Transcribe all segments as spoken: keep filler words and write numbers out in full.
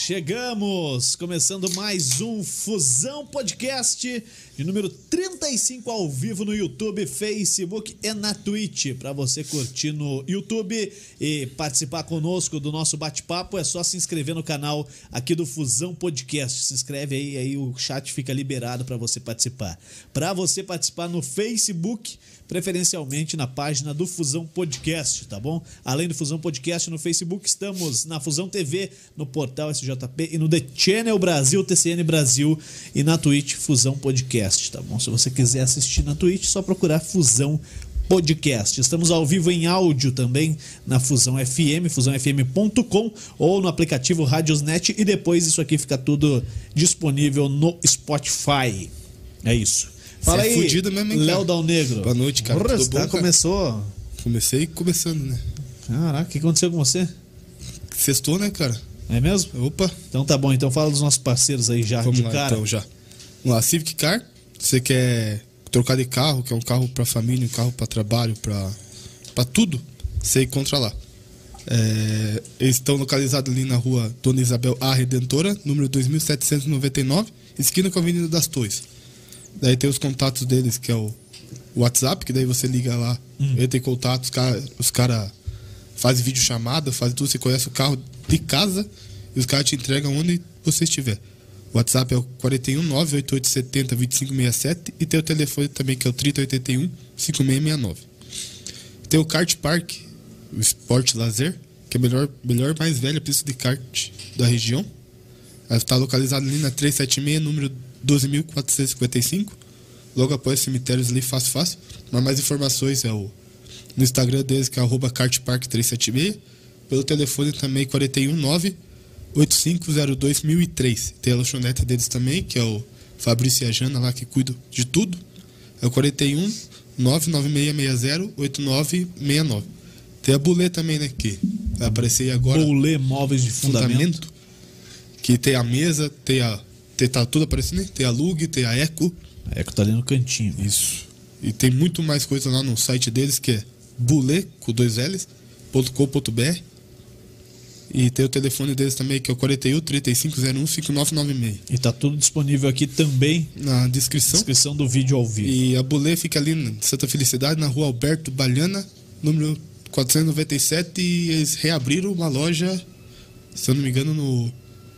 Chegamos, começando mais um Fusão Podcast de número trinta e cinco ao vivo no YouTube, Facebook e na Twitch. Para você curtir no YouTube e participar conosco do nosso bate-papo, é só se inscrever no canal aqui do Fusão Podcast. Se inscreve aí, aí o chat fica liberado para você participar. Para você participar no Facebook, preferencialmente na página do Fusão Podcast, tá bom? Além do Fusão Podcast no Facebook, estamos na Fusão T V, no portal S J P e no The Channel Brasil, T C N Brasil e na Twitch Fusão Podcast, tá bom? Se você quiser assistir na Twitch, só procurar Fusão Podcast. Estamos ao vivo em áudio também na Fusão F M, fusão f m ponto com ou no aplicativo Radiosnet e depois isso aqui fica tudo disponível no Spotify. É isso. Fala Você aí, é fudido mesmo, hein, Léo Dal Negro. Boa noite, cara. Porra, Tudo você bom, tá, cara? começou. Comecei começando, né? Caraca, o que aconteceu com você? Sextou, né, cara? É mesmo? Opa. Então tá bom, então fala dos nossos parceiros aí já Vamos de lá, cara. então, já. Vamos lá, Civic Car. Você quer trocar de carro, quer um carro pra família, um carro pra trabalho, pra, pra tudo, você encontra lá. É, eles estão localizados ali na rua Dona Isabel A. Redentora, número dois mil setecentos e noventa e nove, esquina com a Avenida das Torres. Daí tem os contatos deles, que é o WhatsApp, que daí você liga lá, hum. entra em contato, os caras os cara fazem videochamada, fazem tudo, você conhece o carro de casa e os caras te entregam onde você estiver. O WhatsApp é o quatro um nove, oito oito sete zero, dois cinco seis sete e tem o telefone também, que é o trinta, oitenta e um, cinquenta e seis sessenta e nove. Tem o Kart Park, o Esporte Lazer, que é a melhor, melhor mais velha pista de kart da região. Ela está localizada ali na trezentos e setenta e seis, número doze mil quatrocentos e cinquenta e cinco, logo após cemitérios ali, fácil, fácil. Mas mais informações é o no Instagram deles, que é arroba kartpark trezentos e setenta e seis, pelo telefone também quatro um nove, oito cinco zero dois, mil e três. Tem a lanchonete deles também, que é o Fabrício e a Jana lá, que cuidam de tudo, é o quatro um nove nove seis seis zero, oito nove seis nove. Tem a Bulê também, né, que vai aparecer aí agora. Bulê Móveis de Fundamento. Fundamento, que tem a mesa, tem a Tem, tá tudo aparecendo, né? Tem a Lug, tem a Eco. A Eco tá ali no cantinho. Isso. E tem muito mais coisa lá no site deles, que é bulê, com dois L's, ponto com ponto b r. E tem o telefone deles também, que é o quatro um, trinta e cinco zero um, cinco nove nove seis. E tá tudo disponível aqui também na descrição. Descrição do vídeo ao vivo. E a Bulê fica ali em Santa Felicidade, na rua Alberto Balhana, número quatrocentos e noventa e sete. E eles reabriram uma loja, se eu não me engano, no...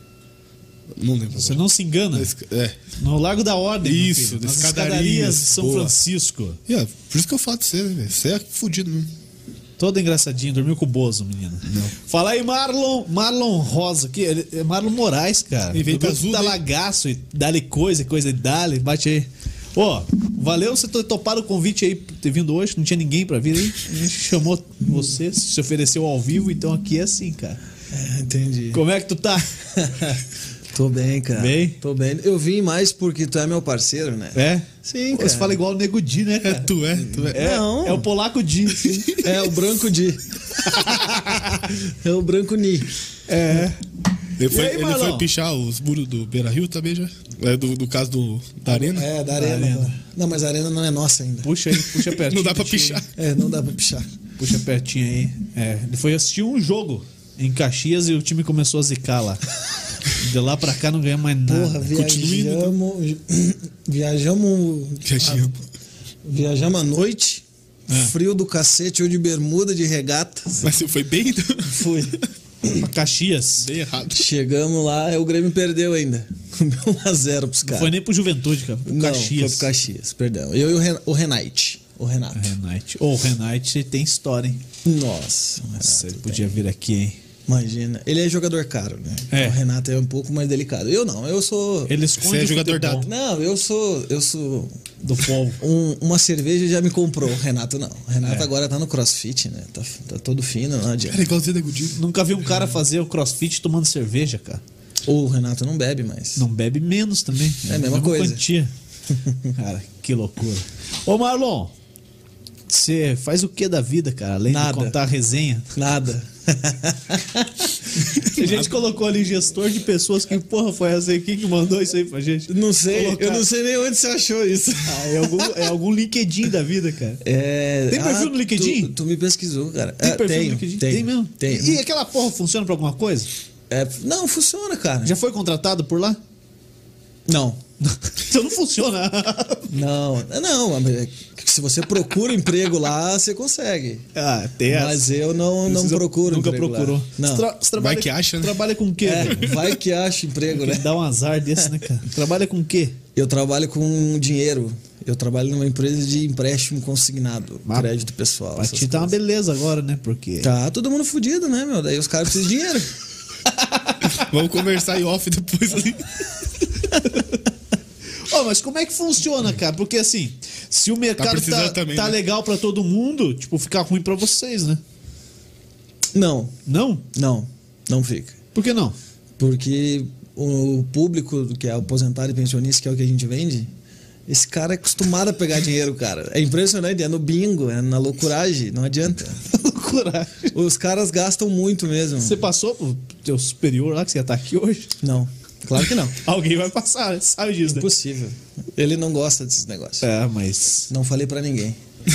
Não lembro. Você não se engana? É. No Largo da Ordem. Isso, nas escadarias, escadarias de São boa. Francisco. Yeah, por isso que eu falo de você, né, velho? Você é fudido mesmo. Todo engraçadinho, dormiu com o Bozo, menino. Não. Fala aí, Marlon, Marlon Rosa, que é Marlon Moraes, cara. E vem Do azul, da né? Lagaço e dá-lhe coisa, coisa e dá-lhe, bate aí. Ó, valeu você ter topado o convite aí, ter vindo hoje, não tinha ninguém pra vir aí. A gente chamou você, se ofereceu ao vivo, então aqui é assim, cara. É, entendi. Como é que tu tá? Tô bem, cara. Bem? Tô bem. Eu vim mais porque tu é meu parceiro, né? É? Sim, Pô, cara. Você fala igual o Nego Di, né, cara? É, tu é, tu é. É, Não. é o polaco Di. É o branco Di. É o branco Ni. É. Ele, foi, E aí, ele Marlon? foi pichar os muros do Beira Rio também já? É do, do caso do, da Arena? É, da arena. arena. pô. Não, mas a arena não é nossa ainda. Puxa aí, puxa pertinho. Não dá pra puxa aí. pichar. É, não dá pra pichar. Puxa pertinho aí. É, ele foi assistir um jogo em Caxias e o time começou a zicar lá. De lá pra cá não ganha mais nada. Porra, viajamos. Viajamos. Viajamos. Viajamos à noite. É. Frio do cacete, eu de bermuda, de regata. Mas você foi bem? Então? Fui. Pra Caxias. Bem errado. Chegamos lá, o Grêmio perdeu ainda. Comeu um a zero pros Não caras. foi nem pro Juventude, cara. Pro Não, Caxias. foi pro Caxias, perdão. Eu e o, Ren o Renate. O Renato. Renate. Ô, o Renate tem história, hein? Nossa, o Renato Nossa, ele tem. podia vir aqui, hein? Imagina. Ele é jogador caro, né? É. O Renato é um pouco mais delicado. Eu não, eu sou. Ele esconde Você é o jogador futebol dado. Não, eu sou. Eu sou. do povo. Um- uma cerveja já me comprou. O Renato não. O Renato É. agora tá no CrossFit, né? Tá, tá todo fino, não Era adianta. igualzinho da Godinho. Nunca vi um cara fazer o crossfit tomando cerveja, cara. Ou o Renato não bebe mais. Não bebe menos também. É a mesma coisa. Quantia. Cara, que loucura. Ô, Marlon, você faz o que da vida, cara? Além Nada. de contar a resenha. Nada. A gente colocou ali gestor de pessoas. Que porra foi essa aí? Quem que mandou isso aí pra gente? Não sei, Colocar- eu não sei nem onde você achou isso. Ah, é algum, é algum LinkedIn da vida, cara. É... Tem perfil no LinkedIn? Tu, tu me pesquisou, cara. Tem Ah, perfil tenho, no LinkedIn? Tenho, Tem mesmo? Tenho. E aquela porra funciona pra alguma coisa? É, não, funciona, cara. Já foi contratado por lá? Não. Então não funciona. Não, não. Se você procura emprego lá, você consegue. Ah, tem essa. Mas eu não, não Precisa- procuro Nunca emprego procurou. lá. Não. Você, tra- você trabalha, Vai que acha, né? Trabalha com o quê? É, velho? vai que acha emprego, né? Dá um azar desse, né, cara? Trabalha com o quê? Eu trabalho com dinheiro. Eu trabalho numa empresa de empréstimo consignado, Mas crédito pessoal. Pra essas ti tá uma coisas. beleza agora, né? Porque. Tá todo mundo fudido, né, meu? Daí os caras precisam de dinheiro. Vamos conversar em off depois ali. Ó, mas como é que funciona, cara? Porque assim, se o mercado tá, precisando também, tá né? legal pra todo mundo, tipo, fica ruim pra vocês, né? Não, Não? não, não fica. Por que não? Porque o público, que é aposentado e pensionista, que é o que a gente vende, esse cara é acostumado a pegar dinheiro, cara. É impressionante, é no bingo, é na loucuragem, não adianta. Coragem. Os caras gastam muito mesmo. Você passou pro teu superior lá, que você ia estar aqui hoje? Não, claro que não. Alguém vai passar, né? Sabe disso, né? Impossível. Ele não gosta desses negócios. É, mas. Não falei pra ninguém.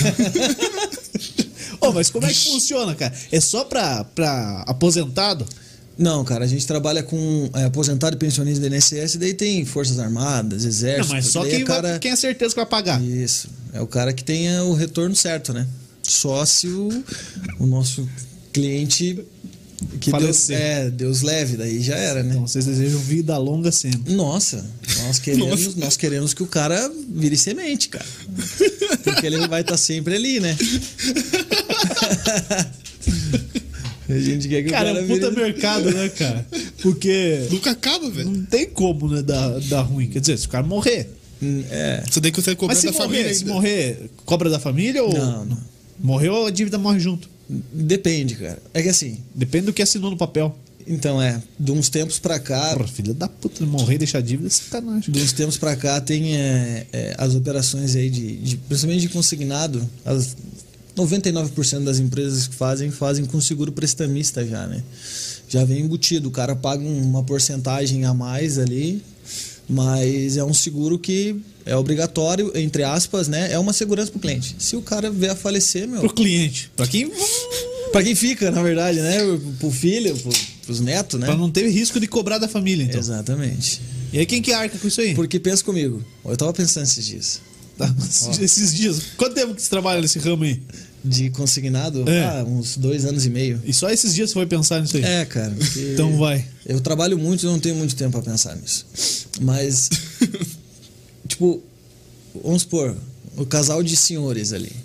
Ô, mas como é que funciona, cara? É só pra, pra aposentado? Não, cara, a gente trabalha com é, aposentado e pensionista do I N S S, daí tem Forças Armadas, Exército. Não, mas só daí quem, é cara... vai, quem é certeza que vai pagar. Isso. É o cara que tenha o retorno certo, né? Só se o, o nosso cliente que Deus, Falecer. é, Deus leve, daí já era, né? Então vocês desejam vida longa sempre. Nossa, nós queremos, nós queremos que o cara vire semente, cara. Porque ele vai estar sempre ali, né? A gente quer que Cara, o é cara um puta vire... mercado, né, cara? Porque Nunca acaba, velho. não tem como, né, dar, dar ruim. Quer dizer, se o cara morrer. É. Você tem que você cobrar Mas se da morrer, família se ainda. morrer, cobra da família ou. Não, não. Morreu, a dívida morre junto. Depende, cara. É que assim, Depende do que assinou no papel. então é, de uns tempos pra cá, Porra, filha da puta, morrer e deixar dívida é sacanagem. de uns tempos pra cá tem é, é, as operações aí de, de principalmente de consignado, as noventa e nove por cento das empresas que fazem fazem com seguro prestamista já, né? Já vem embutido, o cara paga uma porcentagem a mais ali, mas é um seguro que é obrigatório, entre aspas, né? É uma segurança pro cliente. Se o cara vier a falecer, meu, Pro cliente. Pra quem. pra quem fica, na verdade, né? Pro filho, pro, pros netos, né? Pra não ter risco de cobrar da família, então. Exatamente. E aí quem que arca com isso aí? Porque pensa comigo, eu tava pensando esses dias. Tá, esses dias. Quanto tempo que você trabalha nesse ramo aí? De consignado, É. ah, uns dois anos e meio. E só esses dias você foi pensar nisso aí? É, cara. porque Então vai. Eu trabalho muito e não tenho muito tempo pra pensar nisso. Mas, tipo, vamos supor, o casal de senhores ali.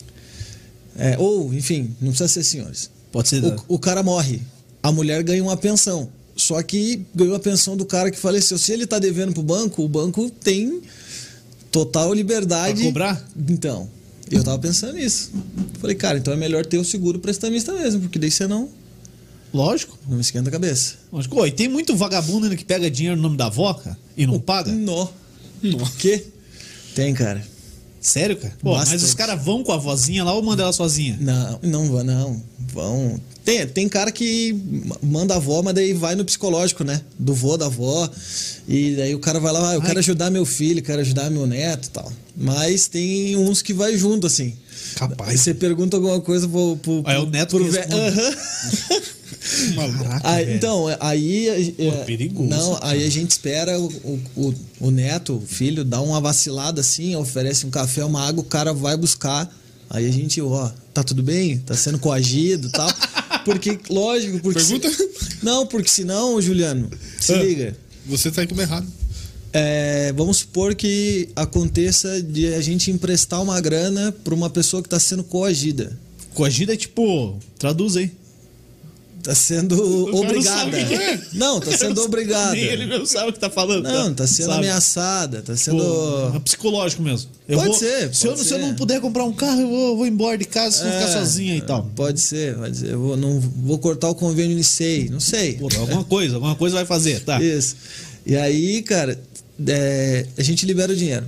É, ou, enfim, não precisa ser senhores. Pode ser. O, o cara morre, a mulher ganha uma pensão. Só que ganhou a pensão do cara que faleceu. Se ele tá devendo pro banco, o banco tem total liberdade. Pra cobrar? Então, eu tava pensando nisso. Falei, cara, então é melhor ter o seguro prestamista mesmo, porque daí você não, Lógico. não esquenta a cabeça. Lógico. Ô, e tem muito vagabundo ainda que pega dinheiro no nome da avó, cara, e não paga? Nó. O quê? Tem, cara. Sério, cara? Pô, mas Bastante. os caras vão com a vozinha lá ou manda ela sozinha? Não, não vão, não. Vão. Tem, tem cara que manda a avó, mas daí vai no psicológico, né? Do vô, da avó. E daí o cara vai lá, ah, eu Ai. quero ajudar meu filho, quero ajudar meu neto e tal. Mas tem uns que vai junto, assim. Capaz. Aí você pergunta alguma coisa pro. pro, Ah, é o pro- neto pro que ve- responde. Aham. Caraca, Aí, velho. então, aí. é, Pô, perigoso, Não, cara. aí a gente espera o, o, o, o neto, o filho, dar uma vacilada assim, oferece um café, uma água, o cara vai buscar. Aí a gente, ó, tá tudo bem? Tá sendo coagido e tal. Porque, lógico, porque. Pergunta? se- Não, porque senão, Juliano, se Ah. liga. Você tá aí como errado. É, vamos supor que aconteça de a gente emprestar uma grana pra uma pessoa que tá sendo coagida. Coagida é tipo. Traduz aí. Tá sendo cara não obrigada. sabe o que é. Não, tá sendo obrigada. Nem ele mesmo sabe o que tá falando. Não, tá sendo Sabe? ameaçada, tá sendo. Pô, é psicológico mesmo. Eu Pode vou- ser, Se, eu, pode se eu ser. não puder comprar um carro, eu vou, vou embora de casa, se não É, ficar sozinha e tal. Pode ser, pode ser. Eu vou, não, vou cortar o convênio Unicei, não sei. Pô, alguma coisa, alguma coisa vai fazer, tá? Isso. E aí, cara, é, a gente libera o dinheiro.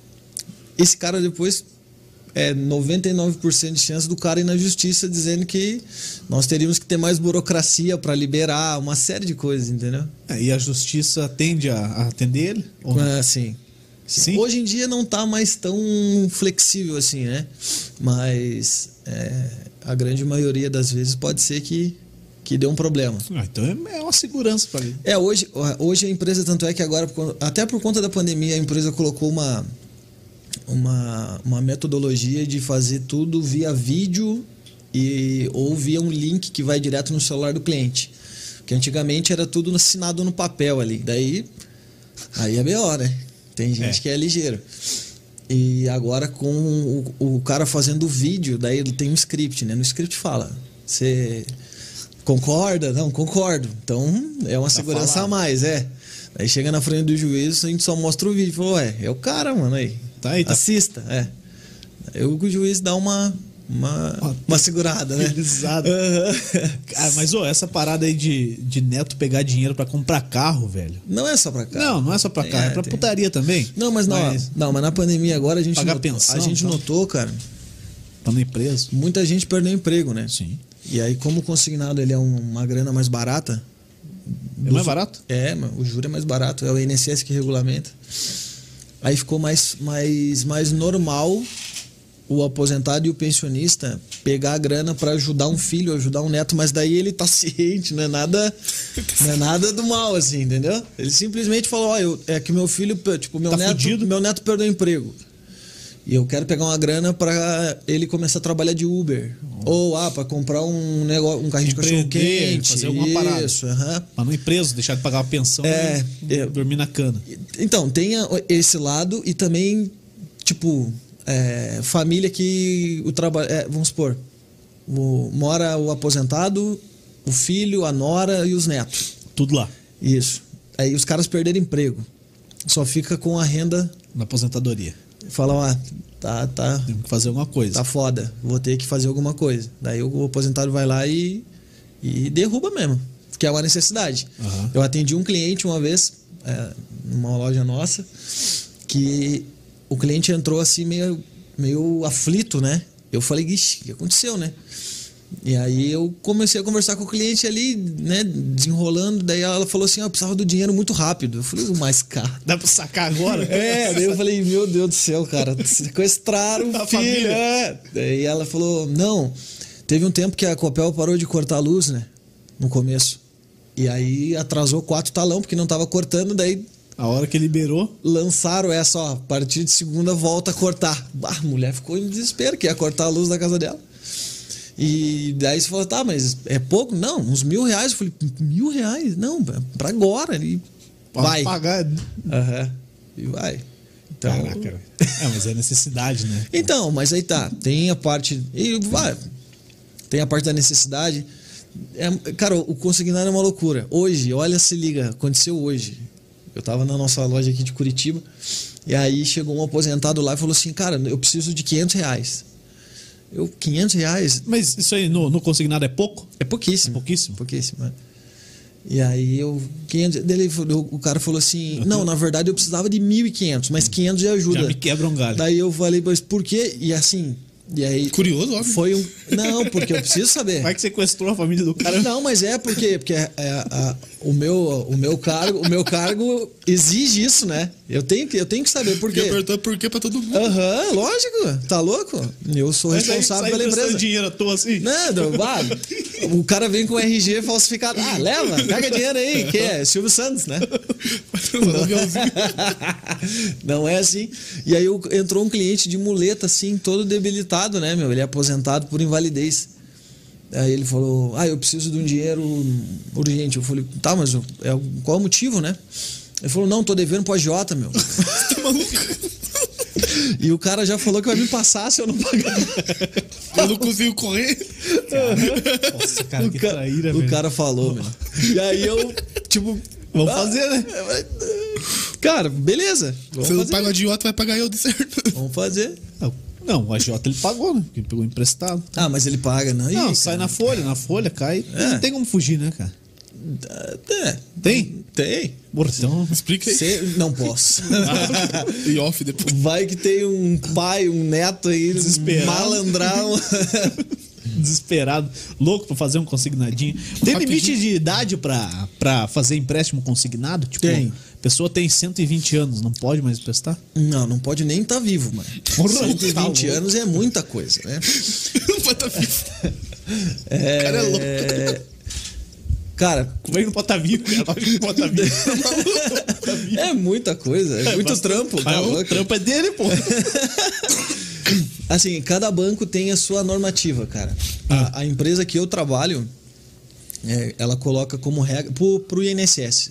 Esse cara depois é noventa e nove por cento de chance do cara ir na justiça dizendo que nós teríamos que ter mais burocracia para liberar uma série de coisas, entendeu? É, e a justiça tende a, a atender ele? Ou não? É, sim. Sim? Hoje em dia não tá mais tão flexível assim, né? Mas é, a grande maioria das vezes pode ser que que deu um problema. Ah, então é uma segurança para ele. É, hoje, hoje a empresa, tanto é que agora, até por conta da pandemia, a empresa colocou uma, uma, uma metodologia de fazer tudo via vídeo e, ou via um link que vai direto no celular do cliente. Porque antigamente era tudo assinado no papel ali. Daí, aí é B O, né? Tem gente é. que é ligeiro. E agora com o, o cara fazendo o vídeo, daí ele tem um script, né? No script fala, você concorda? Não, concordo. Então é uma tá segurança falado. a mais, é. Aí chega na frente do juiz, a gente só mostra o vídeo. Fala, ué, é o cara, mano, aí. Tá aí, tá. Assista, é. Aí o juiz dá uma... Uma, uma segurada, né? Uhum. Cara, mas ô, essa parada aí de, de neto pegar dinheiro pra comprar carro, velho. Não é só pra carro. Não, não é só pra carro, é, é pra tem. putaria também. Não, mas não, mas... não, mas na pandemia agora a gente pagar notou, pensão, a gente então. notou, cara. Tá no empresa. Muita gente perdeu emprego, né? Sim. E aí, como o consignado ele é uma grana mais barata. É mais barato? É, o juro é mais barato, é o I N S S que regulamenta. Aí ficou mais, mais, mais normal o aposentado e o pensionista pegar a grana para ajudar um filho, ajudar um neto, mas daí ele tá ciente, não é nada, não é nada do mal, assim, entendeu? Ele simplesmente falou, ó, eu, é que meu filho, tipo, meu tá neto, fudido. meu neto perdeu o emprego. E eu quero pegar uma grana para ele começar a trabalhar de Uber. Oh. Ou, ah, para comprar um negócio, um carrinho de cachorro quente. Fazer alguma isso, parada. Isso, aham. Para não ir preso, deixar de pagar uma pensão é, e é, dormir na cana. Então, tem esse lado e também, tipo... É, família que o trabalho, é, vamos supor, o, mora o aposentado, o filho, a nora e os netos. Tudo lá. Isso. Aí os caras perderam emprego. Só fica com a renda na aposentadoria. Falam, ah, tá, tá. Tem que fazer alguma coisa. Tá foda, vou ter que fazer alguma coisa. Daí o aposentado vai lá e, e derruba mesmo, porque é uma necessidade. Uhum. Eu atendi um cliente uma vez, é, numa loja nossa, que o cliente entrou assim meio, meio aflito, né? Eu falei, ixi, o que aconteceu, né? E aí eu comecei a conversar com o cliente ali, né? Desenrolando, daí ela falou assim, ah, eu precisava do dinheiro muito rápido. Eu falei, mas cara... Dá pra sacar agora? É, daí eu falei, meu Deus do céu, cara, sequestraram o filho. É. Daí ela falou, não, teve um tempo que a Copel parou de cortar a luz, né? No começo. E aí atrasou quatro talão, porque não tava cortando, daí... A hora que liberou... Lançaram essa, ó, a partir de segunda volta a cortar. Ah, a mulher ficou em desespero, que ia cortar a luz da casa dela. E daí você falou, tá, mas é pouco? Não, uns mil reais. Eu falei, mil reais? Não, pra agora. E vai. Pagar. Uhum. E vai. Então, caraca. É, mas é necessidade, né? Então, mas aí tá. Tem a parte... E vai. Tem a parte da necessidade. É, cara, o consignado é uma loucura. Hoje, olha, se liga, aconteceu hoje. Eu tava na nossa loja aqui de Curitiba e aí chegou um aposentado lá e falou assim, cara, eu preciso de quinhentos reais. Eu, quinhentos reais? Mas isso aí no, no consignado é pouco? É pouquíssimo. É pouquíssimo? Pouquíssimo, é. E aí eu... quinhentos, dele, o cara falou assim, eu não, tô... na verdade eu precisava de mil e quinhentos, mas quinhentos já ajuda. Já me quebra um galho. Daí eu falei, mas por quê? E assim... E aí, curioso, óbvio. Foi um... Não, porque eu preciso saber. Vai que sequestrou a família do cara. Não, mas é porque, porque é, é, a, o, meu, o, meu cargo, o meu cargo exige isso, né? Eu tenho que, eu tenho que saber por quê. Porque apertou por quê pra todo mundo. Aham, uhum, lógico. Tá louco? Eu sou mas responsável aí, pela empresa. Dinheiro à toa assim? Não, ah, o cara vem com R G falsificado. Ah, leva, pega dinheiro aí. Que é? Silvio Santos, né? Não, não é assim. E aí entrou um cliente de muleta, assim, todo debilitado, né, meu? Ele é aposentado por invalidez. Aí ele falou, ah, eu preciso de um dinheiro urgente. Eu falei, tá, mas é, qual é o motivo, né? Ele falou, não, tô devendo pro agiota, meu. Você tá maluco? E o cara já falou que vai me passar se eu não pagar. Eu não consigo correr. Cara. Nossa, cara, o que cara, traíra, o velho. cara falou, meu. E aí eu, tipo... Vamos ah, fazer, né? Cara, beleza. Você não paga o agiota, vai pagar eu de certo. Vamos fazer. Não, o agiota ele pagou, né? Porque ele pegou emprestado. Ah, mas ele paga, não? Não, Ih, sai cara. na folha, na folha cai. É. Não tem como fugir, né, cara? É. Tem? Tem. Então, explica aí. Cê, não posso. E off depois. Vai que tem um pai, um neto aí, desesperado. Malandrão. Desesperado, louco pra fazer um consignadinho. Tem limite de idade pra, pra fazer empréstimo consignado? Tipo, tem. A pessoa tem cento e vinte anos, não pode mais emprestar? Não, não pode nem estar tá vivo, mano. cento e vinte tá anos é muita coisa, né? Não pode estar tá vivo. É, o cara é louco. Cara, Como é que não pode estar vivo? Lógico que não pode estar vivo. é muita coisa, é muito bastante. trampo. Ah, tá o louco? trampo é dele, pô. Assim, cada banco tem a sua normativa, cara. A, a empresa que eu trabalho, é, ela coloca como regra pro, pro I N S S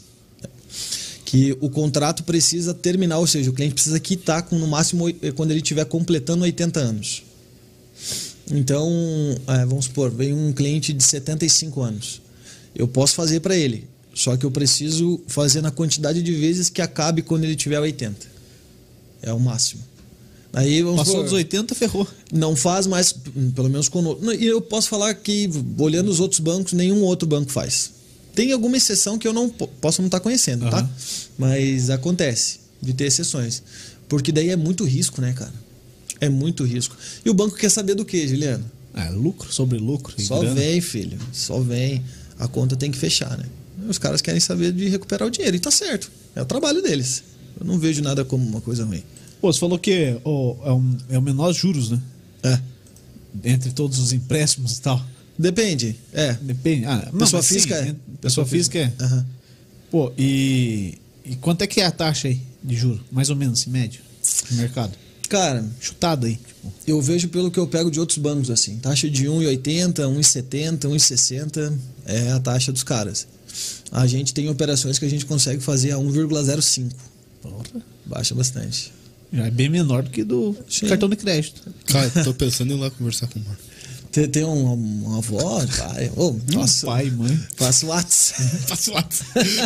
que o contrato precisa terminar, ou seja, o cliente precisa quitar com no máximo oi- quando ele estiver completando oitenta anos. Então, é, vamos supor, vem um cliente de setenta e cinco anos. Eu posso fazer para ele, só que eu preciso fazer na quantidade de vezes que acabe quando ele tiver oitenta. É o máximo. Aí, vamos Passou supor, dos oitenta, ferrou. não faz mais, pelo menos conosco. E eu posso falar que, olhando os outros bancos, nenhum outro banco faz. Tem alguma exceção que eu não po- posso não estar conhecendo, tá? Aham. Mas acontece de ter exceções. Porque daí é muito risco, né, cara? É muito risco. E o banco quer saber do quê, Juliano? Ah, lucro sobre lucro. e Só grana. vem, filho. Só vem. A conta tem que fechar, né? Os caras querem saber de recuperar o dinheiro. E tá certo. É o trabalho deles. Eu não vejo nada como uma coisa ruim. Pô, você falou que ó, é, um, é o menor juros, né? É. Entre todos os empréstimos e tal. Depende. É. Depende. Ah, não, Pessoa mas sim, física é. é. Pessoa física é. Aham. Pô, e, e quanto é que é a taxa aí de juros? Mais ou menos, em média, no mercado? Cara, Chutado aí. Tipo, eu vejo pelo que eu pego de outros bancos, assim. Taxa de um vírgula oitenta, um vírgula setenta, um vírgula sessenta é a taxa dos caras. A gente tem operações que a gente consegue fazer a um vírgula zero cinco. porra, Baixa bastante. já é bem menor do que do Sim. cartão de crédito. Cara, tô pensando em ir lá conversar com o Marco. Tem, tem um, uma avó, pai. Ô, nossa, Pai, mãe. faço WhatsApp. Faço WhatsApp.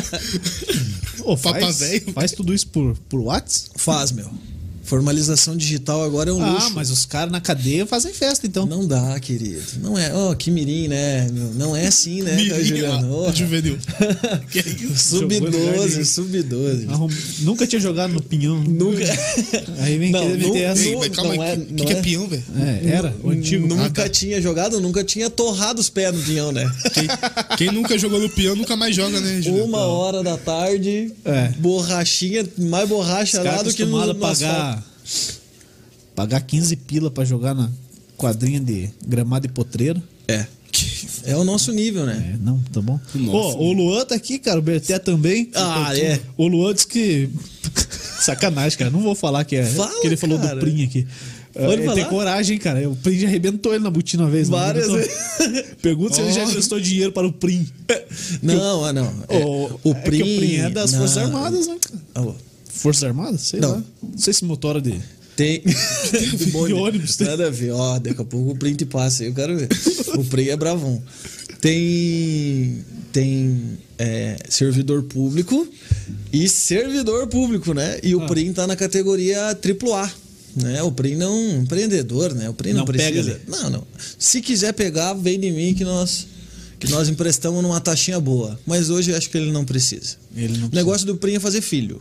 Ô, Papa faz, velho. faz tudo isso por, por WhatsApp? Faz, meu. Formalização digital agora é um Ah, luxo. mas os caras na cadeia fazem festa, então. Não dá, querido. Não é. Ó, que mirim, né? meu? Não é assim, né, Mirim, Juliano? ó, Ô, juvenil. Que é isso? sub Jogou no lugar doze, de- sub doze. Arrum- Nunca tinha jogado no pinhão. Nunca. Aí vem Não, querer nu- meter essa. nu- Ei, mas calma não aí, é- o que, não que é é- peão, velho? É, era, o antigo. Nunca Ah, tá. tinha jogado, nunca tinha torrado os pés no pinhão, né? Quem, quem nunca jogou no peão nunca mais joga, né, Juliano? Uma hora da tarde, É. borrachinha, mais borracha Os lá caras do que no, acostumados a no asfalto. pagar, pagar quinze pila pra jogar na quadrinha de gramado e potreiro. É. É o nosso nível, né? É, não, tá bom. Nossa. Pô, o Luan tá aqui, cara, o Berté também. Ah, O- é. O Luan disse que... Sacanagem, cara, não vou falar que é... Fala, que ele falou cara. do Prim aqui. Pode ele tem falar. coragem, cara. O Prim já arrebentou ele na botina uma vez. não Várias arrebentou? Pergunta se ele já Oh. emprestou dinheiro para o Prim. Não, ah, não. É, o, o é que Prim, o Prim é das não. Forças Armadas, né, cara? Ah, Forças Armadas? Sei Não. lá. Não sei se motora de... Tem. De bonde. ônibus, tem. Nada a ver. Ó, daqui a pouco o print passa aí, eu quero ver. O print é bravão. Tem. Tem é, servidor público e servidor público, né? E o Ah. print tá na categoria triplo A. Né? O print não é um empreendedor, né? O print não, Não pega precisa. ali. Não, não. Se quiser pegar, vem de mim que nós. Que nós emprestamos numa taxinha boa. Mas hoje eu acho que ele não precisa. Ele não O negócio do print é fazer filho.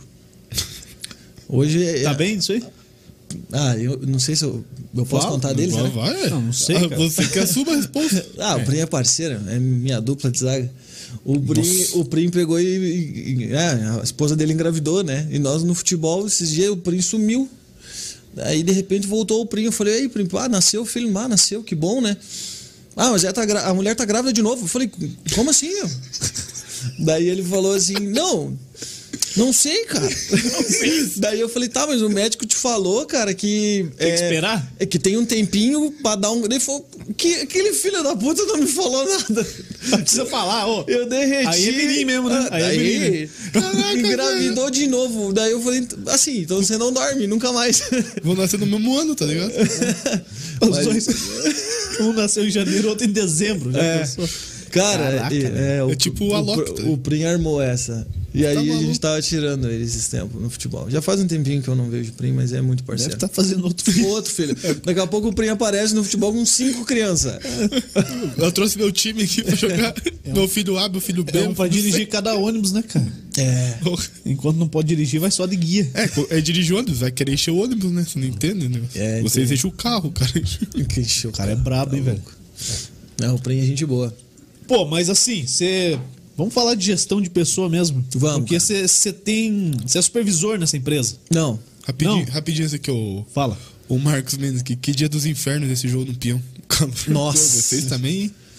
Hoje é. Tá bem isso aí? Ah, eu não sei se eu, eu posso Fala, contar deles, Vai, né? vai. Não, não sei, Ah, cara. Você que assume a resposta. Ah, o Prim é parceiro, é minha dupla de zaga. O Prim, o Prim pegou e, e- e- é, a esposa dele engravidou, né? E nós no futebol, esses dias o Prim sumiu. Aí de repente voltou o Prim. Eu falei, aí, Prim, ah, nasceu o filho, ah, nasceu, que bom, né? Ah, mas ela tá gra- a mulher tá grávida de novo. Eu falei, como assim? Meu? Daí ele falou assim, não. Não sei, cara. Daí eu falei, tá, mas o médico te falou, cara, que. Tem é, que esperar? É que tem um tempinho pra dar um. Ele falou, que, aquele filho da puta não me falou nada. Não precisa falar, ô. Eu derreti. Aí é mirim mesmo, né? Ah, Aí é daí, mirim, né? Caraca, engravidou de novo. Daí eu falei, assim, então você não dorme, nunca mais. Vou nascer no mesmo ano, tá ligado? Os Mas- dois. Um nasceu em janeiro, outro em dezembro. Já É. pensou? Cara, Caraca, é, velho. é, o, É tipo o Alok, o, tá o Prim armou essa. E aí a maluco. gente tava tirando ele esses tempos no futebol. Já faz um tempinho que eu não vejo o Prim, mas é muito Deve parceiro. estar fazendo outro filho. Outro filho. Daqui a pouco o Prim aparece no futebol com cinco crianças. Eu trouxe meu time aqui pra jogar. Meu filho A, meu filho B. É um meu pra filho C. dirigir cada ônibus, né, cara? É. Enquanto não pode dirigir, vai só de guia. É, co- é dirigir ônibus, vai querer encher o ônibus, né? Você não entende, né? É, Você entendo. enche o carro, cara. Que show. O cara é brabo, hein, velho? Não, o Prim é gente boa. Pô, mas assim, você. Vamos falar de gestão de pessoa mesmo. Vamos, Porque cara. você tem. Você é supervisor nessa empresa. Não. Rapidinho, Não. rapidinho esse aqui, o, Fala. o Marcos Mendes, que, que dia dos infernos esse jogo no peão. Nossa. Vocês também, hein?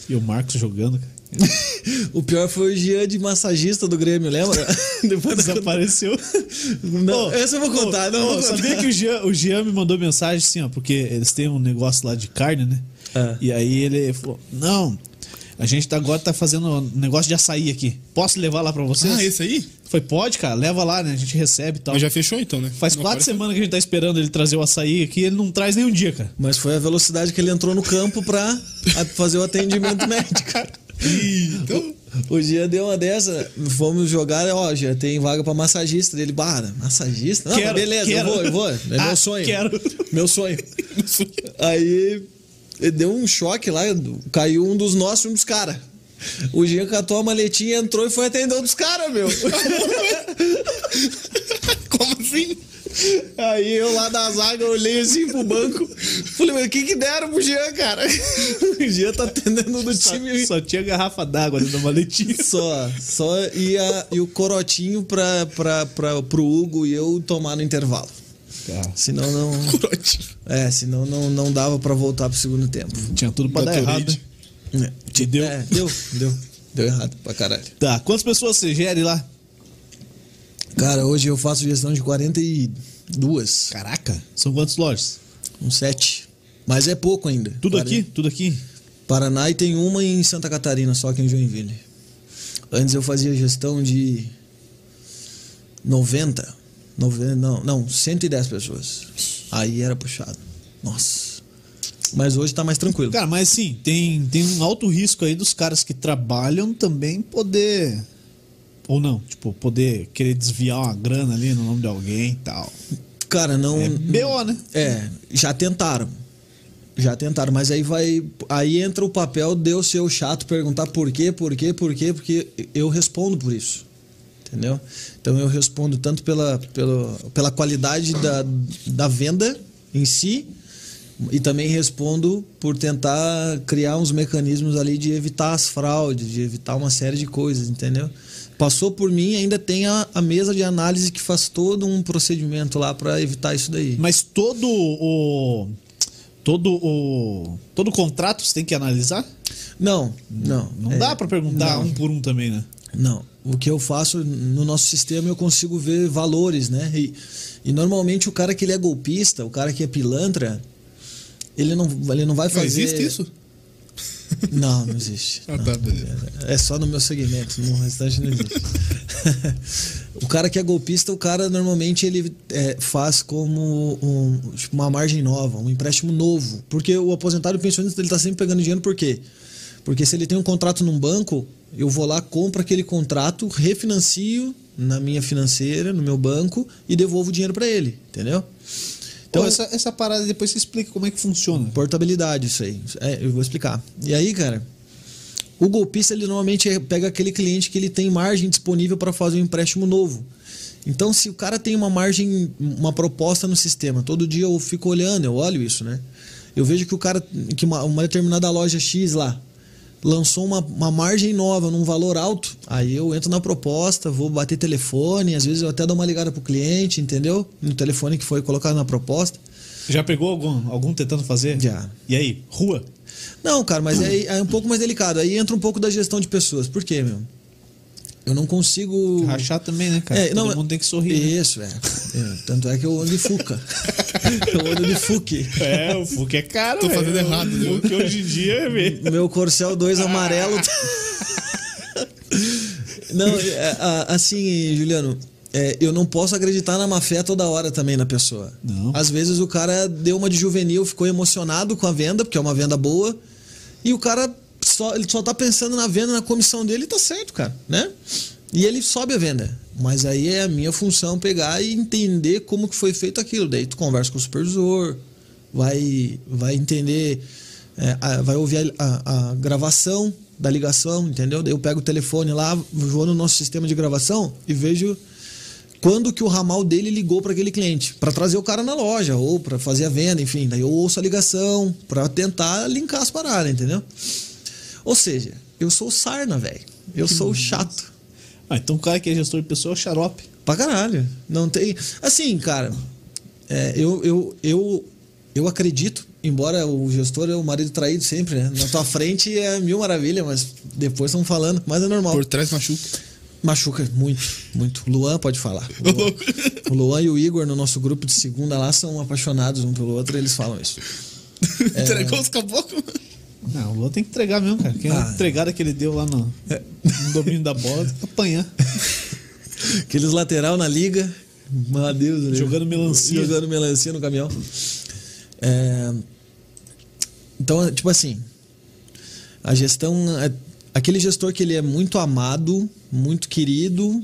E o Marcos jogando, cara. O pior foi o Jean de massagista do Grêmio, lembra? Depois desapareceu. Não, oh, essa eu vou contar. Oh, não, oh, vou sabia contar. que o Jean, o Jean me mandou mensagem assim, ó, porque eles têm um negócio lá de carne, né? É. E aí ele falou: não, a gente tá, agora tá fazendo um negócio de açaí aqui. Posso levar lá pra vocês? Ah, esse aí? Foi, pode, cara, leva lá, né? A gente recebe e tal. Mas já fechou então, né? Faz Não quatro apareceu. semanas que a gente tá esperando ele trazer o açaí aqui, ele não traz nenhum dia, cara. Mas foi a velocidade que ele entrou no campo pra fazer o atendimento médico. Então... O Jean deu uma dessa, fomos jogar, ó, já tem vaga pra massagista dele. Bah, massagista? Não, Quero, mas beleza, quero. eu vou, eu vou. É Ah, meu sonho. quero. Meu sonho. Aí ele deu um choque lá, caiu um dos nossos e um dos caras. O Jean catou a maletinha, entrou e foi atender um dos caras, meu. Como assim? Aí eu lá da zaga olhei assim pro banco, falei, mas o que que deram pro Jean, cara? O Jean tá atendendo do Só, time. só tinha garrafa d'água dentro da maletinha. Só, só ia, e o corotinho pra, pra, pra, pro Hugo e eu tomar no intervalo. Cara, Senão não. Corote. É, senão não, não dava pra voltar pro segundo tempo. tinha tudo pra dar Gatorade. errado. É, Te deu? É, deu, deu. Deu errado pra caralho. Tá, quantas pessoas você gere lá? Cara, hoje eu faço gestão de quarenta e duas. Caraca, são quantas lojas? Um sete. Mas é pouco ainda. Tudo quarenta. aqui? Tudo aqui? Paraná e tem uma em Santa Catarina, só que em Joinville. Antes eu fazia gestão de noventa, noventa não, não, cento e dez pessoas. Aí era puxado. Nossa. Mas hoje tá mais tranquilo. Cara, mas sim, tem, tem um alto risco aí dos caras que trabalham também poder... Ou não, tipo, poder querer desviar uma grana ali no nome de alguém e tal. Cara, não... É B O, né? É, já tentaram. Já tentaram, mas aí vai. Aí entra o papel de eu ser o chato, perguntar por quê, por quê, por quê, porque eu respondo por isso. Entendeu? Então eu respondo tanto pela, pela, pela qualidade da, da venda em si, e também respondo por tentar criar uns mecanismos ali de evitar as fraudes, de evitar uma série de coisas, entendeu? Passou por mim, ainda tem a, a mesa de análise que faz todo um procedimento lá para evitar isso daí. Mas todo o... Todo o... Todo contrato você tem que analisar? Não, não. Não é, dá pra perguntar não. um por um também, né? Não. O que eu faço no nosso sistema, eu consigo ver valores, né? E, e normalmente o cara que ele é golpista, o cara que é pilantra, ele não, ele não vai fazer... Não existe isso? Não, não existe. Ah, Não. tá, beleza. É só no meu segmento, no restante não existe. O cara que é golpista, o cara normalmente ele é, faz como um, tipo, uma margem nova, um empréstimo novo. Porque o aposentado pensionista ele tá sempre pegando dinheiro, por quê? Porque se ele tem um contrato num banco, eu vou lá, compro aquele contrato, refinancio na minha financeira, no meu banco e devolvo o dinheiro para ele, entendeu? Então, Pô, essa, essa parada depois você explica como é que funciona. Portabilidade, isso aí. É, eu vou explicar. E aí, cara, o golpista, ele normalmente pega aquele cliente que ele tem margem disponível para fazer um empréstimo novo. Então, se o cara tem uma margem, uma proposta no sistema, todo dia eu fico olhando, eu olho isso, né? Eu vejo que o cara, que uma, uma determinada loja X lá, lançou uma, uma margem nova num valor alto, aí eu entro na proposta, vou bater telefone, às vezes eu até dou uma ligada pro cliente, entendeu? No telefone que foi colocado na proposta. Já pegou algum, algum tentando fazer? Já. E aí, rua? Não, cara, mas é, é um pouco mais delicado. Aí entra um pouco da gestão de pessoas. Por quê, meu? Eu não consigo... Rachar também, né, cara? É, Todo não, mundo tem que sorrir. Né? Isso, é. é. Tanto é que eu ando de fuca. Eu ando de fuque. É, o Fuque é caro, Tô véio. fazendo errado, O viu? Fuque hoje em dia é mesmo. Meu Corcel dois amarelo. Não, é, assim, Juliano, é, eu não posso acreditar na má fé toda hora também na pessoa. Não. Às vezes o cara deu uma de juvenil, ficou emocionado com a venda, porque é uma venda boa, e o cara só, ele só tá pensando na venda, na comissão dele, e tá certo, cara, né? E ele sobe a venda. Mas aí é a minha função pegar e entender como que foi feito aquilo. Daí tu conversa com o supervisor, vai, vai entender, é, a, vai ouvir a, a, a gravação da ligação, entendeu? Daí eu pego o telefone lá, vou no nosso sistema de gravação e vejo quando que o ramal dele ligou para aquele cliente, para trazer o cara na loja ou para fazer a venda, enfim. Daí eu ouço a ligação para tentar linkar as paradas, entendeu? Ou seja, eu sou o sarna, velho. Eu sou o chato. Ah, então o cara que é gestor de pessoa é o xarope. Pra caralho. Não tem... Assim, cara, é, eu, eu, eu, eu acredito embora o gestor é o marido traído sempre, né? Na tua frente é mil maravilha, mas depois estão falando, mas é normal. Por trás machuca. Machuca muito, muito. O Luan pode falar. O Luan, o Luan e o Igor no nosso grupo de segunda lá são apaixonados um pelo outro, eles falam isso. Entregou os caboclos. Não, o Luan tem que entregar mesmo, cara. Que Ah. a entregada que ele deu lá no, no domínio da bola, tem que apanhar. Aqueles lateral na liga, meu Deus. né? Jogando melancia. Jogando melancia no caminhão. É, então, tipo assim, a gestão, é- aquele gestor que ele é muito amado, muito querido,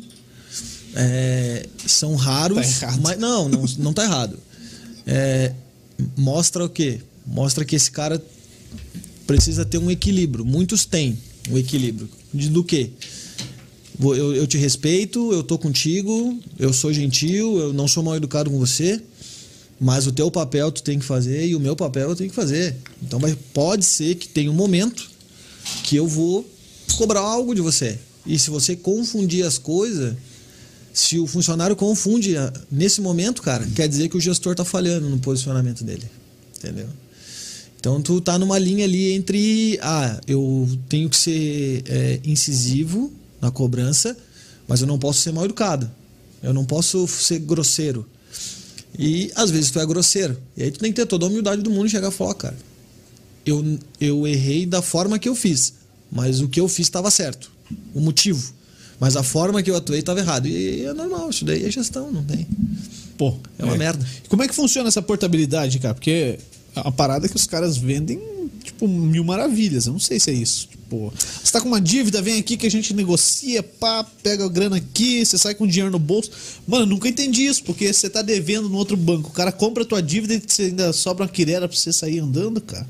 é, são raros. Tá errado. Mas não, não, não tá errado. É, mostra o quê? Mostra que esse cara precisa ter um equilíbrio. Muitos têm um equilíbrio. De, do quê? Vou- Eu, eu te respeito, eu tô contigo, eu sou gentil, eu não sou mal educado com você, mas o teu papel tu tem que fazer e o meu papel eu tenho que fazer. Então vai, pode ser que tenha um momento que eu vou cobrar algo de você. E se você confundir as coisas, se o funcionário confunde a- nesse momento, cara, quer dizer que o gestor tá falhando no posicionamento dele. Entendeu? Então tu tá numa linha ali entre, ah, eu tenho que ser é, incisivo na cobrança, mas eu não posso ser mal educado. Eu não posso ser grosseiro. E às vezes tu é grosseiro. E aí tu tem que ter toda a humildade do mundo e chegar e falar, ó, cara, eu, eu errei da forma que eu fiz, mas o que eu fiz estava certo. O motivo. Mas a forma que eu atuei estava errado. E é normal, isso daí é gestão, não tem. Pô, É uma merda. Como é que funciona essa portabilidade, cara? Porque a parada é que os caras vendem, tipo, mil maravilhas. Eu não sei se é isso. Tipo, você tá com uma dívida, vem aqui que a gente negocia, pá, pega a grana aqui, você sai com dinheiro no bolso. Mano, eu nunca entendi isso, porque você tá devendo no outro banco. O cara compra a tua dívida e você ainda sobra uma quirera pra você sair andando, cara.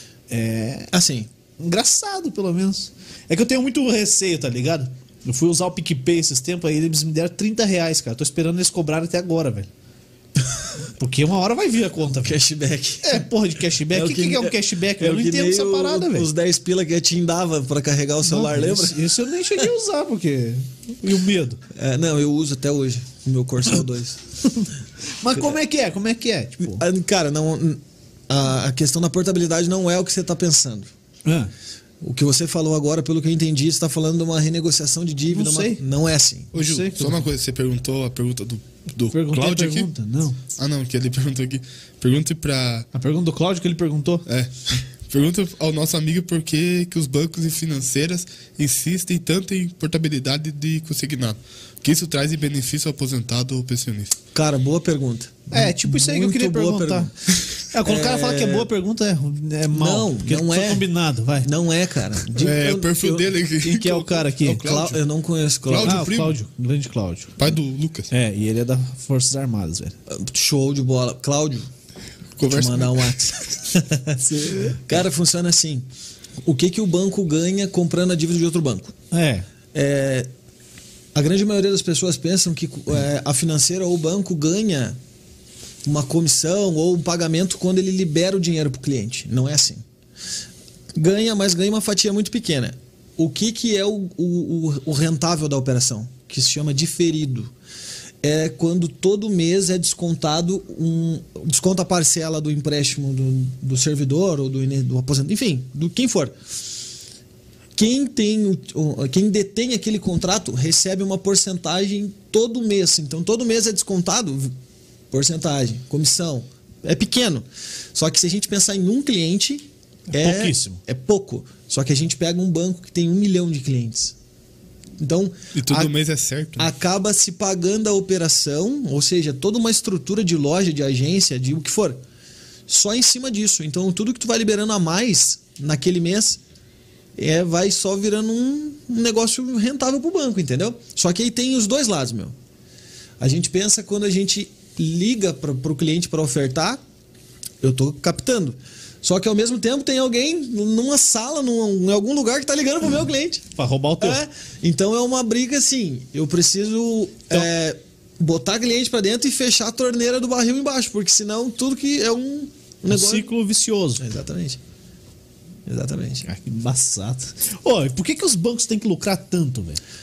É Assim, engraçado, pelo menos. É que eu tenho muito receio, tá ligado? Eu fui usar o PicPay esses tempos, aí eles me deram trinta reais, cara. Tô esperando eles cobrarem até agora, velho. Porque uma hora vai vir a conta, velho. cashback. É, porra de cashback. O que, que, que é um cashback? É eu o não que entendo nem essa o- parada, velho. Os dez pila que a Tim dava pra carregar o celular, Não, lembra? Isso, isso eu nem cheguei a usar, porque... E o medo? É, não, eu uso até hoje o meu Corcel dois. Mas como é que é? Como é que é? Tipo... Ah, Cara, não, a, a questão da portabilidade não é o que você tá pensando. Ah, O que você falou agora, pelo que eu entendi, você está falando de uma renegociação de dívida. Não uma- sei. não é assim. Ô, Gil, sei. só uma coisa. Você perguntou a pergunta do, do perguntei a Cláudio aqui? pergunta? Não. Ah, não, que ele perguntou aqui. Pergunte pra... A pergunta do Cláudio que ele perguntou. É. Pergunta ao nosso amigo por que, que os bancos e financeiras insistem tanto em portabilidade de consignado. O que isso traz de benefício ao aposentado ou pensionista? Cara, boa pergunta. É, tipo isso aí que eu Muito queria boa perguntar. pergunta. É, quando o cara fala que é boa pergunta, é, é mal. Não, porque não foi é. combinado, vai. Não é, cara. De- É, eu- o perfil eu- dele aqui. Quem que é o cara aqui? É o Clá- Cláudio. Eu não conheço Cláudio. Cláudio ah, o Primo. Cláudio. Grande Cláudio. Pai do Lucas. É, e ele é da Forças Armadas, velho. Show de bola. Cláudio, Conversa te mandar com um WhatsApp. Cara, funciona assim. O que, que o banco ganha comprando a dívida de outro banco? É. É, a grande maioria das pessoas pensam que é, a financeira ou o banco ganha uma comissão ou um pagamento quando ele libera o dinheiro para o cliente. Não é assim. Ganha, mas ganha uma fatia muito pequena. O que, que é o, o, o rentável da operação? Que se chama diferido. É quando todo mês é descontado um desconta a parcela do empréstimo do, do servidor ou do, do aposentado, enfim, do quem for. Quem tem o, o- quem detém aquele contrato recebe uma porcentagem todo mês. Então todo mês é descontado porcentagem, comissão. É pequeno. Só que se a gente pensar em um cliente, É é pouquíssimo. É pouco. Só que a gente pega um banco que tem um milhão de clientes. Então E todo a- mês é certo. Né? acaba se pagando a operação, ou seja, toda uma estrutura de loja, de agência, de o que for, só em cima disso. Então, tudo que tu vai liberando a mais naquele mês é, vai só virando um, um negócio rentável pro banco, entendeu? Só que aí tem os dois lados, meu. A gente pensa quando a gente liga para o cliente para ofertar, eu tô captando. Só que ao mesmo tempo tem alguém numa sala, num, em algum lugar que tá ligando pro meu cliente. Pra roubar o teu. É, então é uma briga assim. Eu preciso Então- é, botar cliente pra dentro e fechar a torneira do barril embaixo, porque senão tudo que é um, um Um negócio. ciclo vicioso. Exatamente. Exatamente. Ah, que embaçado. Ô, e por que, que os bancos têm que lucrar tanto, velho?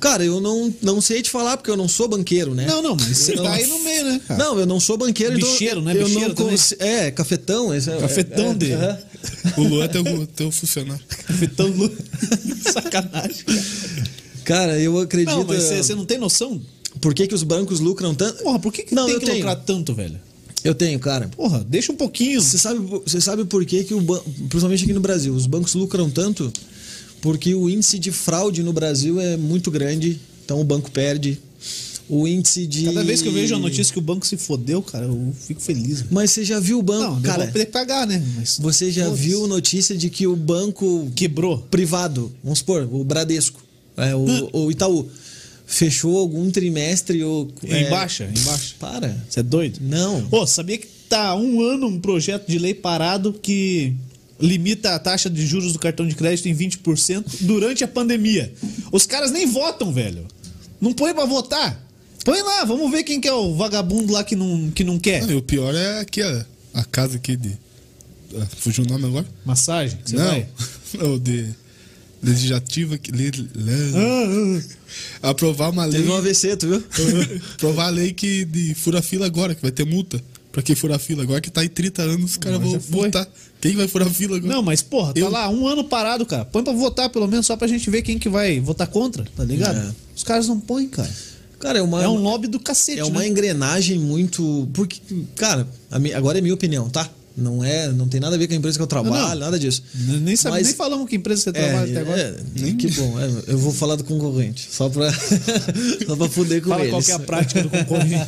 Cara, eu não, não sei te falar porque eu não sou banqueiro, né? Não, não, mas você não, tá aí no meio, né, cara? Não, eu não sou banqueiro, Bicheiro, então né? eu Bicheiro não também. cons... É, cafetão. Esse é, Cafetão é, dele. é, O Luan é teu, teu funcionário. Cafetão Lu. Sacanagem, cara. Cara, eu acredito... Não, mas você você não tem noção? Por que, que os bancos lucram tanto? Porra, por que, que Não, tem eu que tenho. lucrar tanto, velho? Eu tenho, cara. Porra, deixa um pouquinho. Você sabe, você sabe por que, que o banco, principalmente aqui no Brasil, os bancos lucram tanto? Porque o índice de fraude no Brasil é muito grande, então o banco perde. O índice de... Cada vez que eu vejo a notícia que o banco se fodeu, cara, eu fico feliz. Velho. Mas você já viu o banco... Não, cara, eu vou ter que pagar, né? Mas você já foda-se. viu notícia de que o banco Quebrou. privado, vamos supor, o Bradesco, é, o, o Itaú, fechou algum trimestre... Ou, Em é, baixa, em baixa. Para. Você é doido? Não. Pô, sabia que tá há um ano um projeto de lei parado que limita a taxa de juros do cartão de crédito em vinte por cento durante a pandemia. Os caras nem votam, velho. Não põe pra votar. Põe lá, vamos ver quem que é o vagabundo lá que não, que não quer. Não, e o pior é aqui, a, a casa aqui de... ah, fugiu o nome agora? Massagem? Você não, vai? não, de... Legislativa que... Le, le, Ah, ah. aprovar uma lei... Teve um A V C, tu viu? aprovar a lei que de fura-fila agora, que vai ter multa. Pra quem furar fila agora, que tá aí trinta anos, os caras Mas vão já foi. votar. Quem vai furar fila agora? Não, mas porra, tá Eu- lá um ano parado, cara. Põe pra votar pelo menos só pra gente ver quem que vai votar contra, tá ligado? É. Os caras não põem, cara. Cara, é uma... É um lobby do cacete, É uma né? engrenagem muito... Porque, cara, a mi- agora é minha opinião, tá? Não é, não tem nada a ver com a empresa que eu trabalho, Não, não. nada disso. N- Nem, sabe, Mas- nem falamos que empresa você É, trabalha até agora. é, que bom. é, eu vou falar do concorrente, só pra, só pra fuder com Fala eles. qual que é a prática do concorrente.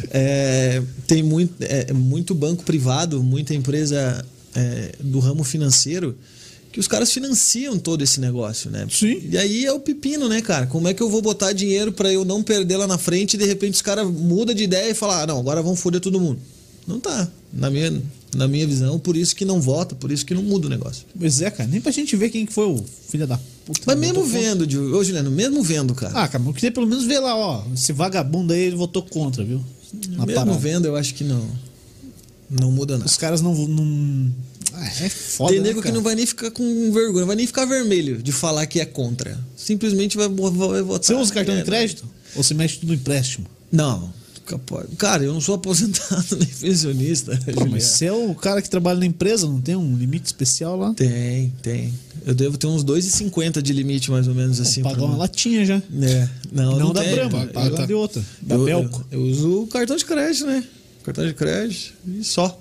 É, tem muito, é, muito banco privado, muita empresa é, do ramo financeiro, que os caras financiam todo esse negócio, né? Sim. E aí é o pepino, né, cara? Como é que eu vou botar dinheiro pra eu não perder lá na frente e de repente os caras mudam de ideia e falam, ah, não, agora vamos foder todo mundo. Não tá. Na minha, na minha visão, por isso que não vota, por isso que não muda o negócio. Pois é, cara. Nem pra gente ver quem que foi o filho da puta. Mas que mesmo votou contra. vendo, Ju- ô Juliano, mesmo vendo, cara. Ah, cara, mas eu queria pelo menos ver lá, ó. Esse vagabundo aí, ele votou contra, viu? Na mesmo parada. vendo, eu acho que não. Não muda nada. Os caras não. não... Ah, é foda, Tem né, nego que cara? não vai nem ficar com vergonha, não vai nem ficar vermelho de falar que é contra. Simplesmente vai, vai votar. Você usa cartão É, de crédito? Ou você mexe tudo no empréstimo? Não. Capaz. Cara, eu não sou aposentado nem pensionista. Pô, Juliano. mas você é o cara que trabalha na empresa, não tem um limite especial lá? Tem, tem. Eu devo ter uns dois e cinquenta de limite, mais ou menos assim. Pagar pra uma mim. latinha já. É. Não, Não, não da tem. Brahma, paga- paga tá. de outra. Da Eu, Belco. eu, eu uso o cartão de crédito, né? Cartão de crédito e só.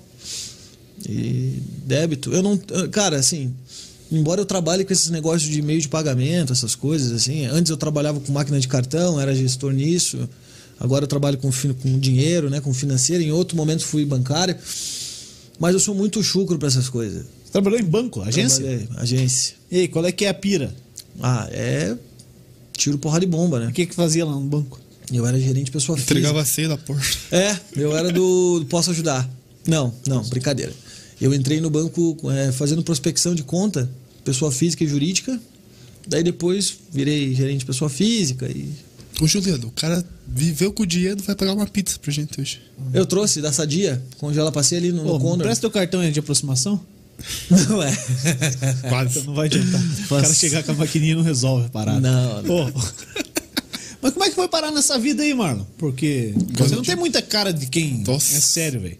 E débito. Eu não. Cara, assim. Embora eu trabalhe com esses negócios de meio de pagamento, essas coisas, assim. Antes eu trabalhava com máquina de cartão, era gestor nisso. Agora eu trabalho com, fin- com dinheiro, né? Com financeiro. Em outro momento fui bancário. Mas eu sou muito chucro pra essas coisas. Você trabalhou em banco, agência? Trabalhei, agência. E aí, qual é que é a pira? Ah, é. Tiro porra de bomba, né? O que que fazia lá no banco? Eu era gerente de pessoa física. Entregava a ceia da porta. É, eu era do, do Posso Ajudar. Não, não, brincadeira. Eu entrei no banco é, fazendo prospecção de conta, pessoa física e jurídica. Daí depois virei gerente de pessoa física e... Ô, Juliano, o cara viveu com o dinheiro, vai pagar uma pizza pra gente hoje. Eu trouxe da Sadia, congela, passei ali no, Pô, no Condor. presta teu cartão aí de aproximação? Não é. Quase. Então não vai adiantar. O cara Nossa. chegar com a maquininha e não resolve a parada. Não, não. Pô. Mas como é que foi parar nessa vida aí, Marlon? Porque você não tem muita cara de quem Nossa. é sério, velho.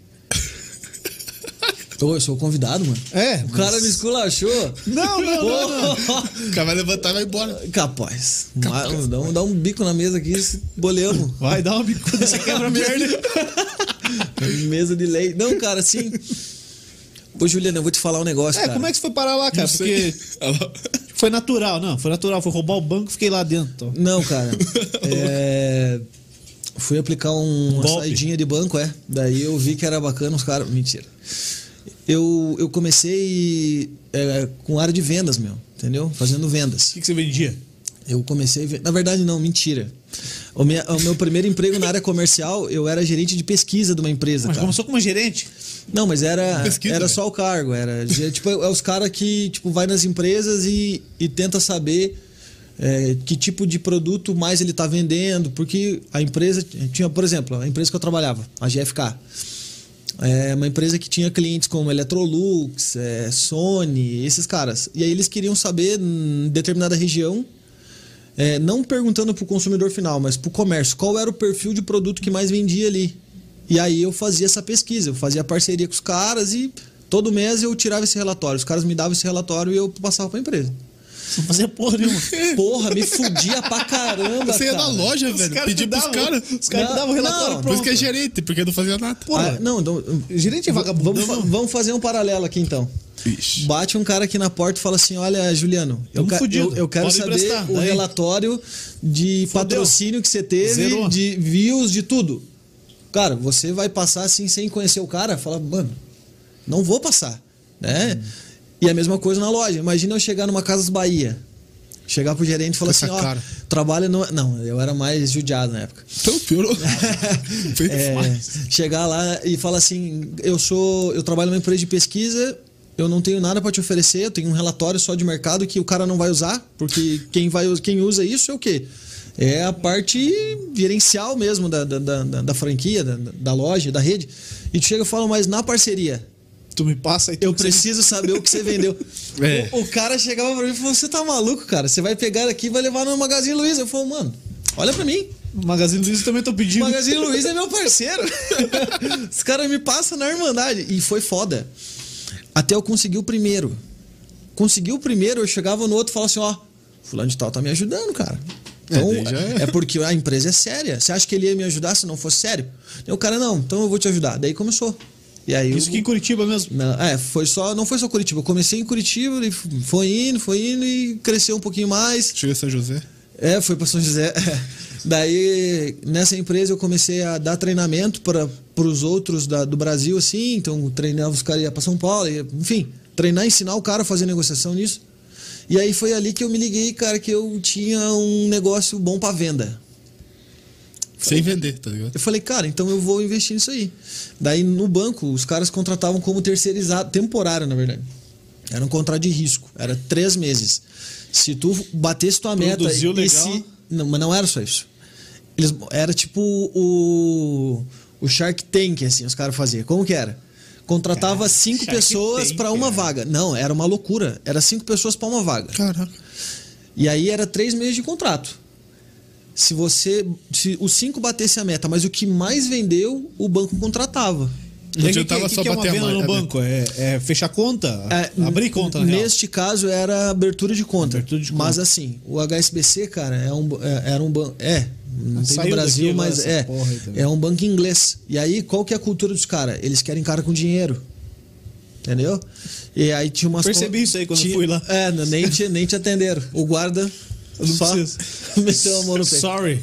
Ô, eu sou o convidado, mano. É, O cara me esculachou. Não, não, não, não. O cara vai levantar e vai embora. Capaz. Mas, dá, um, dá um bico na mesa aqui, se boleamos. Vai dar uma bicuda, você quebra a perna. Mesa de lei. Não, cara, assim... Ô, Juliano, eu vou te falar um negócio, É, cara. como é que você foi parar lá, cara? Não sei. Porque foi natural, não. Foi natural, foi roubar o banco, fiquei lá dentro. Então. Não, cara. É... Fui aplicar um, uma Golpe. saidinha de banco, é. Daí eu vi que era bacana os caras. Mentira. Eu, eu comecei é, com área de vendas, meu. Entendeu? Fazendo O vendas. que, que você vendia? Eu comecei. a ven- Na verdade, não, mentira. O, minha- o meu primeiro emprego na área comercial, eu era gerente de pesquisa de uma empresa. Mas cara. começou como gerente. Não, mas era, Pesquisa, era velho. só o cargo. Era, tipo, é os caras que tipo, vai nas empresas e, e tenta saber é, que tipo de produto mais ele está vendendo. Porque a empresa tinha, por exemplo, a empresa que eu trabalhava, a G F K. É uma empresa que tinha clientes como Electrolux, é, Sony, esses caras. E aí eles queriam saber, em determinada região, é, não perguntando pro consumidor final, mas pro comércio, qual era o perfil de produto que mais vendia ali. E aí eu fazia essa pesquisa, eu fazia parceria com os caras e todo mês eu tirava esse relatório. Os caras me davam esse relatório e eu passava pra empresa. Não fazia porra nenhuma. Porra, me fudia pra caramba, Você ia cara. na loja, velho, pedir pros caras. Os caras me davam o relatório Não, Por isso pronto. que é gerente, porque não fazia nada. Ah, não, então, Gerente é vagabundo. vamos, fa- vamos fazer um paralelo aqui então. Ixi. Bate um cara aqui na porta e fala assim: olha, Juliano, eu, Tamo ca- fudido. eu, eu quero Pode saber emprestar, o daí. relatório de Fudeu. patrocínio que você teve, Zerou. de views, de tudo. Cara, você vai passar assim sem conhecer o cara? Fala, mano, não vou passar, né? Hum. E a mesma coisa na loja. Imagina eu chegar numa Casas Bahia, chegar pro gerente e falar Com assim: essa ó, cara. trabalha no. Não, eu era mais judiado na época. Então piorou. Fez É, mais. chegar lá e falar assim: eu sou, eu trabalho numa empresa de pesquisa, eu não tenho nada para te oferecer, eu tenho um relatório só de mercado que o cara não vai usar, porque quem vai quem usa isso é o quê? É a parte gerencial mesmo da, da, da, da franquia, da, da loja, da rede. E tu chega e fala, mas na parceria, Tu me passa e tu eu que você- preciso saber o que você vendeu. É. O, o cara chegava pra mim e falou: você tá maluco, cara? Você vai pegar aqui e vai levar no Magazine Luiza. Eu falo, mano, olha pra mim. O Magazine Luiza também tô pedindo. O Magazine Luiza é meu parceiro. Os caras me passam na Irmandade. E foi foda. Até eu conseguir o primeiro. Consegui o primeiro, eu chegava no outro e falava assim, ó, fulano de tal tá me ajudando, cara. Então, É, daí já é. é porque a empresa é séria. Você acha que ele ia me ajudar se não fosse sério? E o cara, não, então eu vou te ajudar. Daí começou. E aí Isso eu- aqui em Curitiba mesmo. não, é, foi só, não foi só Curitiba. Eu comecei em Curitiba, e foi indo, foi indo e cresceu um pouquinho mais. Chega São José. É, foi para São José. Daí, nessa empresa, eu comecei a dar treinamento para os outros da, do Brasil, assim. Então, treinava os caras, ia para São Paulo, ia, enfim, treinar, ensinar o cara a fazer negociação nisso. E aí foi ali que eu me liguei, cara, que eu tinha um negócio bom para venda. Sem vender, tá ligado? Eu falei, cara, então eu vou investir nisso aí. Daí, no banco, os caras contratavam como terceirizado, temporário, na verdade. Era um contrato de risco, era três meses. Se tu batesse tua meta... Produziu e legal. se- não, mas não era só isso. Eles, era tipo o, o Shark Tank, assim, os caras faziam. Como que era? Contratava Cara, cinco Shark pessoas Tank, para uma cara. vaga. Não, era uma loucura. Era cinco pessoas para uma vaga. Caraca. E aí era três meses de contrato. Se você. Se os cinco batesse a meta, mas o que mais vendeu, o banco contratava. Não E aí, adiantava que, que, só que é uma bater a venda ma- no a banco? É, é fechar conta? É, Abrir conta, na real? Neste caso era abertura de conta. Abertura de Mas conta. assim, o H S B C, cara, é um, é, era um banco. É, não tem Saiu no Brasil, daqui agora mas essa é. porra aí também. É um banco inglês. E aí, qual que é a cultura dos caras? Eles querem cara com dinheiro. Entendeu? E aí tinha umas. Percebi con- isso aí quando eu tinha- fui lá. É, não, nem te, nem te atenderam. O guarda Eu não só preciso. meteu a mão no peito. Sorry.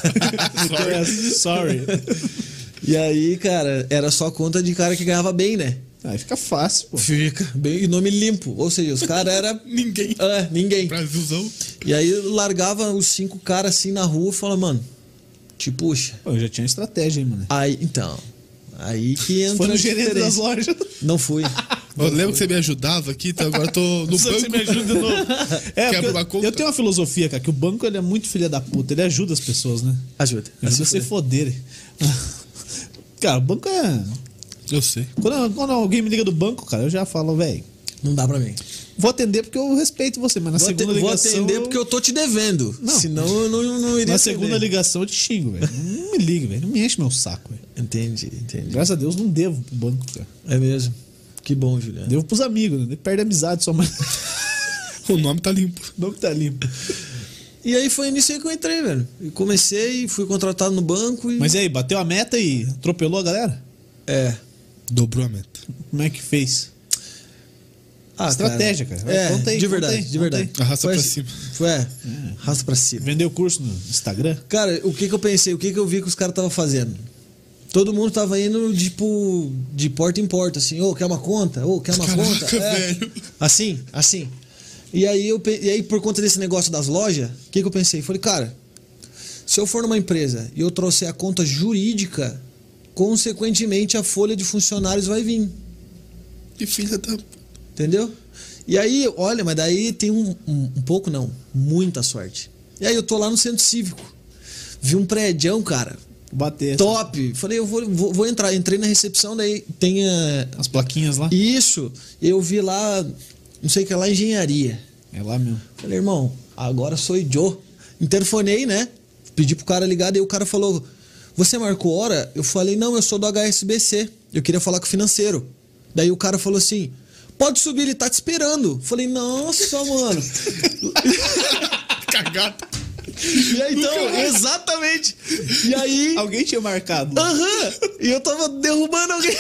Sorry. Sorry. E aí, cara, era só conta de cara que ganhava bem, né? Aí fica fácil, pô. Fica bem, e nome limpo. Ou seja, os caras eram. Ninguém. É, ninguém. Brasilzão. E aí largava os cinco caras assim na rua e falava, mano, te puxa. Pô, eu já tinha estratégia, hein, mano. Aí, então. Aí que entra. Foi no a gerente das diferença. lojas. Não fui. Eu lembro que você me ajudava aqui, então agora eu tô no Precisa que banco. você me ajude de novo. É, Quebra porque uma eu, conta. eu tenho uma filosofia, cara, que o banco ele é muito filha da puta. Ele ajuda as pessoas, né? Ajuda. Ele ajuda a se foderem. Cara, o banco é... Eu sei. Quando, quando alguém me liga do banco, cara, eu já falo, velho, Não dá pra mim. vou atender porque eu respeito você, mas na Vou, segunda ate- vou ligação... atender porque eu tô te devendo. Não. Senão eu não, não iria Na atender. segunda ligação eu te xingo, velho. Não me liga, velho. Não me enche meu saco, velho. Entendi, entendi. Graças a Deus não devo pro banco, cara. É mesmo. Que bom, Juliano. Devo pros amigos, né? Perde a amizade só, mas O nome tá limpo. o nome tá limpo. E aí foi nisso aí que eu entrei, velho. E comecei, fui contratado no banco e. Mas e aí, bateu a meta e atropelou a galera? É. Dobrou a meta. Como é que fez? Ah, Estratégia, cara. É, Conta aí, de conta verdade, aí, de conta verdade. aí. Arrasta Foi pra assim- cima. Foi, é. Arrasta pra cima. Vendeu curso no Instagram? Cara, o que que eu pensei? O que que eu vi que os caras estavam fazendo? Todo mundo tava indo, tipo, de porta em porta, assim, ô, quer uma conta? Ô, quer uma Caraca, conta? É. velho. Assim, assim. E aí, eu, pe- e aí, por conta desse negócio das lojas, o que que eu pensei? Falei, cara, se eu for numa empresa e eu trouxer a conta jurídica, consequentemente a folha de funcionários vai vir. Que filha da... Entendeu? E aí, olha, mas daí tem um, um, um pouco, não, muita sorte. E aí eu tô lá no centro cívico. Vi um prédião, cara, Bater. top. Falei, eu vou, vou, vou entrar. Entrei na recepção, daí tem a... As plaquinhas lá? Isso, eu vi lá, não sei o que lá, engenharia. É lá mesmo. Falei, irmão, agora sou eu. Interfonei, né? Pedi pro cara ligar, daí o cara falou: você marcou hora? Eu falei: não, eu sou do H S B C. Eu queria falar com o financeiro. Daí o cara falou assim: pode subir, ele tá te esperando. Eu falei: nossa, mano. Cagada. E aí, então, exatamente. E aí. Alguém tinha marcado. Aham. Uhum. E eu tava derrubando alguém.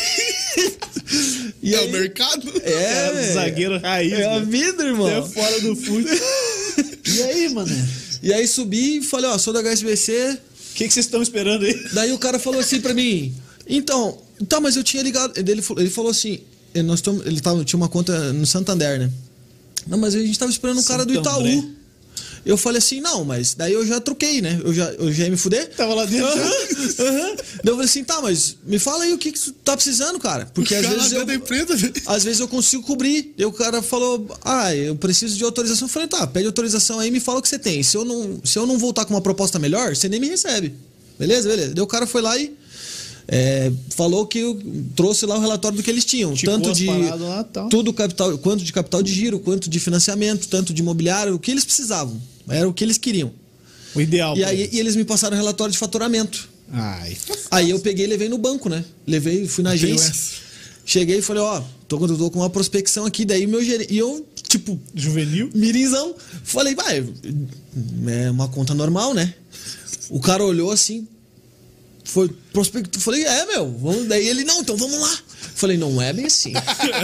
E é aí, o mercado? É. Cara, zagueiro raiz. É a né? vida, irmão. É fora do fute. E aí, mano? E aí subi e falei: ó, sou da H S B C. O que que vocês estão esperando aí? Daí o cara falou assim pra mim: então, tá, mas eu tinha ligado. Ele falou, ele falou assim: nós tamo, ele tava, tinha uma conta no Santander, né? Não, mas a gente tava esperando um cara do Itaú. Eu falei assim: não, mas daí eu já troquei, né? Eu já, eu já ia me fuder. Tava lá dentro. Aham, aham. Daí eu falei assim: tá, mas me fala aí o que, que tu tá precisando, cara. Porque às vezes eu, da empresa, velho. às vezes eu consigo cobrir. Daí o cara falou: ah, eu preciso de autorização. Eu falei: tá, pede autorização aí e me fala o que você tem. Se eu, não, se eu não voltar com uma proposta melhor, você nem me recebe. Beleza, beleza. Daí o cara foi lá e é, falou que eu trouxe lá o relatório do que eles tinham. Ticou tanto as de paradas lá, tal. tudo capital, quanto de capital de giro, quanto de financiamento, tanto de imobiliário, o que eles precisavam. Era o que eles queriam. O ideal. E aí e eles me passaram o relatório de faturamento. Ai. Aí eu peguei e levei no banco, né? Levei, fui na agência. Cheguei e falei: ó, tô, tô com uma prospecção aqui, daí meu gerente. E eu, tipo, Juvenil? mirinzão. Falei: vai, é uma conta normal, né? O cara olhou assim, foi prospecto. Falei: é, meu, vamos. Daí ele: não, então vamos lá. Falei: não é bem assim.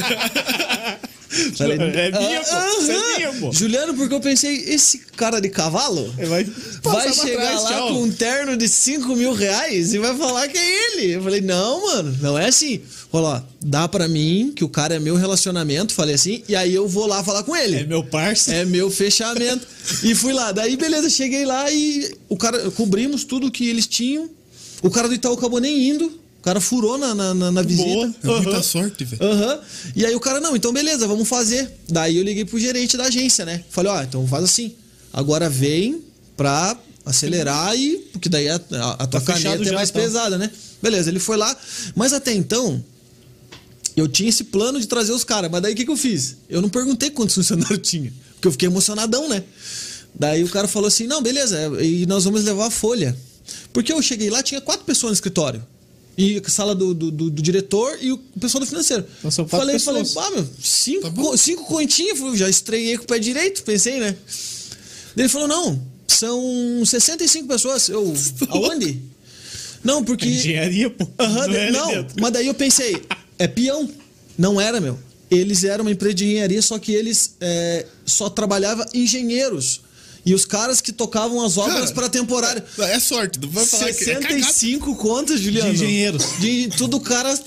Falei, é minha, ah, pô. Isso é minha, pô. Juliano, porque eu pensei: esse cara de cavalo Ele vai, vai passar pra chegar trás, lá tchau. com um terno de cinco mil reais e vai falar que é ele. Eu falei: não, mano, não é assim. Falou: ó, dá pra mim que o cara é meu relacionamento. Falei assim, e aí eu vou lá falar com ele. É meu parça. É meu fechamento. E fui lá. Daí, beleza, cheguei lá e o cara, cobrimos tudo que eles tinham. O cara do Itaú acabou nem indo. O cara furou na, na, na, na visita. Boa. É muita Uhum. sorte, velho. Aham. Uhum. E aí o cara: não, então beleza, vamos fazer. Daí eu liguei pro gerente da agência, né? Falei: ó, então faz assim. Agora vem pra acelerar e... Porque daí a, a, a tua Tá fechado caneta é já, mais então. pesada, né? Beleza, ele foi lá. Mas até então, eu tinha esse plano de trazer os caras. Mas daí o que, que eu fiz? Eu não perguntei quantos funcionários tinha. Porque eu fiquei emocionadão, né? Daí o cara falou assim: não, beleza, e nós vamos levar a folha. Porque eu cheguei lá, tinha quatro pessoas no escritório. E a sala do, do, do, do diretor e o pessoal do financeiro. Então são quatro falei, pessoas. falei: ah, meu, cinco, Tá bom. co- cinco continhas, falei, já estreiei com o pé direito, pensei, né? Daí ele falou: não, são sessenta e cinco pessoas. Eu, aonde? Não, porque... Engenharia, pô. Aham, Não é ali não, dentro. mas daí eu pensei: é peão. Não era, meu. Eles eram uma empresa de engenharia, só que eles é, só trabalhavam engenheiros. E os caras que tocavam as obras Cara, para temporada. É sorte, não vai falar que é sessenta e cagada. cinco contas, Juliano. De engenheiros. De tudo cara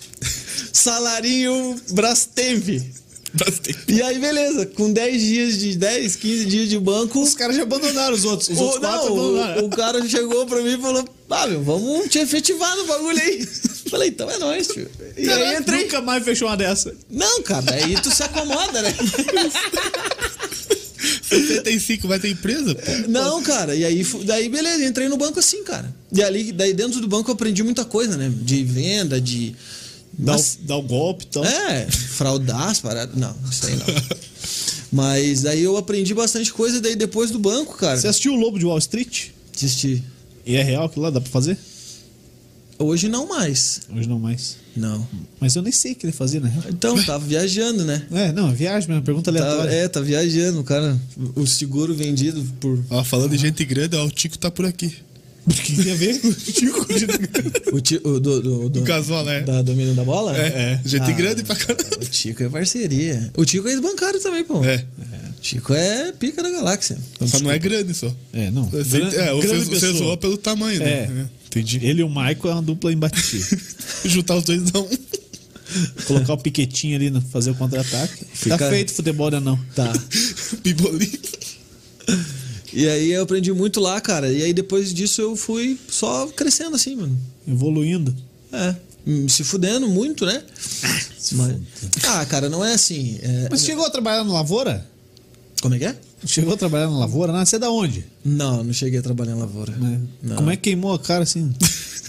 salarinho Brastemp. Bastante. E aí, beleza, com dez dias de dez, quinze dias de banco. Os caras já abandonaram os outros. Os o, outros quatro não, abandonaram. o, o cara chegou pra mim e falou: ah, meu, vamos te efetivar no bagulho aí. Falei: então é nóis, tio. E Caraca, aí entrei. Nunca mais fechou uma dessa. Não, cara, aí tu se acomoda, né? sessenta e cinco vai ter empresa, pô. Não, cara, e aí, fu- daí beleza, entrei no banco assim, cara. E ali, daí dentro do banco eu aprendi muita coisa, né? De venda, de... Dá, Mas- o, dá o golpe e tal. É, fraudar as paradas. Não, isso aí não. Mas daí eu aprendi bastante coisa, daí depois do banco, cara. Você assistiu o Lobo de Wall Street? Assisti. E é real aquilo lá? Dá pra fazer? Hoje não mais. Hoje não mais. Não. Mas eu nem sei o que ele fazia, na real. Então, tava viajando, né? É, não, é viagem mesmo, pergunta Tá, aleatória. é, tá viajando, cara. O seguro vendido por. Ó, falando de gente grande, ó, o Tico tá por aqui. O que tem a ver com o Tico? O, ti, o do, do, do, O Gasola, é. da domínio da bola? É, É. gente Ah, grande pra caramba. O Tico é parceria. O Tico é ex-bancário também, pô. É. O Tico é pica da galáxia. Só não é grande só. É, não. Você, Gran- é, grande você, você pessoa. zoou pelo tamanho, né? É. É, entendi. Ele e o Michael é uma dupla imbatível. Juntar os dois dá um. Colocar o Piquetinho ali, no- fazer o contra-ataque. Fica- Tá feito futebol, né, não? Tá. Bibolinho. E aí eu aprendi muito lá, cara. E aí depois disso eu fui só crescendo assim, mano. Evoluindo. É. hum, Se fudendo muito, né? Mas... Ah, cara, não é assim. é- Mas você chegou a trabalhar na lavoura? Como é que é? Chegou a trabalhar na lavoura? Não, você é da onde? Não, não cheguei a trabalhar em lavoura. É. Não. Como é que queimou a cara assim?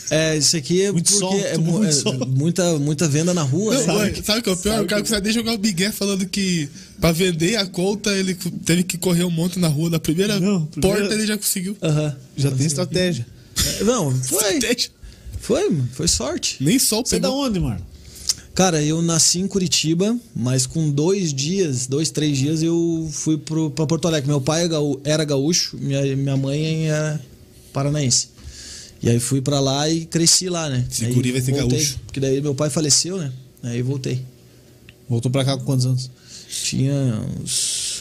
É, isso aqui é Muito porque sol, é, tomou mu- muito é sol. muita, muita venda na rua, Não, né? sabe, mãe, sabe o que é o pior? Sabe O cara que- consegue jogar o Miguel falando que pra vender a conta ele cu- teve que correr um monte na rua. Na primeira Não, primeira- porta ele já conseguiu. Aham. Já tem estratégia. É, Não, foi. Deixa. Foi, mano, foi sorte. Nem sol Você é da pegou. onde, Marlon? Cara, eu nasci em Curitiba, mas com dois dias, dois, três dias, eu fui pro, pra Porto Alegre. Meu pai é gaú- era gaúcho, minha, minha mãe era paranaense. E aí fui pra lá e cresci lá, né? Esse Aí guri vai ser voltei, gaúcho. Porque daí meu pai faleceu, né? Aí voltei. Voltou pra cá com quantos anos? Tinha uns...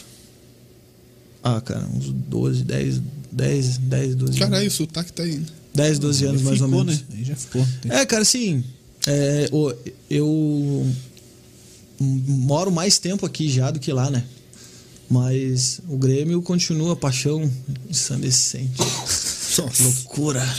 Ah, cara, uns doze, dez, dez, dez, doze Caralho, anos. o sotaque tá aí. dez, doze anos mais ficou, ou menos. né? Aí já ficou. Tem- É, cara, assim, é, o- eu moro mais tempo aqui já do que lá, né? Mas o Grêmio continua a paixão ensandecente. Nossa. Loucura.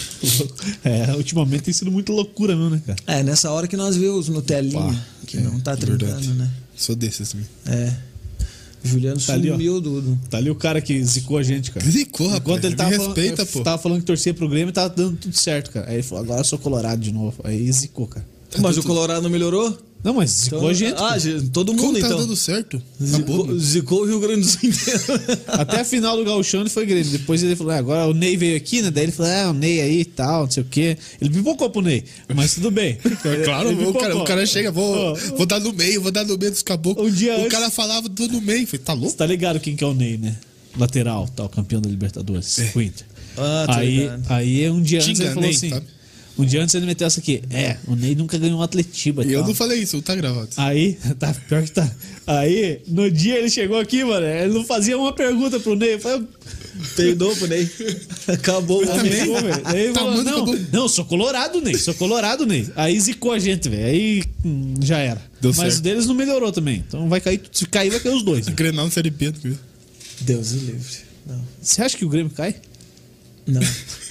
É, ultimamente tem sido muito loucura mesmo, né, cara? É, nessa hora que nós vemos os Nutelinha, Opa, que é, não tá verdade. trincando, né? Sou desses também. É. Juliano Tá ali, ó. sumiu do... do- Tá ali o cara que zicou a gente, cara. Zicou, rapaz. Enquanto ele Me tava, respeita, falando, pô. tava falando que torcia pro Grêmio, tava dando tudo certo, cara. Aí ele falou, agora eu sou colorado de novo. Aí zicou, cara. Mas o Colorado não melhorou? Não, mas zicou Então- a gente. Ah, pô. gente, todo Como mundo tá então. dando certo? Acabou. Zicou, zicou o Rio Grande do Sul inteiro. Até a final do Gauchão ele foi Grêmio. Depois ele falou, ah, agora o Ney veio aqui, né? Daí ele falou, ah, o Ney aí e tal, não sei o quê. Ele pipocou pro Ney, mas tudo bem. É claro, Ele o cara, pipocou. o cara chega, vou, Ó, vou dar no meio, vou dar no meio dos caboclos. Um dia o antes- cara falava, tô no meio. Falei, tá Você louco? tá ligado quem que é o Ney, né? Lateral, tal, campeão da Libertadores, o Inter. Ah, tá aí, ligado. aí um dia antes Tinga ele falou Ney, assim. sabe? Um dia antes ele meteu essa aqui. É, o Ney nunca ganhou um Atletiba. E eu tal. não falei isso, tá gravado. Aí, tá, pior que tá. Aí, no dia ele chegou aqui, mano, ele não fazia uma pergunta pro Ney. Eu falei, Peidou pro Ney. Acabou o "Ah, homem. zicou, velho." Aí ele Tá, falou, manda, não, acabou. não, sou colorado, Ney, sou colorado, Ney. Aí zicou a gente, velho. Aí hum, já era. Deu Mas certo. o deles não melhorou também. Então vai cair, se cair, vai cair os dois. né? Grenal no Série B. viu? Deus o livre. Não. Você acha que o Grêmio cai? Não.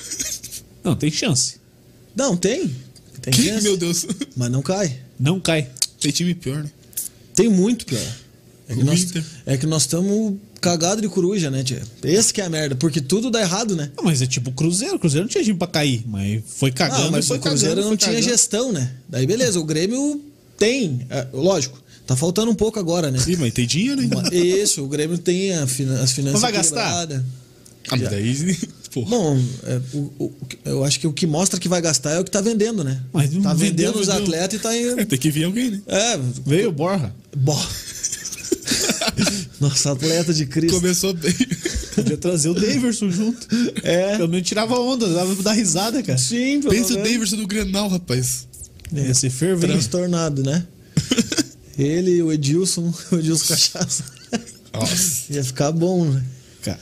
Não, tem chance. Não, tem. Tem Que, chance. meu Deus. Mas não cai. Não cai. Tem time pior, né? Tem muito pior. É que O nós, Inter. é que nós estamos cagados de coruja, né, tia? Esse que é a merda, porque tudo dá errado, né? Ah, mas é tipo o Cruzeiro. O Cruzeiro não tinha time pra cair, mas foi cagando. Ah, mas foi o Cruzeiro cagando, não foi tinha cagando. gestão, né? Daí beleza, o Grêmio tem. É, lógico, tá faltando um pouco agora, né? Sim, mas tem dinheiro ainda. Mas Isso, o Grêmio tem a fina- as finanças Mas vai gastar? equilibradas. Ah, mas daí. Porra. Bom, é, o- o- eu acho que o que mostra que vai gastar é o que tá vendendo, né? Mas não tá vendeu, vendendo os vendeu. atletas e tá indo. Tem que vir alguém, né? É, Veio o Borja. bom. Nossa, atleta de Cristo. Começou bem. Podia trazer o Daverson junto. É. Pelo menos tirava onda, dava pra dar risada, cara. Sim, pelo Pensa o menos. Davidson do Grenal, rapaz. Ia ser fervendo. Transtornado, né? Ele, o Edilson, o Edilson Cachaça. Nossa. Ia ficar bom, né? Cara.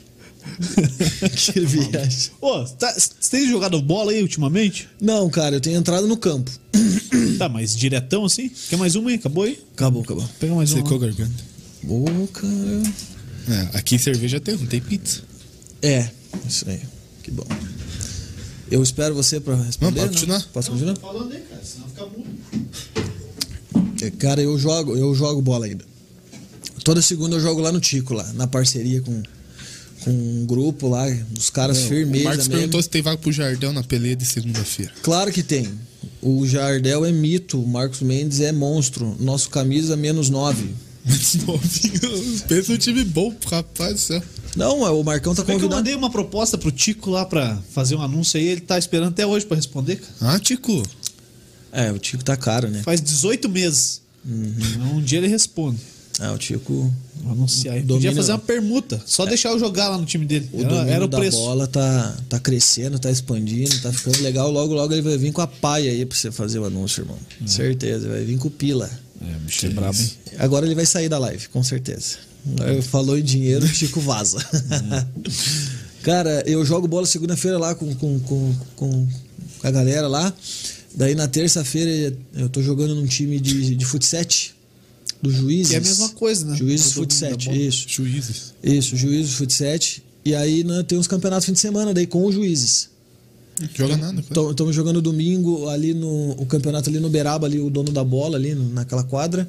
Que viagem. Ô, tá, você tem jogado bola aí ultimamente? Não, cara, eu tenho entrado no campo. Tá, mas diretão assim? Quer mais uma aí? Acabou aí? Acabou, acabou. Pega mais uma. Secou a garganta. Ô, cara. É, aqui cerveja tem, não tem pizza. É, isso aí. Que bom. Eu espero você pra responder. Não, pode continuar. Posso continuar? Falando aí, cara, senão fica mudo. É, Cara, eu jogo, eu jogo bola ainda. Toda segunda eu jogo lá no Tico, lá, na parceria com, com um grupo lá, os caras O firmeza Marcos mesmo. perguntou se tem vaga pro Jardel na peleia de segunda-feira. Claro que tem. O Jardel é mito, o Marcos Mendes é monstro. Nosso camisa menos nove. Mas novinho. Pensa um time bom, rapaz do céu. Não, o Marcão tá Como é que eu convidado. mandei uma proposta pro Tico lá pra fazer um anúncio aí, ele tá esperando até hoje pra responder, cara. Ah, Tico. É, o Tico tá caro, né? Faz dezoito meses. Uhum. Um dia ele responde. Ah, o Tico. Vou anunciar aí. Domínio- Podia fazer uma permuta. Só deixar eu jogar lá no time dele. O Era, domínio era o da preço. bola tá, tá crescendo, tá expandindo, tá ficando legal. Logo, logo ele vai vir com a paia aí pra você fazer o anúncio, irmão. Certeza, vai vir com o pila. É, o bicho é brabo, hein? Agora ele vai sair da live, com certeza. Falou em dinheiro, o Chico vaza. Cara, eu jogo bola segunda-feira lá com, com, com, com a galera lá. Daí na terça-feira eu tô jogando num time de, de futsete do Juízes. Que é a mesma coisa, né? Juízes Todo mundo futsete, da bola. isso. Juízes. Isso, Juízes futsete. E aí né, tem uns campeonatos fim de semana daí com os Juízes. Joga nada, cara. Estamos jogando domingo ali no o campeonato ali no Beraba, ali o dono da bola ali no- naquela quadra.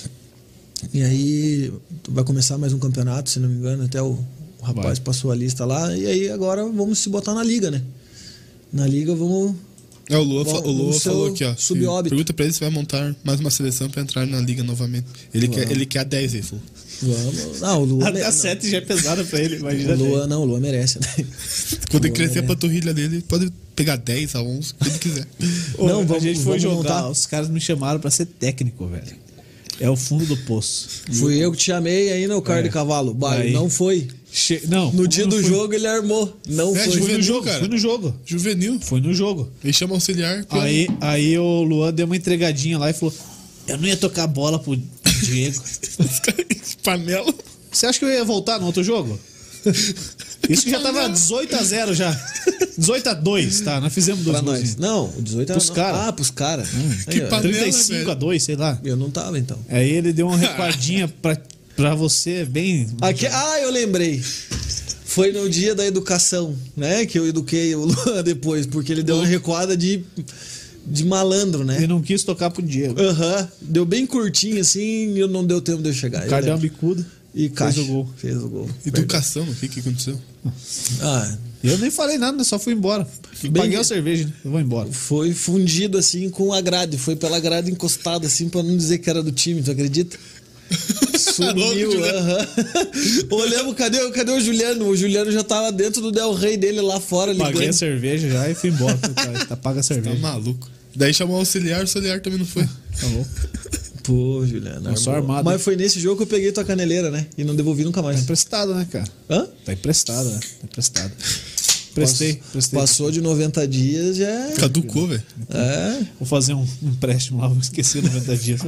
E aí vai começar mais um campeonato, se não me engano, até o, o rapaz Vai. passou a lista lá. E aí agora vamos se botar na liga, né? Na liga vamos É, o Lua, fa- o Lua no seu falou aqui, ó. subóbito. Pergunta pra ele se vai montar mais uma seleção pra entrar na liga novamente. Ele, quer, ele quer a dez, ele falou. Vamos. Não, o Lua. Até a sete já é pesado pra ele, imagina. O Lua, não, o Lua merece, né? Quando ele Lua crescer a merece. panturrilha dele, ele pode pegar dez a onze, o que ele quiser. Ô, Não, a vamos- gente foi vamos jogar, montar. os caras me chamaram pra ser técnico, velho. É o fundo do poço. Fui eu que te chamei aí no carro É. de cavalo. Bah, Aí. não foi. Che... Não, No dia não do fui. jogo ele armou. Não É, foi. Fui no Juvenil, jogo, cara. fui no jogo. Juvenil. Foi no jogo. Ele chama auxiliar. pior. Aí, aí o Luan deu uma entregadinha lá e falou: eu não ia tocar a bola pro Diego. Os caras panela. Você acha que eu ia voltar no outro jogo? Isso que já tava dezoito a zero já. dezoito a dois, tá? Nós fizemos dois Pra nós. golzinhos. Não, o dezoito Pros não. cara. Ah, pros caras. que Aí, ó. panela. trinta e cinco a dois, sei lá. Eu não tava então. Aí ele deu uma recuadinha pra, pra você, bem. Aqui, ah, eu lembrei. Foi no dia da educação, né? Que eu eduquei o Luan depois, porque ele deu uma recuada de, de malandro, Ele né? não quis tocar pro Diego. Aham. Deu bem curtinho assim e não deu tempo de eu chegar. O Eu cara deu uma lembro. bicuda. E caixa. fez o gol. Fez o gol. Educação, o que que aconteceu? Ah, Eu nem falei nada, né? Só fui embora. Bem- Paguei a cerveja, né? Eu vou embora. foi fundido assim com a grade. Foi pela grade encostada assim pra não dizer que era do time, tu acredita? Sumiu, Juliano. aham. Olhamos, cadê, cadê o Juliano? O Juliano já tava dentro do Del Rey dele lá fora Paguei a ligando. cerveja já e fui embora. Tá, tá paga a Tá cerveja. maluco. Daí chamou o auxiliar, o auxiliar também não foi. Tá bom. Pô, Juliano. Eu sou armou. armado. Mas foi nesse jogo que eu peguei tua caneleira, né? E não devolvi nunca Tá mais. emprestado, né, cara? Hã? Tá emprestado, né? Tá emprestado. Prestei, Passou- prestei. Passou de noventa dias, já. é- Caducou, velho. É. Vou fazer um empréstimo lá, vou esquecer noventa dias.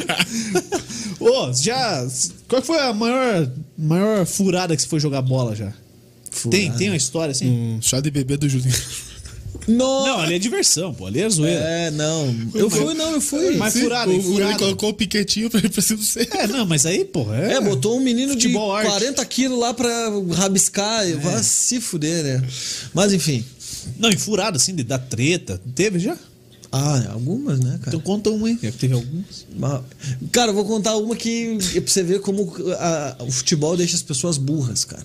Ô, já. Qual que foi a maior, maior furada que você foi jogar bola já? Tem, Furada. tem uma história assim? Um chá de bebê do Julinho. Não, Não, ali é diversão, pô. Ali é zoeira. É, não. Eu fui, não, eu fui. Mas Sim, furada, o- e o- furada. Ele colocou o piquetinho pra ir pra cima do centro. É, não, mas aí, pô. É, É, botou um menino de Futebol arte. quarenta quilos lá pra rabiscar. É. Vai se fuder, né? Mas enfim. Não, e furada assim, de dar treta. Teve já? Ah, algumas, né, cara? Então conta uma aí. Já que teve algumas. Mas- Cara, eu vou contar uma que é pra você ver como a- o futebol deixa as pessoas burras, cara.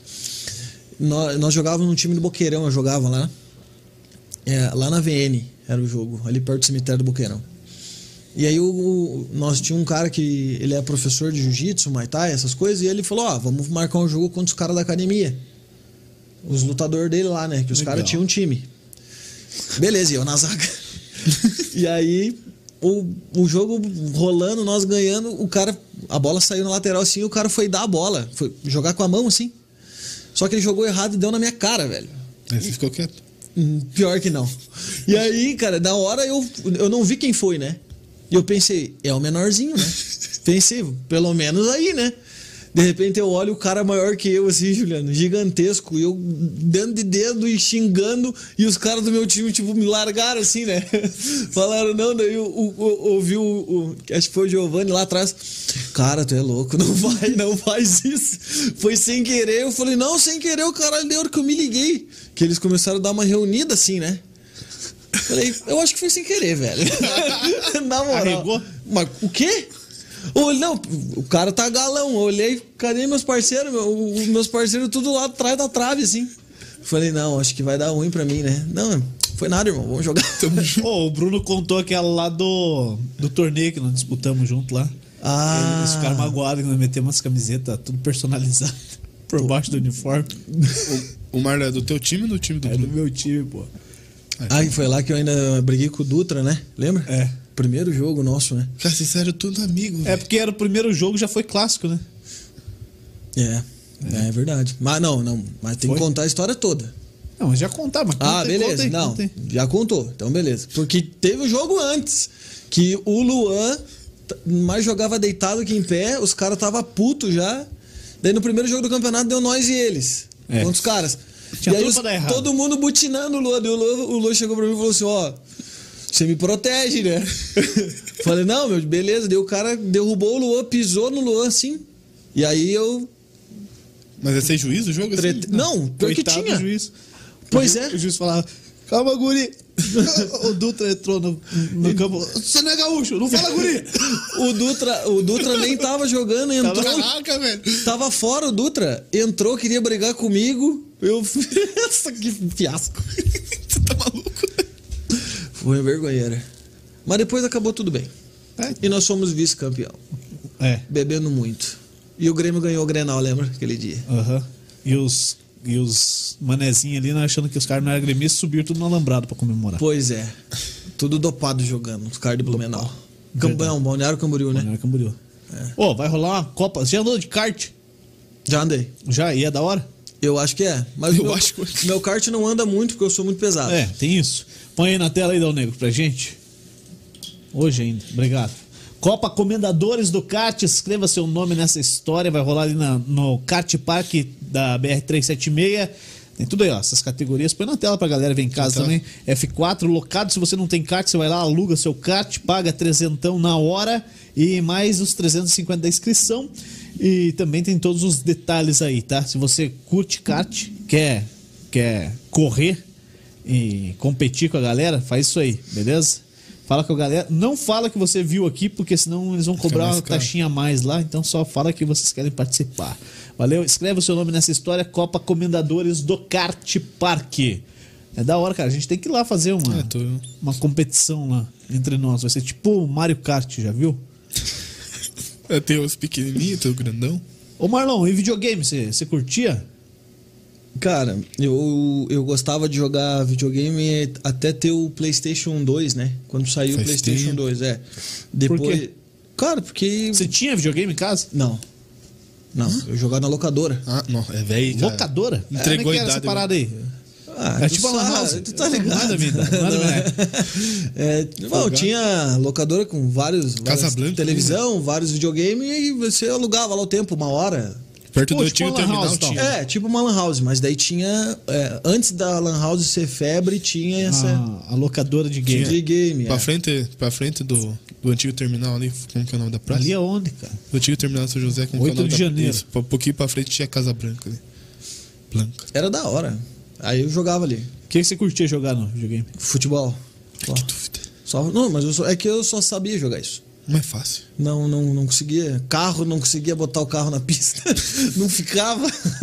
Nós, nós jogávamos num time do Boqueirão, eu jogava lá. É, lá na V N era o jogo, ali perto do cemitério do Boqueirão. E aí o, o- nós tinha um cara que ele é professor de jiu-jitsu, muay thai, essas coisas, e ele falou, ó, vamos marcar um jogo contra os caras da academia. Os lutadores dele lá, né? Que os Legal. caras tinham um time. Beleza, e eu na zaga. E aí, o, o jogo rolando, nós ganhando, o cara, a bola saiu na lateral assim, o cara foi dar a bola, foi jogar com a mão assim. Só que ele jogou errado e deu na minha cara, velho. Aí você ficou quieto. Hum, Pior que não. E aí, cara, na hora eu, eu não vi quem foi, né? E eu pensei, é o menorzinho, né? Pensei, pelo menos aí, né? De repente eu olho o cara maior que eu, assim, Juliano, gigantesco, e eu dando de dedo e xingando, e os caras do meu time, tipo, me largaram assim, né? Falaram, não, daí eu, eu, eu ouvi o, o. Acho que foi o Giovanni lá atrás. Cara, tu é louco, não vai, não faz isso. Foi sem querer, eu falei, não, sem querer, o caralho, da hora que eu me liguei. Que eles começaram a dar uma reunida assim, né? Falei, eu acho que foi sem querer, velho. Na moral. Arregou? Mas o quê? Ou não, o cara tá galão. Eu olhei, cadê meus parceiros? Meu, os meus parceiros tudo lá atrás da trave, assim. Falei, não, acho que vai dar ruim pra mim, né? Não, foi nada, irmão. Vamos jogar. Ô, o Bruno contou aquela lá do, do torneio que nós disputamos junto lá. Ah. Eles ficaram magoados que nós metemos umas camisetas tudo personalizadas por baixo do uniforme. O Marlon é do teu time ou do time do É do Bruno? meu time, pô. Aí foi lá que eu ainda briguei com o Dutra, né? Lembra? É. Primeiro jogo nosso, né? Cara, sincero, tudo amigo. É porque era o primeiro jogo, já foi clássico, né? É, é, verdade. Mas não, não. Mas tem Foi? que contar a história toda. Não, mas já contar, mas Ah, conta aí, beleza. conta aí, não, conta aí. já contou. Então, beleza. Porque teve o jogo antes. Que o Luan t- mais jogava deitado que em pé. Os caras tava puto já. Daí no primeiro jogo do campeonato deu nós e eles. É. Contra os caras. Tinha e aí tudo os- pra dar errado. todo mundo butinando o Luan. Daí o Luan, o Luan chegou pra mim e falou assim, ó... Você me protege, né? Falei, não, meu, beleza. Daí o cara derrubou o Luan, pisou no Luan assim. E aí eu... Mas é sem juízo o jogo? Assim? Trete... Não, pior que Coitado tinha. do juiz. Pois O é. ju- O juiz falava, calma, guri. O Dutra entrou no, no campo. Você não é gaúcho, não fala, guri. O Dutra, o Dutra nem tava jogando, entrou. Caraca, velho. Tava fora o Dutra. Entrou, queria brigar comigo. Eu. Nossa, que fiasco. Você tá maluco? Foi vergonheira. Mas depois acabou tudo bem. É. E nós fomos vice-campeão. É. Bebendo muito. E o Grêmio ganhou o Grenal, lembra? Aquele dia. Aham. E os, e os manezinhos ali, né, achando que os caras não eram gremistas, subiram tudo no alambrado pra comemorar. Pois é. Tudo dopado jogando, os caras de Blumenau. Cambão, Balneário Camboriú, né? Balneário Camboriú. Ô, vai rolar uma Copa. Você já andou de kart? Já andei. Já? E é da hora? Eu acho que é. Mas Eu meu, acho que- meu kart não anda muito porque eu sou muito pesado. É, tem isso. Põe aí na tela aí, Dal Negro, pra gente. Hoje ainda. Obrigado. Copa Comendadores do Kart, escreva seu nome nessa história, vai rolar ali na, no Kart Park da B R trezentos e setenta e seis. Tem tudo aí, ó, essas categorias. Põe na tela pra galera ver em casa Tá. também. F quatro, locado, se você não tem kart, você vai lá, aluga seu kart, paga trezentão na hora e mais os trezentos e cinquenta da inscrição. E também tem todos os detalhes aí, tá? Se você curte kart, quer, quer correr e competir com a galera, faz isso aí, beleza? Fala com a galera. Não fala que você viu aqui, porque senão eles vão cobrar mais uma caro. taxinha a mais lá. Então só fala que vocês querem participar. Valeu? Escreve o seu nome nessa história. Copa Comendadores do Kart Park. É da hora, cara. A gente tem que ir lá fazer uma, É, tô- uma competição lá entre nós. Vai ser tipo o Mario Kart, já viu? É, tem os pequenininhos, tem o grandão. Ô Marlon, e videogame? Você você curtia? Cara, eu, eu gostava de jogar videogame até ter o PlayStation dois, né? Quando saiu Faz o PlayStation tempo. dois, é. Depois. Por quê? Cara, porque. Você tinha videogame em casa? Não. Não, eu jogava na locadora. Ah, não, é velho, cara. Locadora? Entregou Como é que a era essa idade, parada aí? Ah, É tu tipo a Lan sabe, House. Tu tá Não, ligado? nada, vida, nada, Não. né? É, bom, tinha locadora com vários. várias Casablanca, televisão, vários videogames e você alugava lá o tempo, uma hora. Perto Pô, do tipo antigo uma Lan terminal House, então. tinha. É, tipo uma Lan House, mas daí tinha. é, antes da Lan House ser febre, tinha essa. A, a locadora de game. de game. Pra é. frente, pra frente do, do antigo terminal ali, como que é o nome da praça? Ali aonde, cara? O antigo terminal de São José, como que é o oito nome de da janeiro. Isso, um pouquinho pra frente tinha Casa Branca ali. Blanca. Era da hora. Aí eu jogava ali. O que você curtia jogar no videogame? Futebol. Só. Que dúvida. Só- não, mas eu só- é que eu só sabia jogar isso. Não é fácil. Não, não, não conseguia. Carro, não conseguia botar o carro na pista. Não ficava.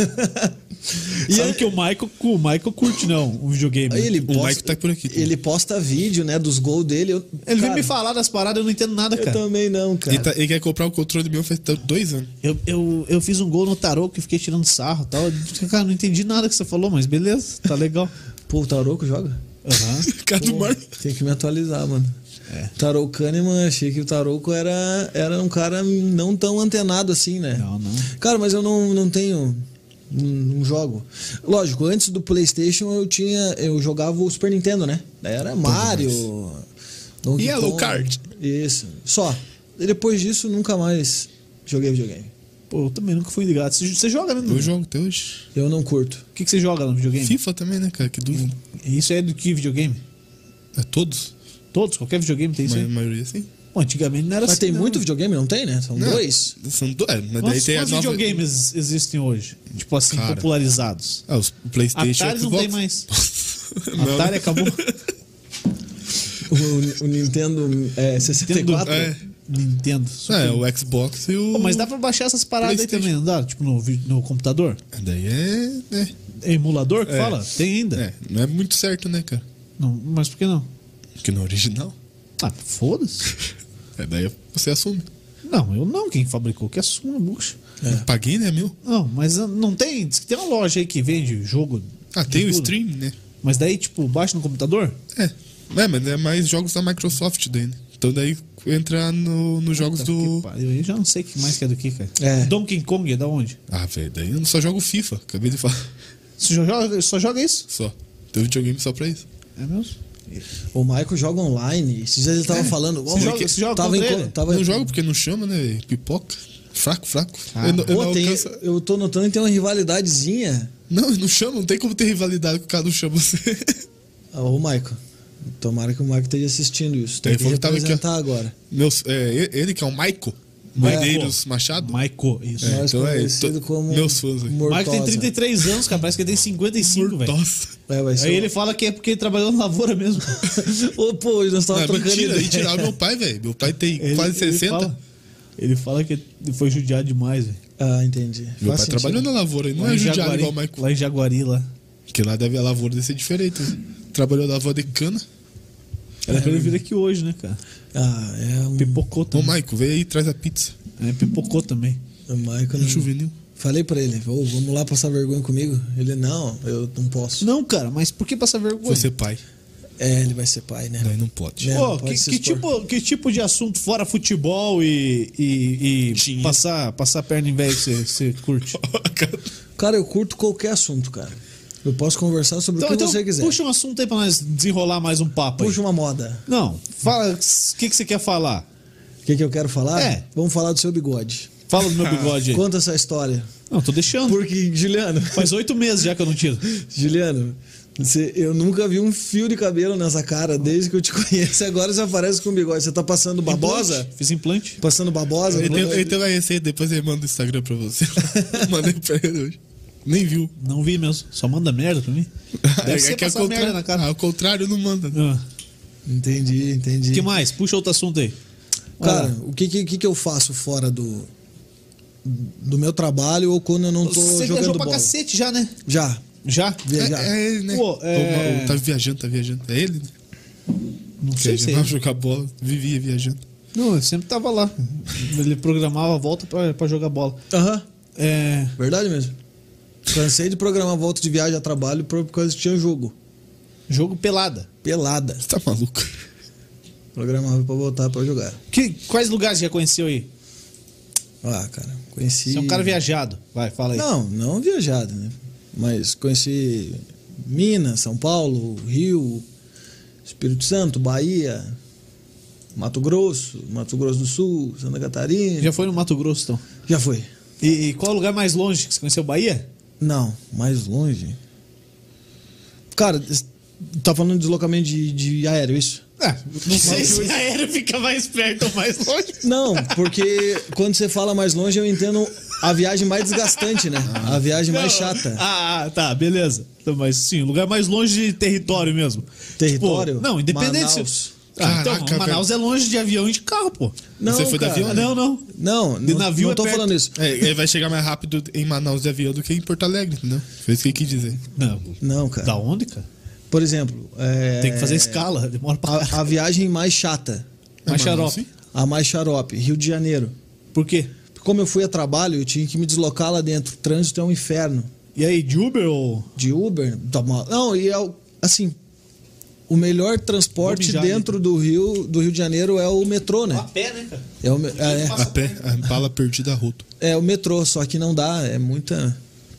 E Sabe aí- que o Michael, o Michael curte, não, um videogame. aí ele O posta, Mike tá por aqui também. Ele posta vídeo, né, dos gols dele. Eu, Ele cara, vem me falar das paradas, eu não entendo nada, Eu cara. também não, cara. Ele, tá- ele quer comprar o controle meu faz dois anos. Eu, eu, eu fiz um gol no tarô que eu fiquei tirando sarro e tal. Cara, não entendi nada que você falou, mas beleza, tá legal. Pô, o Tarouco joga? Aham. Cara do Pô, Mar. tem que me atualizar, mano. É. Tarou Kahneman, achei que o Tarouco era, era um cara não tão antenado assim, né? Não, não. Cara, mas eu não, não tenho. Não, não jogo. Lógico, antes do PlayStation eu tinha. Eu jogava o Super Nintendo, né? Daí era Mario. Donkey Yellow Kong. Card. Isso. Só. E depois disso, nunca mais joguei videogame. Pô, eu também nunca fui ligado. Você, você joga, né? Eu jogo até hoje. Eu não curto. O que, que você joga no videogame? FIFA também, né, cara? Que dúvida. Isso é do que videogame? É todos? Todos? Qualquer videogame tem isso A aí? maioria sim. Pô, antigamente não era Mas assim. tem não. muito videogame, não tem, né? São Não, dois. São dois. É, mas daí Quantos, tem a quantos nova... videogames existem hoje? Tipo assim, Cara. popularizados. Ah, os PlayStation Atari não Xbox. tem mais. Não, Atari né? acabou. O, o Nintendo é, sessenta e quatro. É. Nintendo. É, o Xbox e o... Pô, mas dá pra baixar essas paradas aí PlayStation. também, não dá? Tipo no, vi- no computador? Daí é... é... É emulador que É. fala? Tem ainda. É, não é muito certo, né, cara? Não, mas por que não? Porque no original. Ah, foda-se. É, daí você assume. Não, eu não. Quem fabricou que assuma, bucha. Eu paguei, né, meu? Não, mas ah, não tem. Diz que tem uma loja aí que vende jogo. Ah, de tem o tudo. stream, né? Mas daí, tipo, baixa no computador? É. É, mas é mais jogos da Microsoft daí, né? Então daí entra no, nos jogos Puta do... que pariu, eu já não sei que mais que é do que, cara. É. Donkey Kong é da onde? Ah, velho, daí eu só jogo FIFA. Acabei de falar. Você só joga, só joga isso? Só. Tem um videogame só pra isso. É mesmo? O Michael joga online. Esses dias ele tava É. falando. Você joga- você joga tava contra em, ele? tava Não jogo porque não chama, né, velho? Pipoca. Fraco, fraco. Ah. eu não, eu Pô, não tem- alcanço- eu tô notando que tem uma rivalidadezinha. Não, não chama, não tem como ter rivalidade com o cara não chama você. Ah, Ô, Michael. Tomara que o Michael esteja assistindo isso. Tem Ele que falou que tava aqui, ó. representar agora. Meus, é, ele que é o Maico. Medeiros Machado. Maico, isso. É, Mais então é, conhecido to- como meus fãs aí. O Mike tem Mortosa. trinta e três anos, cara. Parece que ele tem cinquenta e cinco, velho. Nossa. É, vai ser Aí o- ele fala que é porque ele trabalhou na lavoura mesmo. Ô, pô, nós Não, estávamos é trocando mentira, ideia. aí tiraram meu pai, velho. Meu pai tem Ele- quase ele sessenta. fala- Ele fala que ele foi judiado demais, velho. Ah, entendi. Meu Faz pai sentido. trabalhou na lavoura, ele não Lá é em judiado Jaguari, igual o Maico. lá em Jaguari, lá. Porque lá deve a lavoura deve ser diferente. Né? Trabalhou na lavoura de cana. Era pra ele vir aqui hoje, né, cara? Ah, é um... Pipocou Ô, também. Maico, vem aí e traz a pizza. É, pipocou também. O Michael No não... juvenil. Falei pra ele, ô, vamos lá passar vergonha comigo? Ele, não, eu não posso. Não, cara, mas por que passar vergonha? Foi ser pai. É, ele vai ser pai, né? Daí não pode. É, Pô, não pode que, se que expor. tipo, que tipo de assunto fora futebol e, e, e passar, passar perna em velho você, você curte? Cara, eu curto qualquer assunto, cara. Eu posso conversar sobre Então, o que então você quiser. puxa um assunto aí pra nós desenrolar mais um papo aí. Puxa uma moda. Não, fala o que, que você quer falar. O que, que eu quero falar? É. Vamos falar do seu bigode. Fala do meu bigode aí. Conta essa história. Não, tô deixando. Porque, Juliano, Faz oito meses já que eu não tiro. Juliano, você, eu nunca vi um fio de cabelo nessa cara desde que eu te conheço. Agora você aparece com bigode. Você tá passando babosa? Implante. Fiz implante. Passando babosa? Ele tem, ele tem uma receita, depois ele manda no Instagram pra você. Mandei pra ele hoje. Nem viu. Não vi mesmo. Só manda merda pra mim. Deve ser que é passar ao merda contrário, na cara. ao contrário, não manda. Ah. Entendi, entendi. O que mais? Puxa outro assunto aí. Cara, o que, que, que eu faço fora do, do meu trabalho ou quando eu não tô Você jogando viajou pra bola? cacete já, né? Já, Já? viajar. É, é ele, né? Pô, é- Ô, Tá viajando, tá viajando. É ele? Não sei se é Viajava ele. jogar bola, vivia viajando. Não, eu sempre tava lá. Ele programava a volta pra, pra jogar bola. Aham, É. verdade mesmo. Cansei de programar volta de viagem a trabalho por causa que tinha jogo. Jogo pelada. Pelada. Você tá maluco? Programava pra voltar pra jogar. Que, quais lugares você já conheceu aí? Ah, cara, conheci... Você é um cara viajado. Vai, fala aí. Não, não viajado, né? Mas conheci Minas, São Paulo, Rio, Espírito Santo, Bahia, Mato Grosso, Mato Grosso do Sul, Santa Catarina. Já foi no Mato Grosso, então. Já foi. E, e qual é o lugar mais longe que você conheceu? Bahia? Não, mais longe. Cara, tá falando de deslocamento de, de aéreo, isso? Ah, não sei se aéreo fica mais perto ou mais longe. Não, porque quando você fala mais longe, eu entendo a viagem mais desgastante, né? A viagem mais Não. chata. Ah, tá, beleza. Então, mas sim, lugar mais longe de território mesmo. Território? Tipo, não, independente Manaus. se... Ah, então, Caraca, Manaus é longe de avião e de carro, pô. Não, Você foi de cara. avião? Ah, não, não. Não, De não, navio não é tô perto. falando isso. É, ele vai chegar mais rápido em Manaus de avião do que em Porto Alegre, entendeu? Foi isso que ele quis dizer. Não. Não, cara. Da onde, cara? Por exemplo, é, Tem que fazer escala, demora pra a, a viagem mais chata, mais É Manaus, xarope. sim? a mais xarope, Rio de Janeiro. Por quê? Como eu fui a trabalho, eu tinha que me deslocar lá dentro. O trânsito é um inferno. E aí, de Uber ou... De Uber, tá mal. Não, e é o- assim, o melhor transporte Vou mijar dentro do Rio, do Rio de Janeiro é o metrô, né? A pé, né, cara? É o, me- é, A pé, a bala perdida a roto. é o metrô, só que não dá, é muita,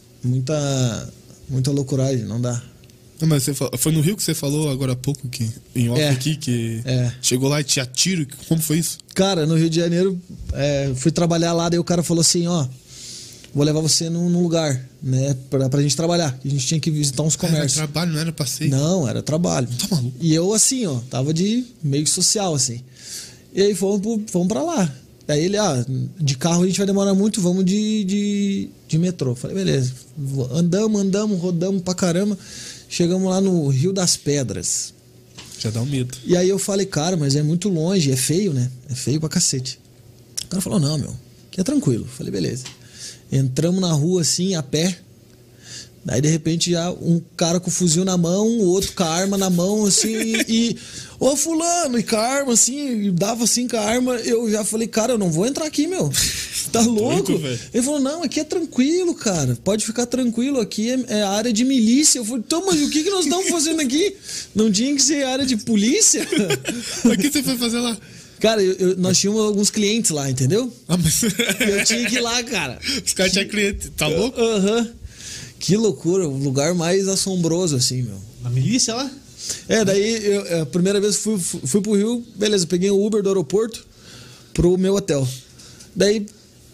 muita, muita loucuragem, não dá. Não, mas você falou, foi no Rio que você falou agora há pouco, que, em off É. aqui, que É. chegou lá e tinha tiro. Como foi isso? Cara, no Rio de Janeiro, é, fui trabalhar lá, daí o cara falou assim, ó, vou levar você num, num lugar, né, pra, pra gente trabalhar. Que a gente tinha que visitar uns Era comércios. trabalho, não era passeio. Não, era trabalho. Tá maluco? E eu, assim, ó, tava de meio social, assim. E aí fomos, pro, fomos pra lá. Aí ele, ah, de carro a gente vai demorar muito, vamos de, de, de metrô. Falei, beleza. Andamos, andamos, rodamos pra caramba. Chegamos lá no Rio das Pedras. Já dá um medo. E aí eu falei, cara, mas é muito longe, é feio, né? É feio pra cacete. O cara falou, não, meu, aqui é tranquilo. Falei, beleza. Entramos na rua assim, a pé. Daí, de repente, já um cara com o fuzil na mão, o outro com a arma na mão, assim, e... Ô, fulano! E com a arma, assim, e dava assim com a arma. Eu já falei, cara, eu não vou entrar aqui, meu. Tá louco? Doido, velho. Ele falou, não, aqui é tranquilo, cara. Pode ficar tranquilo, aqui é, é área de milícia. Eu falei, então, mas o que, que nós estamos fazendo aqui? Não tinha que ser área de polícia? Mas o que você foi fazer lá? Cara, eu- eu- nós tínhamos alguns clientes lá, entendeu? Ah, mas... Eu tinha que ir lá, cara. Os caras tinham cliente. Tá louco? Aham. Que loucura, o lugar mais assombroso, assim, meu. Na milícia lá? É, daí, eu, a primeira vez que fui, fui, fui pro Rio, beleza, peguei o Uber do aeroporto pro meu hotel. Daí,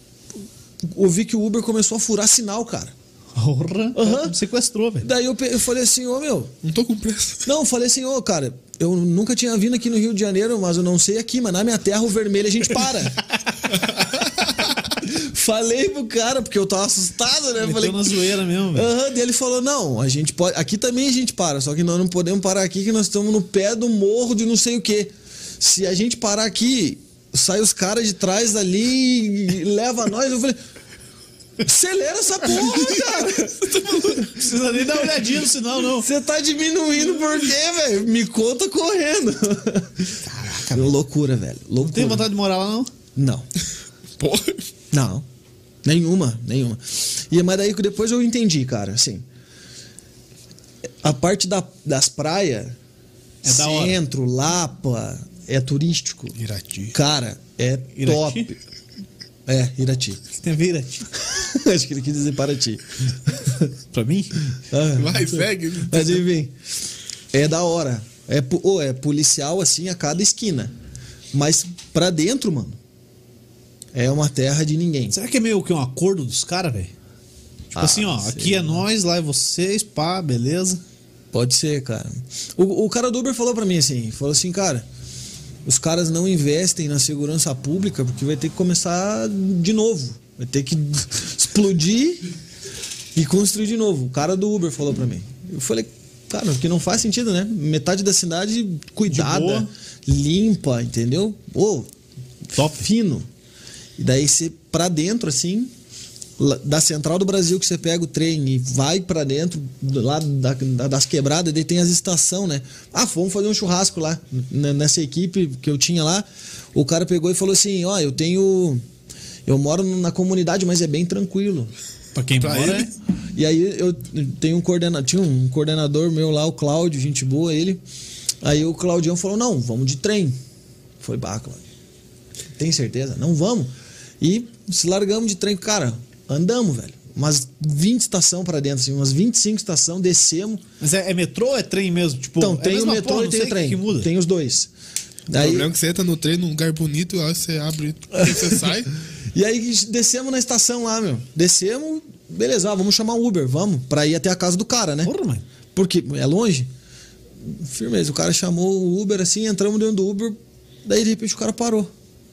ouvi que o Uber começou a furar sinal, cara. Porra, Aham. me sequestrou, velho. Daí eu, pe- eu falei assim, ô, meu... Não tô com pressa. Não, eu falei assim, ô, cara, eu nunca tinha vindo aqui no Rio de Janeiro, mas eu não sei aqui, mas na minha terra o vermelho a gente para. Falei pro cara, porque eu tava assustado, né? Meteu Falei, na zoeira mesmo, velho. aham, daí ele falou, não, a gente pode. Aqui também a gente para, só que nós não podemos parar aqui, que nós estamos no pé do morro de não sei o quê. Se a gente parar aqui, sai os caras de trás dali e leva nós. Eu falei, Acelera essa porra, cara. Não precisa nem dar uma olhadinha no sinal, não. Você tá diminuindo por quê, velho? Me conta correndo. Caraca, loucura, velho. Loucura. Não tem vontade de morar lá, não? Não. Porra. Não. Nenhuma, nenhuma. E mas daí que depois eu entendi, cara, assim. A parte da, das praias, É da hora. Centro, Lapa, é turístico. Irati. Cara, é Irati? top. É, Irati. O que tem a ver, Irati? Acho que ele quis dizer Paraty. Pra mim? Ah, Vai, segue. Mas enfim, é da hora. É, pu- ô, é policial assim a cada esquina. Mas pra dentro, mano, é uma terra de ninguém. Será que é meio que um acordo dos caras, velho? Tipo Ah, assim, ó, sei aqui é lá. nós, lá é vocês, pá, beleza. Pode ser, cara. O, o cara do Uber falou pra mim assim, falou assim, cara, os caras não investem na segurança pública porque vai ter que começar de novo. Vai ter que explodir e construir de novo. O cara do Uber falou pra mim. Eu falei, cara, porque não faz sentido, né? Metade da cidade cuidada, boa. limpa, entendeu? Ô, Top. fino. E daí você pra dentro, assim, lá- da central do Brasil que você pega o trem e vai pra dentro, do- lá da- da- das quebradas, daí tem as estações, né? Ah, vamos fazer um churrasco lá. N- Nessa equipe que eu tinha lá, o cara pegou e falou assim, ó, eu tenho... Eu moro na comunidade, mas é bem tranquilo. Pra quem Pra mora, ele? é. E aí eu tenho um coordenador, tinha um coordenador meu lá, o Cláudio, gente boa, ele. Aí o Claudião falou, não, vamos de trem. Foi, bah, Cláudio, tem certeza? Não vamos. E se largamos de trem, cara, andamos, velho. Umas vinte estações pra dentro, assim, umas vinte e cinco estações, descemos. Mas é, é metrô ou é trem mesmo? Tipo, Então, é a tem o mesma metrô porra, e não tem sei o trem. que muda. Tem os dois. O Daí, problema é que você entra no trem num lugar bonito, aí você abre, você sai. e aí descemos na estação lá, meu. Descemos, beleza, ah, vamos chamar o Uber, vamos, pra ir até a casa do cara, né? Porra, mãe. Porque é longe. Firmeza, o cara chamou o Uber assim, entramos dentro do Uber, daí de repente o cara parou.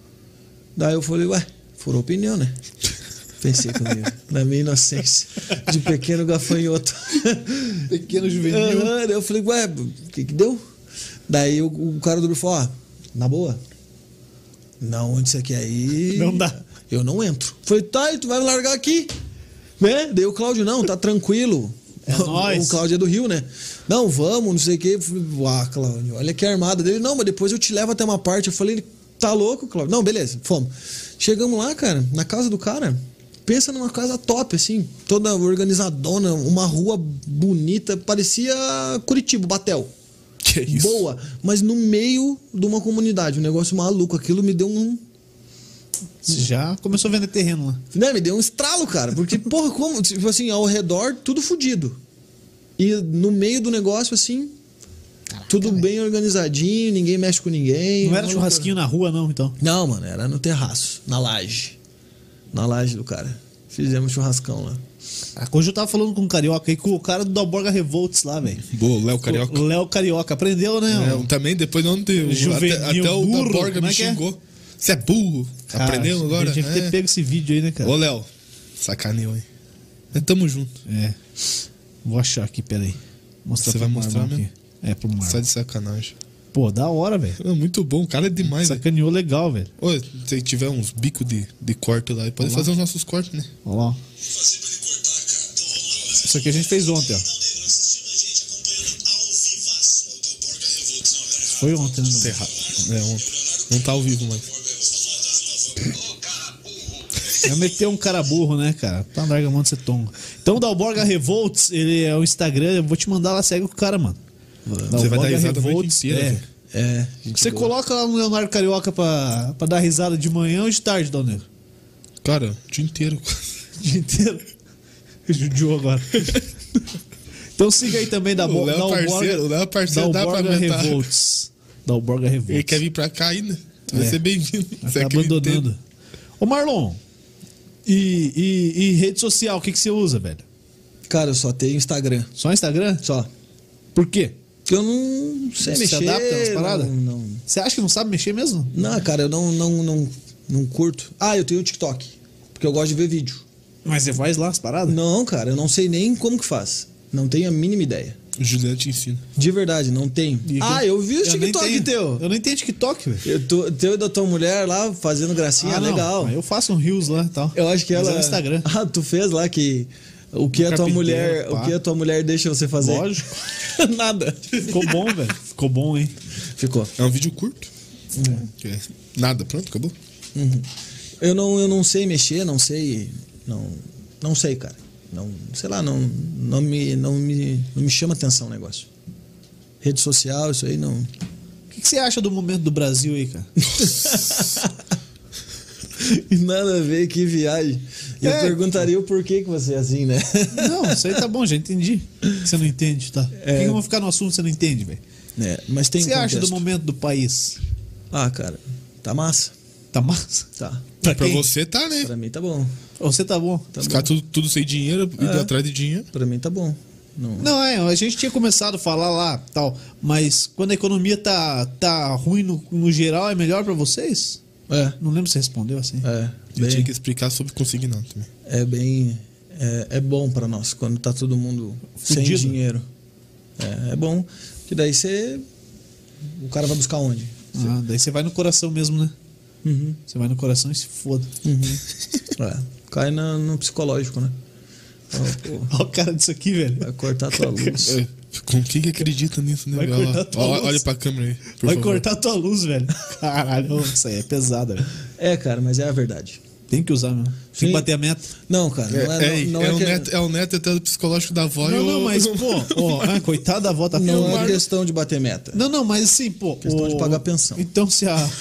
Daí eu falei, ué, furou o pneu, né? Pensei comigo, na minha inocência, de pequeno gafanhoto. Pequeno juvenil. Aham, daí eu falei, ué, o que que deu? Daí o, o cara do Uber falou, ó, na boa, não, onde você quer ir? Não dá. Eu não entro. Falei, tá, e tu vai me largar aqui? Né? Daí o Cláudio, não, tá tranquilo. É nóis. O Cláudio é do Rio, né? Não, vamos, não sei o quê. Eu falei, ah, Cláudio, olha que armada dele. Não, mas depois eu te levo até uma parte. Eu falei, tá louco, Cláudio? Não, beleza, fomos. Chegamos lá, cara, na casa do cara. Pensa numa casa top, assim, toda organizadona, uma rua bonita, parecia Curitiba, Batel. Que isso? Boa, mas no meio de uma comunidade, um negócio maluco. Aquilo me deu um. Você já começou a vender terreno lá. Né, me deu um estralo, cara. Porque, porra, como? Tipo assim, ao redor, tudo fudido. E no meio do negócio, assim, tudo bem organizadinho, ninguém mexe com ninguém. Não era uma churrasquinho na rua, não, então. loucura. Não, mano, era no terraço, na laje. Na laje do cara. Fizemos churrascão lá. Ah, hoje eu tava falando com um carioca aí, com o cara do Dalborga Revolts lá, velho. Boa, Léo Carioca. O Léo Carioca. Aprendeu, né? É, também, depois não tem. Juvenil Até, até o burro, da Borga como é me que é? xingou. Você é burro. Cara, Aprendeu agora? Ele tinha que ter É. pego esse vídeo aí, né, cara? Ô, Léo, sacaneou, hein? Mas tamo junto. É. Vou achar aqui, peraí. Mostrar Você pro vai mostrar Marlon mesmo? aqui. É, pro Marlon. Só de sacanagem. Pô, da hora, velho. É muito bom, o cara é demais, velho. Sacaneou legal, velho. Ô, se tiver uns bicos de, de corte lá, pode Olha lá. fazer os nossos cortes, né? Olha lá. ó. Isso aqui a gente fez ontem, ó. Foi ontem, né? Tá errado. É, ontem. Não tá ao vivo mais. Já meteu um cara burro, né, cara? Tá larga a mão de ser tongo. Então o Dalborga Revolts, ele é o Instagram, eu vou te mandar lá, segue o cara, mano. Você vai dar risada a noite inteira, é. velho. É. gente Você boa. coloca lá no Leonardo Carioca pra, pra dar risada de manhã ou de tarde, Dal Negro? Cara, o dia inteiro. O dia inteiro. Judiou agora. Então siga aí também da O Léo parceiro, o Léo parceiro dá pra Dalborga aguentar. Revolts. Dalborga Revolts. Ele quer vir pra cá ainda. Vai É. ser bem-vindo. Mas Você tá acredita? abandonando. Ô Marlon, e, e, e rede social, o que, que você usa, velho? Cara, eu só tenho Instagram. Só Instagram? Só. Por quê? Porque eu não sei Você se mexer. adapta nas paradas? Não, não. Você acha que não sabe mexer mesmo? Não, cara, eu não, não, não, não curto. Ah, eu tenho o TikTok. Porque eu gosto de ver vídeo. Mas você faz lá as paradas? Não, cara, eu não sei nem como que faz. Não tenho a mínima ideia. O Juliano te ensina. De verdade, não tem. E Ah, eu vi o eu nem TikTok tenho- teu. Eu nem tenho TikTok, velho. Eu tô, teu e da tua mulher lá fazendo gracinha, Ah, não. legal. Eu faço um rios lá e tal. Eu acho que Mas ela. é no Instagram. Ah, tu fez lá que. O que, Um a tua carpinteiro, mulher, pá. o que a tua mulher deixa você fazer? Lógico. Nada. Ficou bom, velho. Ficou bom, hein? Ficou. É um vídeo curto. É. Nada, pronto, acabou. Uhum. Eu não, eu não sei mexer, não sei. Não, não sei, cara. Não, sei lá, não, não, me, não, me, não me chama atenção o negócio. Rede social, isso aí não. O que, que você acha do momento do Brasil aí, cara? E nada a ver, que viagem. Eu É. perguntaria o porquê que você é assim, né? Não, isso aí tá bom, já entendi. Você não entende, tá? Por que que eu vou ficar no assunto que você não entende, velho? É, mas O tem que você acha do contexto. momento do país? Ah, cara, tá massa. Tá massa? Tá. Pra, Pra quem? você tá, né? Pra mim tá bom. Você tá bom? Tá Os bom. caras tudo, tudo sem dinheiro, indo É. atrás de dinheiro. Pra mim tá bom. Não. Não, é, a gente tinha começado a falar lá, tal, mas quando a economia tá, tá ruim no, no geral, é melhor pra vocês? É, Não lembro se você respondeu assim. é. Eu tinha Bem, que explicar sobre consignado também. é bem. É, é bom pra nós quando tá todo mundo sem Fudido. dinheiro. É, é bom. Que daí você. O cara vai buscar onde? Ah, daí você vai no coração mesmo, né? Uhum. Você vai no coração e se foda. Uhum. É, cai na- no psicológico, né? Ó, pô, Olha o cara disso aqui, velho. vai cortar a tua luz. É, com quem que acredita nisso, né? Vai Olha, cortar lá. tua Ó, luz. olha pra câmera aí. Por Vai favor. cortar tua luz, velho. Caralho, isso aí é pesada, velho. É, cara, mas é a verdade. Tem que usar mesmo. Tem Sim. que bater a meta. Não, cara, não é, É, é, não, não é é, o que- neto, é o neto até do psicológico da avó e Não, o... não, mas, pô, ó, ah, coitada da avó tá não é filmando. questão de bater meta. Não, não, mas assim, pô. Questão de pagar pensão. Então se a.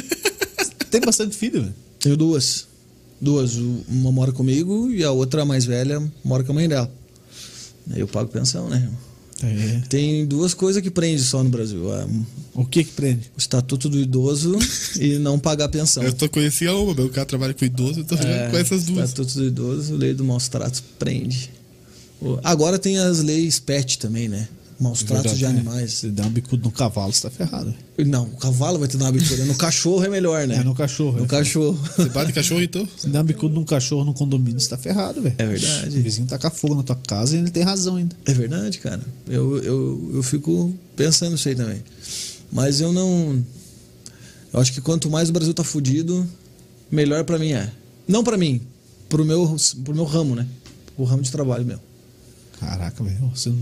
Tem bastante filho, velho. Tenho duas. Duas. O- Uma mora comigo e a outra, a mais velha, mora com a mãe dela. Aí eu pago pensão, né? É. Tem duas coisas que prende só no Brasil. É, O que que prende? o estatuto do idoso e não pagar pensão. Eu tô conhecia uma, meu cara trabalha com idoso, eu tô É, com essas duas. Estatuto do idoso, lei do maus tratos prende. O- Agora tem as leis pet também, né? Maus tratos de Verdade, animais. Se der um bicudo no cavalo, você tá ferrado. velho. Não, o cavalo vai ter uma bicuda. No cachorro é melhor, né? É no cachorro. No é. cachorro. Você bate cachorro, então? Se der um bicudo num cachorro no condomínio, você tá ferrado, velho. É verdade. O vizinho taca fogo na tua casa e ele tem razão ainda. É verdade, cara. Eu, eu, eu fico pensando isso aí também. Mas eu não. Eu acho que quanto mais o Brasil tá fudido, melhor pra mim é. Não pra mim, pro meu, pro meu ramo, né? O ramo de trabalho meu. Caraca, velho. Você não,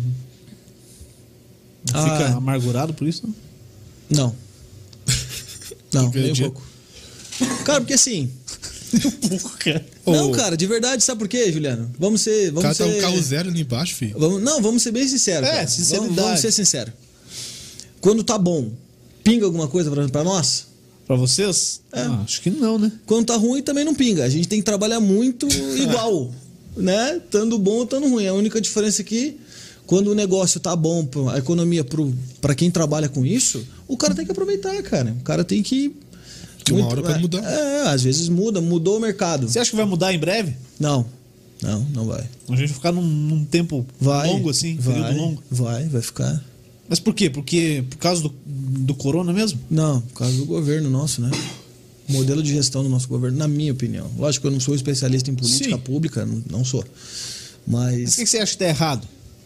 não Ah. fica amargurado por isso, não? Não. Não, Porque nem um dia- pouco. Cara, porque assim. Um pouco, cara. Não, Ô, cara, de verdade, sabe por quê, Juliano? Vamos ser. O Vamos cara tá ser... um carro zero ali embaixo, filho. Vamos, não, vamos ser bem sinceros. É, cara. sinceridade. Vamos, vamos ser sinceros. Quando tá bom, pinga alguma coisa pra, pra nós? Pra vocês? É. Ah, acho que não, né? Quando tá ruim, também não pinga. A gente tem que trabalhar muito igual, né? Estando bom ou estando ruim. A única diferença é que quando o negócio tá bom, a economia pro, pra quem trabalha com isso, o cara tem que aproveitar, cara. O cara tem que... Tem uma muito- hora pra é, mudar. É, às vezes muda. Mudou o mercado. Você acha que vai mudar em breve? Não, não, não vai. A gente vai ficar num, num tempo Vai. longo, assim, vai, período longo. Vai, vai ficar. Mas por quê? Porque por causa do, do corona mesmo? Não, por causa do governo nosso, né? O modelo de gestão do nosso governo, na minha opinião. Lógico que eu não sou especialista em política Sim. pública, não, não sou. Mas Mas o que que você acha que tá errado?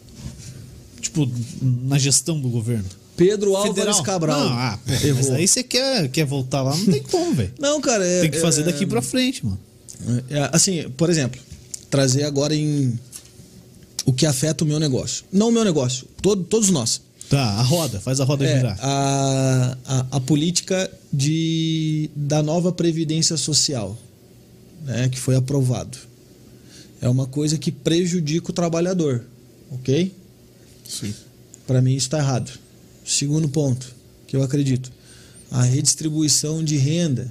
Tipo, na gestão do governo? Pedro Álvares Federal. Cabral Não, ah, pô, mas errou. aí você quer, quer voltar lá, não tem como, velho. Não, cara, é, Tem que fazer é, daqui pra frente, mano. é, assim, por exemplo, trazer agora em o que afeta o meu negócio. Não o meu negócio, todo, todos nós. Tá, a roda, faz a roda É, girar. a, a, a política de, da nova Previdência Social, né, que foi aprovado. É uma coisa que prejudica o trabalhador, ok? Sim. Para mim isso está errado. Segundo ponto, que eu acredito, a redistribuição de renda.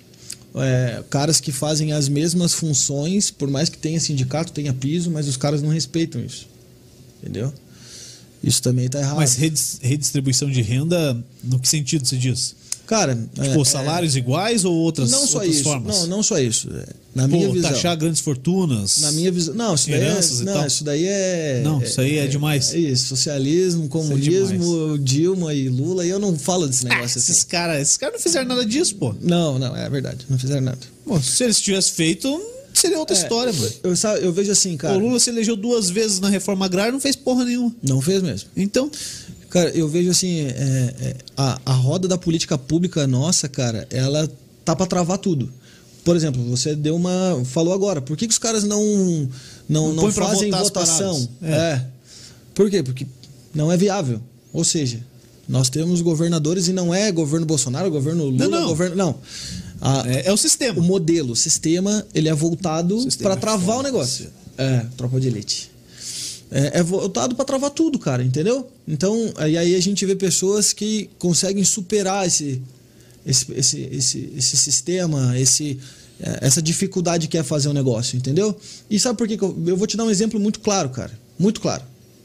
É, caras que fazem as mesmas funções, por mais que tenha sindicato, tenha piso, mas os caras não respeitam isso. Entendeu? Isso também está errado. Mas redis- redistribuição de renda, no que sentido você diz? Cara, Tipo, é, salários iguais ou outras, não só outras isso. formas? Não, não só isso. É, Na Pô, minha visão. taxar grandes fortunas. Na minha visão. Não, isso daí Heranças é, e não, tal. isso daí é. Não, isso aí é demais. É isso, socialismo, comunismo, Dilma e Lula, e eu não falo desse Ah, negócio esses assim. caras esses cara não fizeram nada disso, pô. Não, não, é verdade, não fizeram nada. Pô, se eles tivessem feito, seria outra É, história, mano. Eu, sabe, eu vejo assim, cara. O Lula se elegeu duas vezes na reforma agrária e não fez porra nenhuma. Não fez mesmo. Então, Cara, eu vejo assim, é, é, a, a roda da política pública nossa, cara, ela tá pra travar tudo. Por exemplo, você deu uma. Falou agora, por que, que os caras não, não, Não não põe pra fazem votar as votação? paradas. É. É. Por quê? Porque não é viável. Ou seja, nós temos governadores e não é governo Bolsonaro, governo Lula, Não, não. governo. Não. A- é, é o sistema. o modelo, o sistema, ele é voltado Sistema para é travar foda, o negócio. É, tropa de elite. É, é voltado para travar tudo, cara, entendeu? Então, aí, aí a gente vê pessoas que conseguem superar esse, esse, esse, esse, esse sistema, esse, é, essa dificuldade que é fazer um negócio, entendeu? E sabe por quê? que eu, eu vou te dar um exemplo muito claro, cara. Muito claro.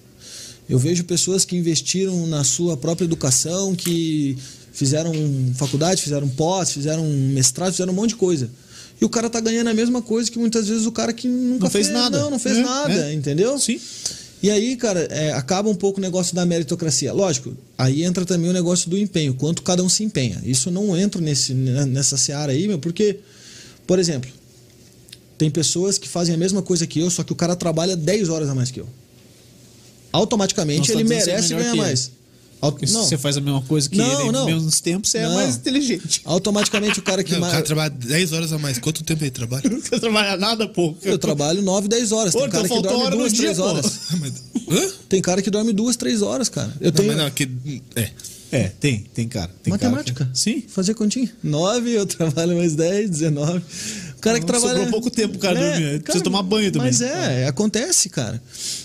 Eu vejo pessoas que investiram na sua própria educação, que fizeram faculdade, fizeram pós, fizeram mestrado, fizeram um monte de coisa. E o cara tá ganhando a mesma coisa que muitas vezes o cara que nunca Não fez nada. Não, não fez É, nada, é. entendeu? Sim. E aí, cara, é, acaba um pouco o negócio da meritocracia. Lógico, aí entra também o negócio do empenho, quanto cada um se empenha. Isso eu não entro nesse, nessa seara aí, meu, porque, por exemplo, tem pessoas que fazem a mesma coisa que eu, só que o cara trabalha dez horas a mais que eu. Automaticamente Não, ele você tá dizendo que é merece melhor ganhar que ele. mais. Auto- Porque se não, você faz a mesma coisa que Não, ele não. em menos tempo, você é Não. mais inteligente. automaticamente o cara que Não, o mais. cara trabalha dez horas a mais. Quanto tempo ele trabalha? Não precisa trabalhar nada, pô. Eu trabalho nove, dez horas. Ô, Tem então cara que faltou dorme hora no duas, dia, três pô. horas. Mas- Hã? Tem cara que dorme duas, três horas, cara. Eu Não, tenho mas não, que. É. É, tem, tem cara. Tem matemática. Cara que... Sim. Fazer continha. Nove, eu trabalho mais dez, dezenove. O cara que Não, trabalha. sobrou pouco tempo pro cara dormir. Precisa tomar banho também. Mas é, acontece, cara.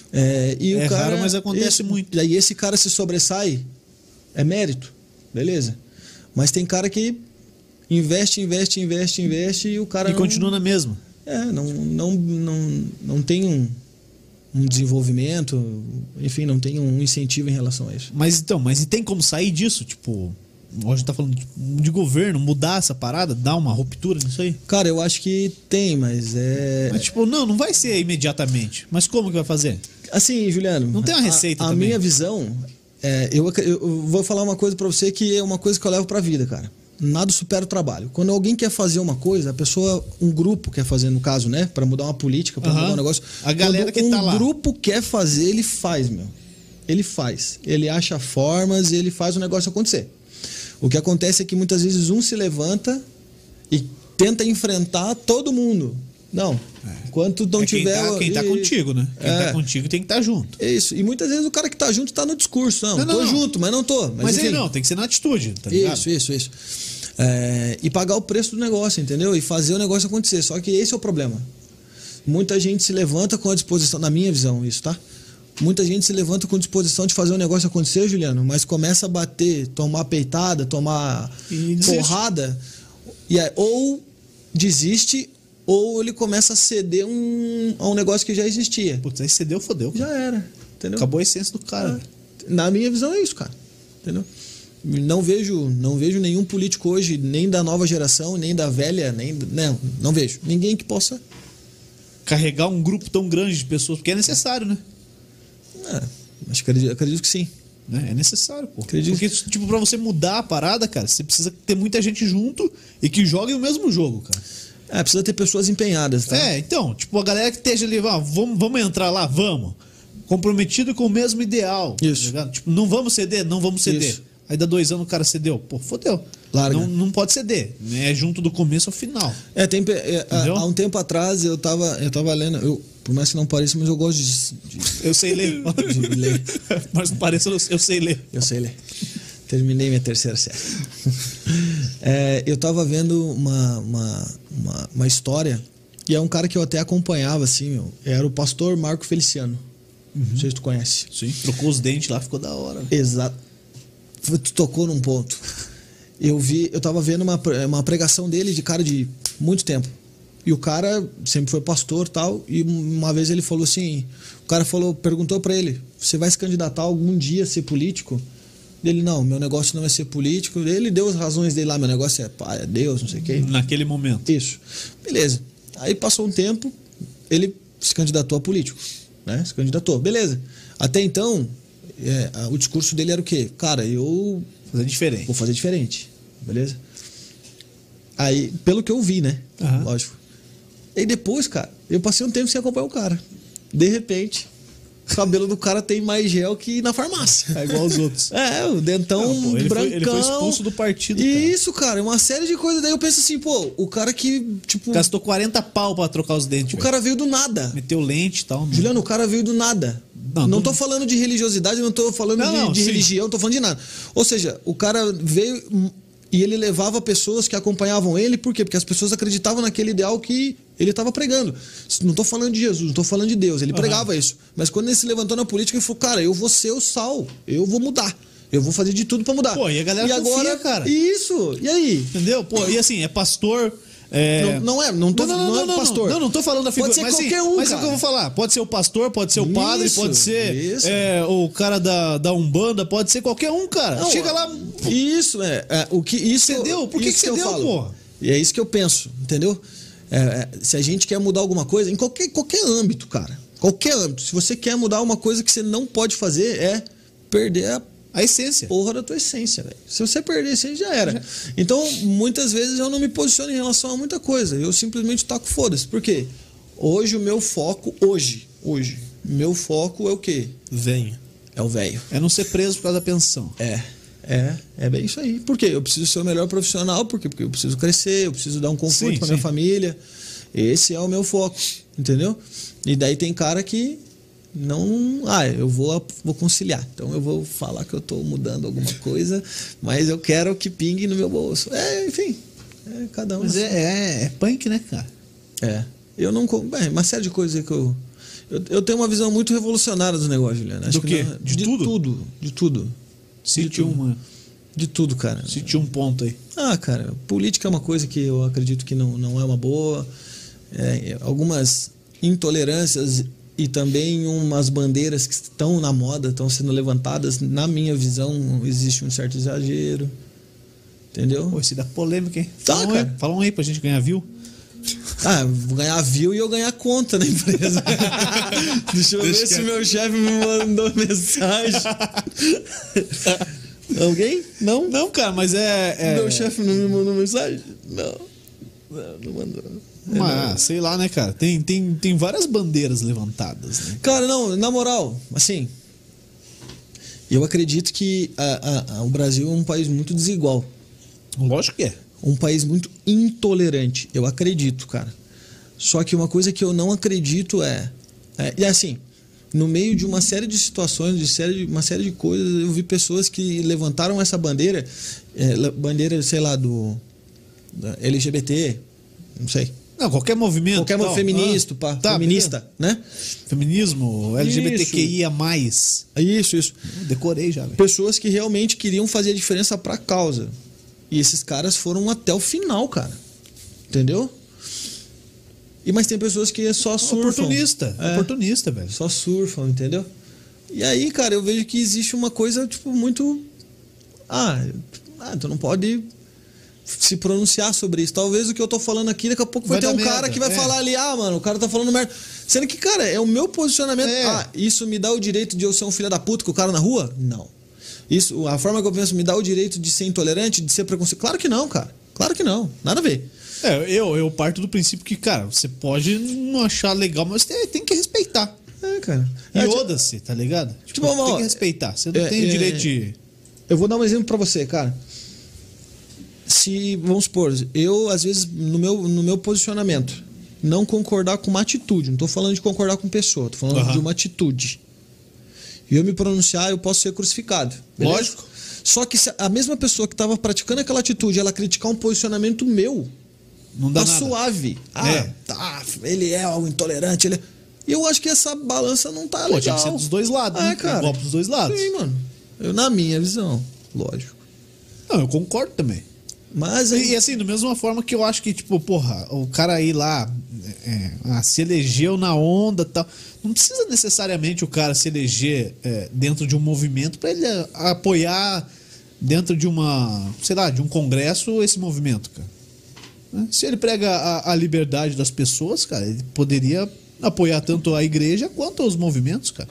É, e É o cara, raro, mas acontece esse- muito. E aí esse cara se sobressai, é mérito, beleza. Mas tem cara que investe, investe, investe, investe e o cara E não, continua na mesma. É, não, não, não, não tem um, um desenvolvimento, enfim, não tem um incentivo em relação a isso. Mas então, mas e tem como sair disso? Tipo, hoje a gente tá falando de, de governo, mudar essa parada, dar uma ruptura nisso aí? Cara, eu acho que tem, mas é. Mas tipo, não, não vai ser imediatamente. Mas como que vai fazer? Assim, Juliano. Não tem uma receita a, a também? minha visão, é, eu, ac- eu vou falar uma coisa pra você que é uma coisa que eu levo pra vida, cara. Nada supera o trabalho. Quando alguém quer fazer uma coisa, a pessoa, um grupo quer fazer, no caso, né? Pra mudar uma política, pra Aham. mudar um negócio. A galera Quando que um tá lá. grupo quer fazer, ele faz, meu. Ele faz. Ele acha formas e ele faz o negócio acontecer. O que acontece é que muitas vezes um se levanta e tenta enfrentar todo mundo. Não. Enquanto não É quem tiver. tá, quem tá e- contigo, né? Quem É. tá contigo tem que estar junto. É isso. E muitas vezes o cara que tá junto tá no discurso. Não, Não, não, tô não. junto, mas não tô. Mas, Mas, aí enfim. não, tem que ser na atitude, tá ligado? Isso, isso, isso. É, e pagar o preço do negócio, entendeu? E fazer o negócio acontecer. Só que esse é o problema. Muita gente se levanta com a disposição, na minha visão, isso, tá? Muita gente se levanta com disposição de fazer o negócio acontecer, Juliano, mas começa a bater, tomar peitada, tomar E desiste. porrada, e aí, ou desiste, ou ele começa a ceder um, a um negócio que já existia. Putz, aí cedeu, fodeu. cara. Já era, entendeu? Acabou a essência do cara. velho. Na minha visão é isso, cara. Entendeu? Não vejo, não vejo nenhum político hoje, nem da nova geração, nem da velha, nem não, não vejo. Ninguém que possa. Carregar um grupo tão grande de pessoas, porque é necessário, né? É, acho que acredito, acredito que sim. Né? É necessário, pô. Acredito. Porque, tipo, pra você mudar a parada, cara, você precisa ter muita gente junto e que jogue o mesmo jogo, cara. É, precisa ter pessoas empenhadas, tá? É, então, tipo, a galera que esteja ali, ah, vamos, vamos entrar lá, vamos. Comprometido com o mesmo ideal. Isso. Tá ligado? Tipo, não vamos ceder, não vamos ceder. Isso. Aí dá dois anos o cara cedeu. Pô, fodeu. Larga. Não, não pode ceder. né? É junto do começo ao final. É, tem, pe- é, há, Entendeu? há um tempo atrás eu tava, eu tava lendo, eu, por mais que não pareça, mas eu gosto de, de- Eu sei ler. De ler. Mas não pareça, eu eu sei ler. eu sei ler. Terminei minha terceira série. É, eu tava vendo uma, uma, uma, uma história, e é um cara que eu até acompanhava, assim, meu. Era o pastor Marco Feliciano. Não sei se tu conhece. Sim. Trocou os dentes lá, ficou da hora. Exato. Tu tocou num ponto. Eu vi, eu tava vendo uma, pre- uma pregação dele de cara de muito tempo. E o cara sempre foi pastor e tal, e uma vez ele falou assim, o cara falou, perguntou pra ele, você vai se candidatar algum dia a ser político? Ele, não, meu negócio não é ser político. Ele deu as razões dele lá, meu negócio é pai, é Deus, não sei o quê. Naquele momento. Isso. Beleza. Aí passou um tempo, ele se candidatou a político, né? Se candidatou. Beleza. Até então, é, a- o discurso dele era o quê? Cara, eu Fazer diferente. vou fazer diferente. Beleza? Aí, pelo que eu vi, né? Aham. Lógico. E aí depois, cara, eu passei um tempo sem acompanhar o cara. De repente, o cabelo do cara tem mais gel que na farmácia. É igual aos outros. É, o dentão Não, pô, ele, brancão. foi, ele foi expulso do partido, cara. Isso, cara, uma série de coisas. Daí eu penso assim, pô, o cara que, tipo... Gastou quarenta pau pra trocar os dentes, O velho. cara veio do nada. Meteu lente e tal. Não. Juliano, o cara veio do nada. Não, Não, não- tô falando de religiosidade, não tô falando Não, de, não, de sim. religião, não tô falando de nada. Ou seja, o cara veio hum, e ele levava pessoas que acompanhavam ele, por quê? Porque as pessoas acreditavam naquele ideal que ele estava pregando. Não tô falando de Jesus, não tô falando de Deus, ele Aham. pregava isso. Mas quando ele se levantou na política, ele falou, cara, eu vou ser o sal, eu vou mudar. Eu vou fazer de tudo pra mudar. Pô, e a galera confia, agora, cara. Isso, e aí? Entendeu? Pô, e assim, é pastor... É... Não, não é, não tô não, não, não, não é não, pastor. Não, não tô falando da figura. Pode ser mas, assim, qualquer um, mas é o cara. que eu vou falar. Pode ser o pastor, pode ser o padre, Isso, pode ser isso. é, o cara da, da Umbanda, pode ser qualquer um, cara. Não, Chega lá... Isso, é. é, o que, isso Você deu? Por que isso que você eu deu, falo. pô? E é isso que eu penso, entendeu? É, é, se a gente quer mudar alguma coisa, em qualquer, qualquer âmbito, cara. Qualquer âmbito. Se você quer mudar uma coisa que você não pode fazer, é perder a A essência. porra da tua essência, velho. Se você perder a essência, já era. Então, muitas vezes eu não me posiciono em relação a muita coisa. Eu simplesmente taco foda-se. Por quê? Hoje o meu foco, hoje, hoje, meu foco é o quê? Venha. É o velho. É não ser preso por causa da pensão. É, é, é bem isso aí. Por quê? Eu preciso ser o melhor profissional, por quê? Porque eu preciso crescer, eu preciso dar um conforto Sim, pra minha sim. família. Esse é o meu foco, entendeu? E daí tem cara que não... Ah, eu vou, vou conciliar. Então eu vou falar que eu tô mudando alguma coisa, mas eu quero que pingue no meu bolso. É, enfim, é cada um. Mas é, é, é punk, né, cara? É. Eu não... com- Bem, uma série de coisas aí que eu... Eu, eu tenho uma visão muito revolucionária do negócio, Juliano. Acho Do que quê? não- De de tudo? tudo? De tudo. Cite tudo. uma, De tudo, cara. cite um ponto aí. Ah, cara, política é uma coisa que eu acredito que não, não é uma boa. É, algumas intolerâncias e também umas bandeiras que estão na moda, estão sendo levantadas, na minha visão, existe um certo exagero. Entendeu? Pô, esse dá polêmica, hein? Tá, Fala um aí, cara. fala um aí pra gente ganhar view. Ah, vou ganhar view e eu ganhar conta na empresa. Deixa eu Deixa ver se quieto. meu chefe me mandou mensagem. Alguém? Não? Não, cara, mas é... é... Meu chefe não me mandou mensagem? Não. Não, não mandou. Mas, sei lá, né, cara? Tem, tem, tem várias bandeiras levantadas, né? Cara, não, na moral, assim, eu acredito que a- a- a- o Brasil é um país muito desigual, Lógico que é. um país muito intolerante, eu acredito, cara. Só que uma coisa que eu não acredito é, é e assim, no meio de uma série de situações, de série, uma série de coisas, eu vi pessoas que levantaram essa bandeira, é, le- bandeira, sei lá, do da L G B T, não sei. Não, qualquer movimento. Qualquer tal. feminista, Ah, pá, tá, feminista, né? beleza. Feminismo, L G B T Q I A mais. Isso, isso. Decorei já, velho. Pessoas que realmente queriam fazer a diferença pra causa. E esses caras foram até o final, cara. Entendeu? E mas tem pessoas que só surfam. Oportunista. É, Oportunista, velho. Só surfam, entendeu? E aí, cara, eu vejo que existe uma coisa, tipo, muito... Ah, ah tu não pode se pronunciar sobre isso. Talvez o que eu tô falando aqui, daqui a pouco vai, Vai ter um dar cara merda, que vai é. falar ali, ah, mano, o cara tá falando merda. Sendo que, cara, é o meu posicionamento. É. Ah, isso me dá o direito de eu ser um filho da puta com o cara na rua? Não. Isso, a forma que eu penso me dá o direito de ser intolerante, de ser preconceituoso? Claro que não, cara. Claro que não. Nada a ver. É, eu, eu parto do princípio que, cara, você pode não achar legal, mas tem, tem que respeitar. É, cara. E É, tipo, oda-se, tá ligado? Tipo, Tipo, tem ó, que respeitar. Você não é, tem o é, direito de... Eu vou dar um exemplo pra você, cara. Se, vamos supor, eu, às vezes, no meu, no meu posicionamento, não concordar com uma atitude, não tô falando de concordar com pessoa, tô falando Aham. de uma atitude. E eu me pronunciar, eu posso ser crucificado. beleza? Lógico. Só que se a mesma pessoa que estava praticando aquela atitude, ela criticar um posicionamento meu, Não dá tá nada. suave. Ah, É. tá, ele é algo intolerante, ele é... E eu acho que essa balança não tá Pô, legal. tinha que ser dos dois lados, É, né? cara. Igual pros dois lados. Sim, mano. Eu, na minha visão, lógico. Não, eu concordo também. Mas E, aí, e assim, da mesma forma que eu acho que, tipo, porra, o cara aí lá é, ah, se elegeu na onda e tal. Não precisa necessariamente o cara se eleger é, dentro de um movimento pra ele é, apoiar dentro de uma, sei lá, de um congresso esse movimento, cara. Né? Se ele prega a, a liberdade das pessoas, cara, ele poderia apoiar tanto a igreja quanto os movimentos, cara.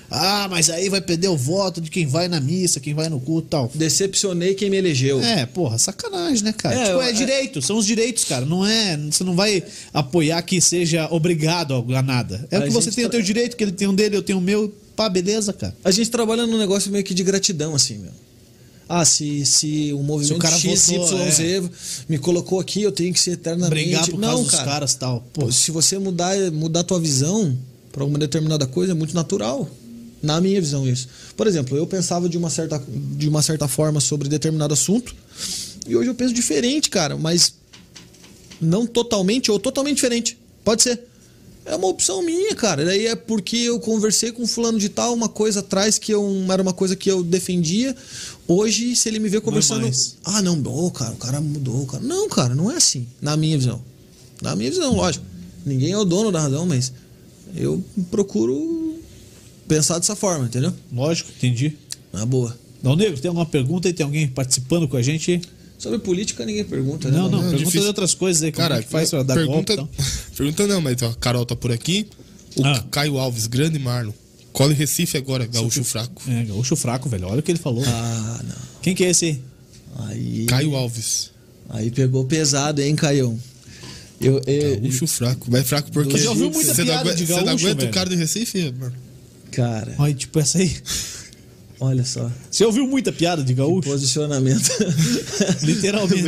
Ah, mas aí vai perder o voto de quem vai na missa, quem vai no culto e tal. Decepcionei quem me elegeu. É, porra, sacanagem, né, cara? É, tipo, é eu- direito, são os direitos, cara. Não é. Você não vai apoiar que seja obrigado a nada. É o A que você gente tem o tra- teu direito, que ele tem um dele, eu tenho o meu. Pá, beleza, cara. A gente trabalha num negócio meio que de gratidão, assim, meu. Ah, se, se o movimento Se o cara X, votou, Y, Z me colocou aqui, eu tenho que ser eternamente... Brigar por Não, causa dos cara. caras e tal. Pô, Pô, se você mudar, mudar a tua visão para alguma determinada coisa, é muito natural. Na minha visão, isso. Por exemplo, eu pensava de uma certa, de uma certa forma sobre determinado assunto e hoje eu penso diferente, cara. Mas não totalmente ou totalmente diferente. Pode ser. É uma opção minha, cara. Daí é porque eu conversei com fulano de tal, uma coisa atrás que eu, era uma coisa que eu defendia. Hoje, se ele me vê conversando... mais. Ah, não, oh, cara, o cara mudou, cara. Não, cara, não é assim. Na minha visão. Na minha visão, lógico. Ninguém é o dono da razão, mas eu procuro pensar dessa forma, entendeu? lógico, entendi. Na boa. Dal Negro, tem alguma pergunta aí? Tem alguém participando com a gente? Sobre política ninguém pergunta, né? Não, não, não, pergunta difícil. de outras coisas aí. Como Cara, é que faz pra dar pergunta, golpe, então? pergunta não, mas ó, a Carol tá por aqui. O Ah. Caio Alves, grande Marlon. Cole Recife agora, gaúcho fraco. É, gaúcho fraco, velho. Olha o que ele falou. Ah, não. Quem que é esse aí? Aí, Caio Alves. aí pegou pesado, hein, Caião? Eu, eu, Gaúcho fraco. Vai fraco porque Eu já ouvi muita você não piada aguenta, de você não gaúcho, aguenta velho. o cara de Recife, mano. cara, Olha, tipo essa aí. olha só. Você ouviu muita piada de gaúcho? Posicionamento. Literalmente.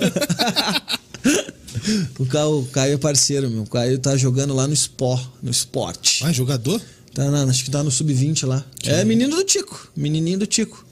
O Caio, o Caio é parceiro, meu. O Caio tá jogando lá no Sport, no Sport. Ah, jogador? Tá na, acho que tá no sub vinte lá. É menino do Tico. Menininho do Tico.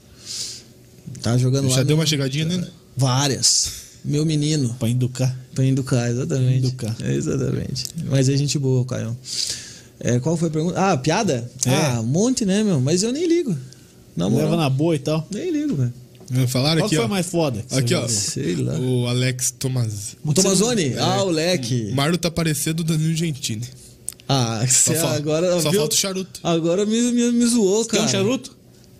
Tá jogando lá. Já no- deu uma chegadinha nele? Várias. Meu menino. Pra educar. Pra educar, exatamente. Educar. É, exatamente. Mas é gente boa, o Caio. É, qual foi a pergunta? Ah, piada? É. Ah, um monte, né, meu? Mas eu nem ligo. Na moral. Leva na boa e tal. Nem ligo, velho. Falaram Qual aqui, que foi ó. mais foda? que Aqui, você ó. já viu? Sei lá. O Alex Tomaz. O Tomazoni? É. Ah, o leque. Marlon tá parecendo o Danilo Gentili. Ah, você Só, fa- agora. só viu? falta o charuto. Agora me, me, me zoou, Quer cara. um charuto?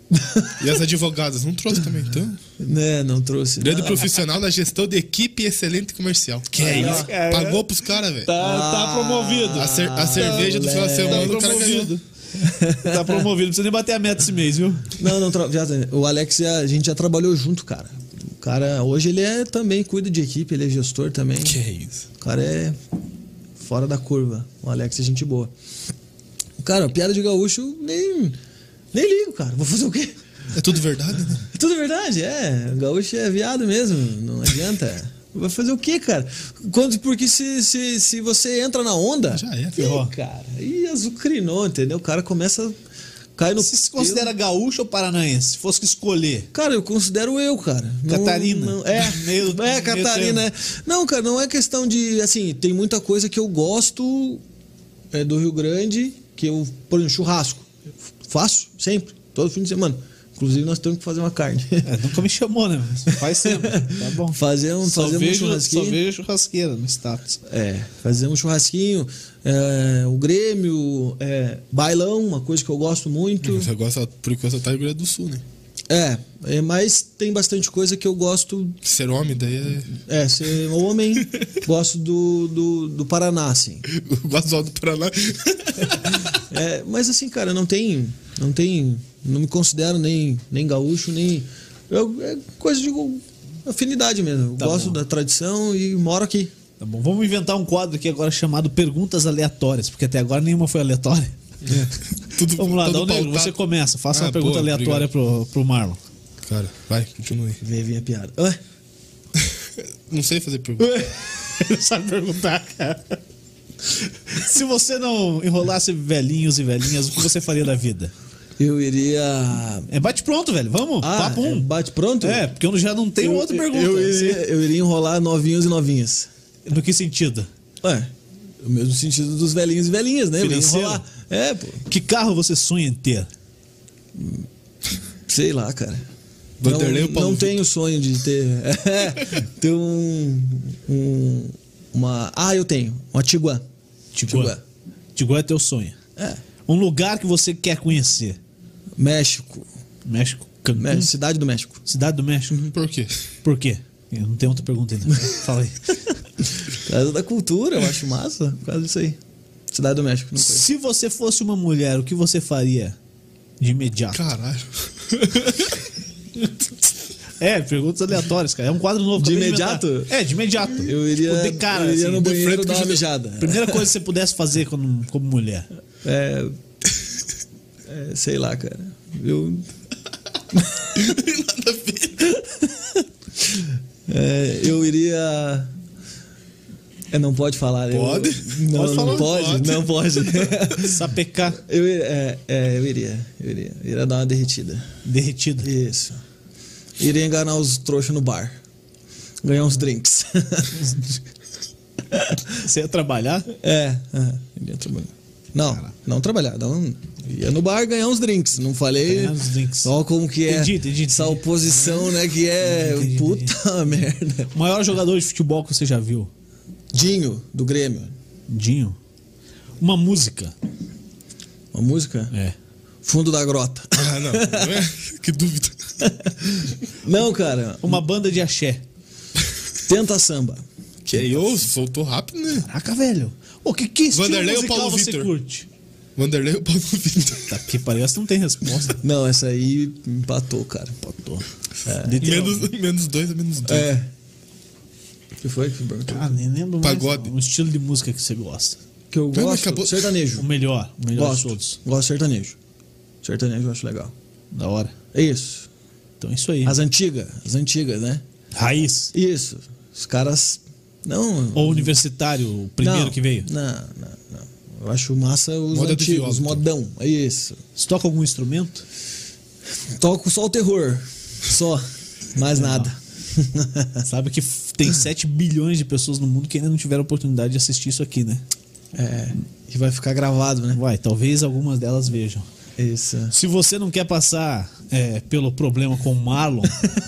E as advogadas? Não trouxe também, então? Né, não trouxe. Grande profissional na gestão de equipe e excelente comercial. Que é é isso, isso? Pagou pros caras, velho. Tá, Ah, tá promovido. A, cer- a cerveja do final de Tá semana o cara ganhou. promovido. Tá promovido. Não precisa nem bater a meta esse mês, viu? Não, não, tra- já, o Alex, já- a gente já trabalhou junto, cara. O cara, hoje ele é também, cuida de equipe, ele é gestor também. Que é isso? O cara é fora da curva. O Alex é gente boa. Cara, piada de gaúcho, nem, nem ligo, cara. Vou fazer o quê? É tudo verdade, né? É tudo verdade, é. O gaúcho é viado mesmo, não adianta. Vai fazer o quê, cara? Quando, porque se, se, se você entra na onda... Já é, Ih, ferrou. cara. Aí azucrinou, entendeu? O cara começa... Cai no... Você se considera gaúcho ou paranaense? Se fosse que escolher. Cara, eu considero eu, cara. Não- Catarina. não- é, Meio- é, meio Catarina. termo. É. Não, cara, não é questão de. Assim, tem muita coisa que eu gosto é, do Rio Grande, que eu, por exemplo, churrasco. Eu faço sempre, todo fim de semana. Inclusive, nós temos que fazer uma carne. É, nunca me chamou, né? Mas faz sempre. Tá bom. fazer um, Só fazer um vejo, churrasquinho. só vejo churrasqueira no status. É, fazer um churrasquinho. É, o Grêmio, é, bailão, uma coisa que eu gosto muito. Você gosta, por enquanto você tá no Rio Grande do Sul, né? É, é, mas tem bastante coisa que eu gosto. Ser homem, daí é. É, ser homem, gosto do, do, do Paraná, assim. Eu gosto do Alto do Paraná. É, mas assim, cara, não tem. Não tem. Não me considero nem, nem gaúcho, nem. Eu, é coisa de afinidade mesmo. Eu Tá gosto bom. da tradição e moro aqui. Tá bom, vamos inventar um quadro aqui agora chamado Perguntas Aleatórias, porque até agora nenhuma foi aleatória. Tudo, Vamos lá, todo Dal Negro, pautado. você começa. Faça Ah, uma pergunta boa, aleatória pro, pro Marlon. Cara, vai, continue. Vê, vem a piada. Ué? Não sei fazer pergunta. Ele sabe perguntar, cara. Se você não enrolasse velhinhos e velhinhas, o que você faria da vida? Eu iria. É bate pronto, velho. Vamos, Ah, papo um. é bate pronto? É, porque eu já não tenho Eu- outra pergunta. Eu iria, eu iria enrolar novinhos e novinhas. No que sentido? Ué, o mesmo sentido dos velhinhos e velhinhas, né? Eu ia Financeiro? enrolar. É, pô. Que carro você sonha em ter? Sei lá, cara. Vanderlei não ou Paulo não Vitor? tenho sonho de ter. É, ter um, um. Uma. Ah, eu tenho. Uma Tiguan. Tiguan. Tiguan é teu sonho. É. Um lugar que você quer conhecer? México. México? Cancún? México. Cidade do México. Cidade do México? Por quê? Por quê? Eu não tenho outra pergunta ainda. Fala aí. Por causa da cultura, eu acho massa. Por causa disso aí. Cidade do México, não conheço. Se você fosse uma mulher, o que você faria? De imediato. Caralho. É, perguntas aleatórias, cara. É um quadro novo. De acabei imediato? inventar. É, de imediato. Eu iria, Tipo, de cara, eu iria assim, no de banheiro frente dar com uma o- mijada. Primeira coisa que você pudesse fazer como, como mulher. É, é, sei lá, cara. Eu. Nada a ver. É, eu iria. É, não pode falar. eu- Pode? Não, Pode falar, não pode, pode. não pode. Sapecar. Eu, iria- é, é, eu iria, eu iria. Eu iria dar uma derretida. Derretida. Isso. Iria enganar os trouxas no bar. Ganhar uns drinks. Você ia trabalhar? É, é, iria trabalhar. Não, não trabalhar. Não, ia no bar ganhar uns drinks. Não falei. Ganhar uns drinks. Só como que é. Entendi, entendi, essa entendi. oposição, né? Que é. Entendi, puta merda. O maior jogador de futebol que você já viu? Dinho, do Grêmio. Dinho. Uma música. Uma música? É. Fundo da Grota. Ah, não. não é? Que dúvida. Não, cara. Uma banda de axé. Tenta samba. Que aí, ô, soltou rápido, né? Caraca, velho. O que, que estilo Vanderlei ou musical Paulo você Vitor? curte? Vanderlei ou Paulo Vitor? Tá que parece não tem resposta. Não, essa aí empatou, cara. Empatou. Menos, menos dois é menos dois. É. O que foi que você perguntou? Ah, nem lembro mais. Pagode. Um estilo de música que você gosta. Que eu mas gosto. acabou- Sertanejo. O melhor. O melhor de Gosto. todos. Gosto de sertanejo. Sertanejo eu acho legal. Da hora. É isso. Então é isso aí. As antigas. As antigas, né? Raiz. Isso. Os caras. Não. Ou universitário, o primeiro não, que veio. Não, não, não. Eu acho massa os Moda do antigos, viola, os então. modão. É isso. Você toca algum instrumento? Toco só o terror. Só. Mais nada. Sabe que f- tem sete bilhões de pessoas no mundo que ainda não tiveram oportunidade de assistir isso aqui, né? É. E vai ficar gravado, né? Vai, talvez algumas delas vejam. Isso. Se você não quer passar é, pelo problema com o Marlon,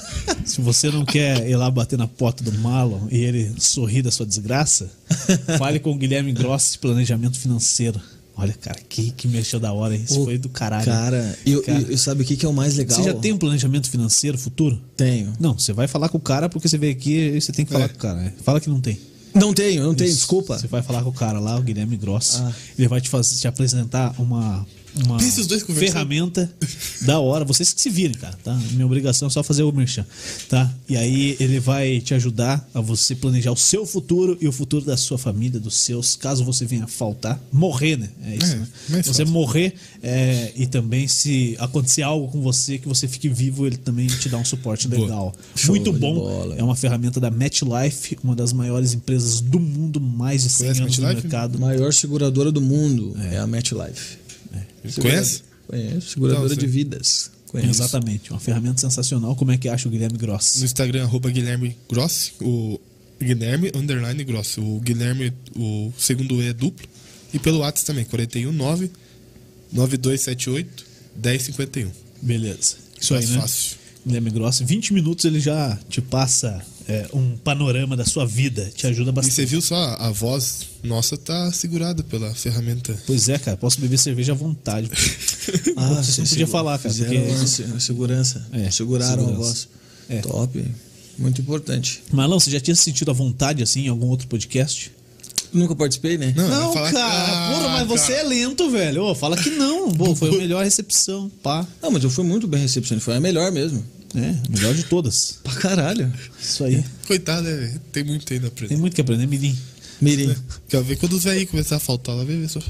se você não quer ir lá bater na porta do Marlon e ele sorrir da sua desgraça, fale com o Guilherme Grossi de Planejamento Financeiro. Olha, cara, que, que mexeu da hora, hein? Isso Ô, foi do caralho. Cara, e Cara. eu, eu, sabe o que, que é o mais legal? Você já tem um planejamento financeiro futuro? Tenho. Não, você vai falar com o cara porque você veio aqui e você tem que falar É. com o cara. né? Fala que não tem. Não tenho, não tenho, Isso. desculpa. Você vai falar com o cara lá, o Guilherme Grossi. Ah. Ele vai te, fazer, te apresentar uma, uma Pensa os dois conversando. ferramenta da hora. Vocês que se virem, cara, tá? Minha obrigação é só fazer o merchan, tá? E aí ele vai te ajudar a você planejar o seu futuro e o futuro da sua família, dos seus, caso você venha a faltar. Morrer, né? É isso, É, né? mais Você fácil. morrer é, e também se acontecer algo com você, que você fique vivo, ele também te dá um suporte Boa. legal. Show Muito de bom. bola. É uma ferramenta da MetLife, uma das maiores empresas do mundo, mais de cem Conhece anos no MetLife? mercado. Maior seguradora do mundo é, a MetLife. Conhece? Conheço, seguradora Não, de sei. vidas. Conheço. Exatamente, uma ferramenta sensacional. Como é que acha o Guilherme No Grossi? Instagram, arroba Guilherme Grossi, o Guilherme underline Grossi. O Guilherme, o segundo E é duplo. E pelo WhatsApp também, quatro um nove, nove dois sete oito, um zero cinco um. Beleza. Isso aí, Mais né? fácil. Guilherme Grossi, vinte minutos ele já te passa é, um panorama da sua vida, te ajuda E bastante. você viu só, a voz nossa tá segurada pela ferramenta. Pois é, cara, posso beber cerveja à vontade. Ah, Você sim, não podia segu- falar, cara, Fizeram porque- uma se- segurança. É, Seguraram segurança. a voz. É. Top. Muito importante. Marlon, você já tinha se sentido à vontade assim em algum outro podcast? Nunca participei, né? Não, Não, eu ia falar- cara, Ah, porra, mas você cara. é lento, velho. Ô, fala que não. Pô, foi a melhor recepção, pá. Não, mas eu fui muito bem recepcionado. Foi a melhor mesmo. É, melhor de todas. Pra caralho. Isso aí. Coitado, né? Tem muito ainda pra Tem aprender. muito que aprender, Mirim. Mirim. Quer ver quando os velhos começar a faltar lá, vem ver só.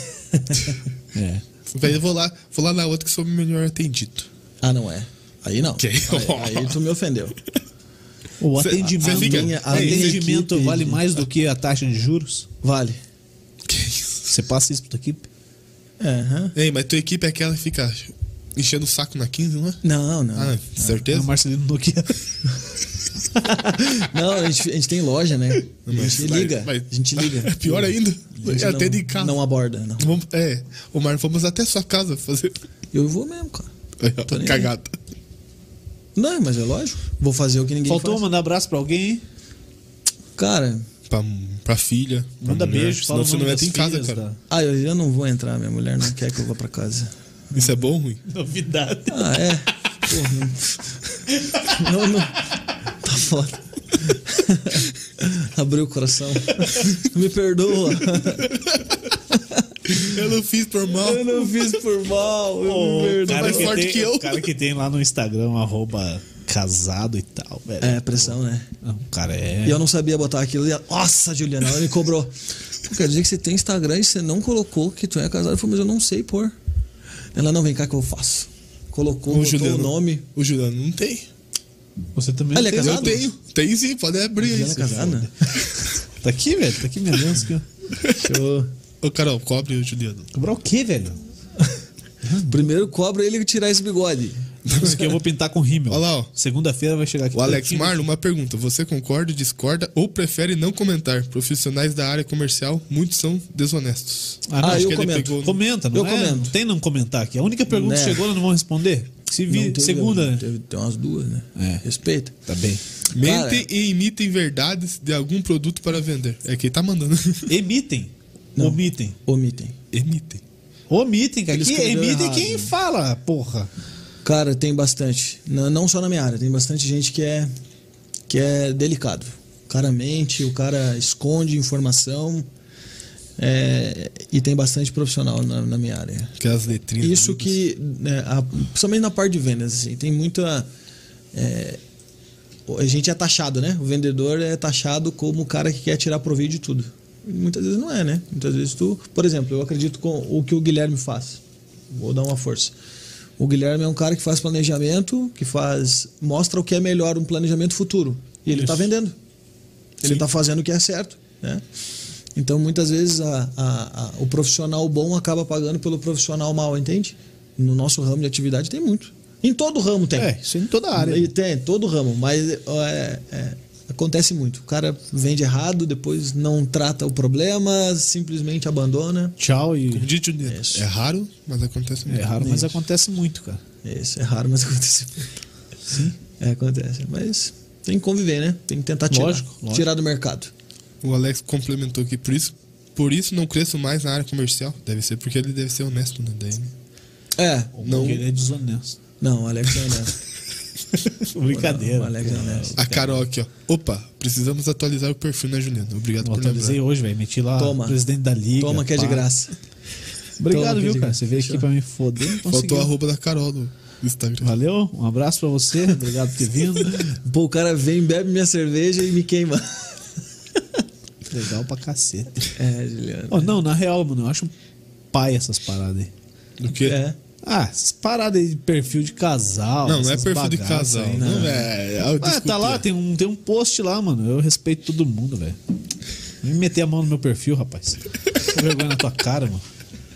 É. Daí eu vou lá, vou lá na outra que sou melhor atendido. Ah, não é. Aí não. Ok. Aí, aí tu me ofendeu. O Cê- atendimento, cê fica- minha- a minha atendimento equipe- vale mais do que a taxa de juros? Vale. Que isso? Você passa isso pra tua equipe? É, aham. Ei, mas tua equipe é aquela que fica enchendo o saco na quinze, não é? Não, não. Ah, É certeza? o Marcelino Nokia. Não, a gente, a gente tem loja, né? A Mas- gente mas- liga. mas- A gente liga. É pior ainda. A gente Até não, de casa. não aborda, não. Vamos, é, o Mar, vamos até sua casa fazer. Eu vou mesmo, cara. Tô nem Cagada. Não, mas é lógico. Vou fazer o que ninguém Faltou faz. mandar abraço pra alguém, hein? Cara, Pra, pra filha. pra Manda mulher, beijo, fala senão o você nome não das entra em casa, filhas cara. da- ah, eu, eu não vou entrar. Minha mulher não quer que eu vá pra casa. Isso é bom ou ruim? Novidade. Ah, é? Porra, não. não, não. Tá foda. Abriu o coração. Me perdoa. Eu não fiz por mal. Eu não fiz por mal. Ô, eu o cara mais que forte tem- que eu. O cara que tem lá no Instagram, arroba casado e tal, velho. É, pressão, né? Não, o cara é. E eu não sabia botar aquilo. E ela, nossa, Juliana, ela me cobrou. Pô, quer dizer que você tem Instagram e você não colocou que tu é casado? Eu falei, mas eu não sei pôr. Ela, não, vem cá que eu faço. Colocou, O botou Juliano, o nome. O Juliano não tem. Você também Ele é tem, casado? Eu tenho. Tem sim, pode abrir Juliana isso. é casada, né? Tá aqui, velho. Tá aqui minha aliança aqui, ó. Show. Ô, Carol, cobre o Juliano. Cobrar o quê, velho? Primeiro cobra ele tirar esse bigode. Isso aqui eu vou pintar com rímel. Olha lá, ó. Segunda-feira vai chegar aqui. O Alex tanquinho. Marlon, uma pergunta. Você concorda, discorda ou prefere não comentar? Profissionais da área comercial, muitos são desonestos. Ah, não, Ah, acho eu que ele comento. pegou, né? Comenta, não Eu é? comento. Não tem não comentar aqui. A única pergunta Né? que chegou, nós não vamos responder. Se vi, Não teve- segunda, né? Teve, tem umas duas, né? É. Respeita. Tá bem. Mentem e imitem verdades de algum produto para vender. É quem tá mandando. Emitem. Não. Omitem. Omitem. Emitem. Omitem, cara. Ele Aqui escreveu emitem errado. quem fala, porra. Cara, tem bastante. Não, não só na minha área, tem bastante gente que é, que é delicado. O cara mente, o cara esconde informação. é, e tem bastante profissional na, na minha área. Que é as letrinhas. Isso que, né, a- principalmente na parte de vendas, assim, tem muita. é, a gente é taxado, né? O vendedor é taxado como o cara que quer tirar proveito de tudo. E muitas vezes não é, né? Muitas vezes tu. Por exemplo, eu acredito com o que o Guilherme faz. Vou dar uma força. O Guilherme é um cara que faz planejamento, que faz. Mostra o que é melhor, um planejamento futuro. E ele está Isso. vendendo. Ele está fazendo o que é certo, né? Então, muitas vezes, a, a- a- o profissional bom acaba pagando pelo profissional mal, entende? No nosso ramo de atividade tem muito. Em todo ramo tem. É, isso em toda a área. E tem, todo ramo, mas é, é, acontece muito. O cara vende errado, depois não trata o problema, simplesmente abandona. Tchau e. Como diz Juliano, Isso. é raro, mas acontece muito. É raro, mas Isso. acontece muito, cara. Isso, é raro, mas acontece muito. Sim. É, acontece. Mas tem que conviver, né? Tem que tentar tirar. Lógico, lógico. Tirar do mercado. O Alex complementou aqui, por isso, por isso não cresço mais na área comercial. Deve ser porque ele deve ser honesto, né? Daí, né? É. Não. Não. Ele é desonesto. Não, o Alex é honesto. Brincadeira. O Alex é honesto. A Carol aqui, ó. Opa, precisamos atualizar o perfil, né, Juliano? Obrigado Eu por atualizei lembrar. hoje, velho. Meti lá Toma. o presidente da liga. Toma que é de pá. graça. Obrigado, Toma que é viu, de cara? graça. Você veio aqui Fechou. pra me foder. Não Faltou conseguiu. a arroba da Carol no Instagram. Valeu, um abraço pra você. Obrigado por ter vindo. Pô, o cara vem, bebe minha cerveja e me queima. Legal pra cacete. É, Juliano. Oh, não, na real, mano, eu acho um pai essas paradas aí. Do que? É. Ah, essas paradas aí de perfil de casal. Não, não é essas perfil de bagaças casal. aí, Não, né? é. é Ah, desculpa. tá lá, tem um, tem um post lá, mano. Eu respeito todo mundo, velho. Não me meter a mão no meu perfil, rapaz. Com vergonha na tua cara, mano.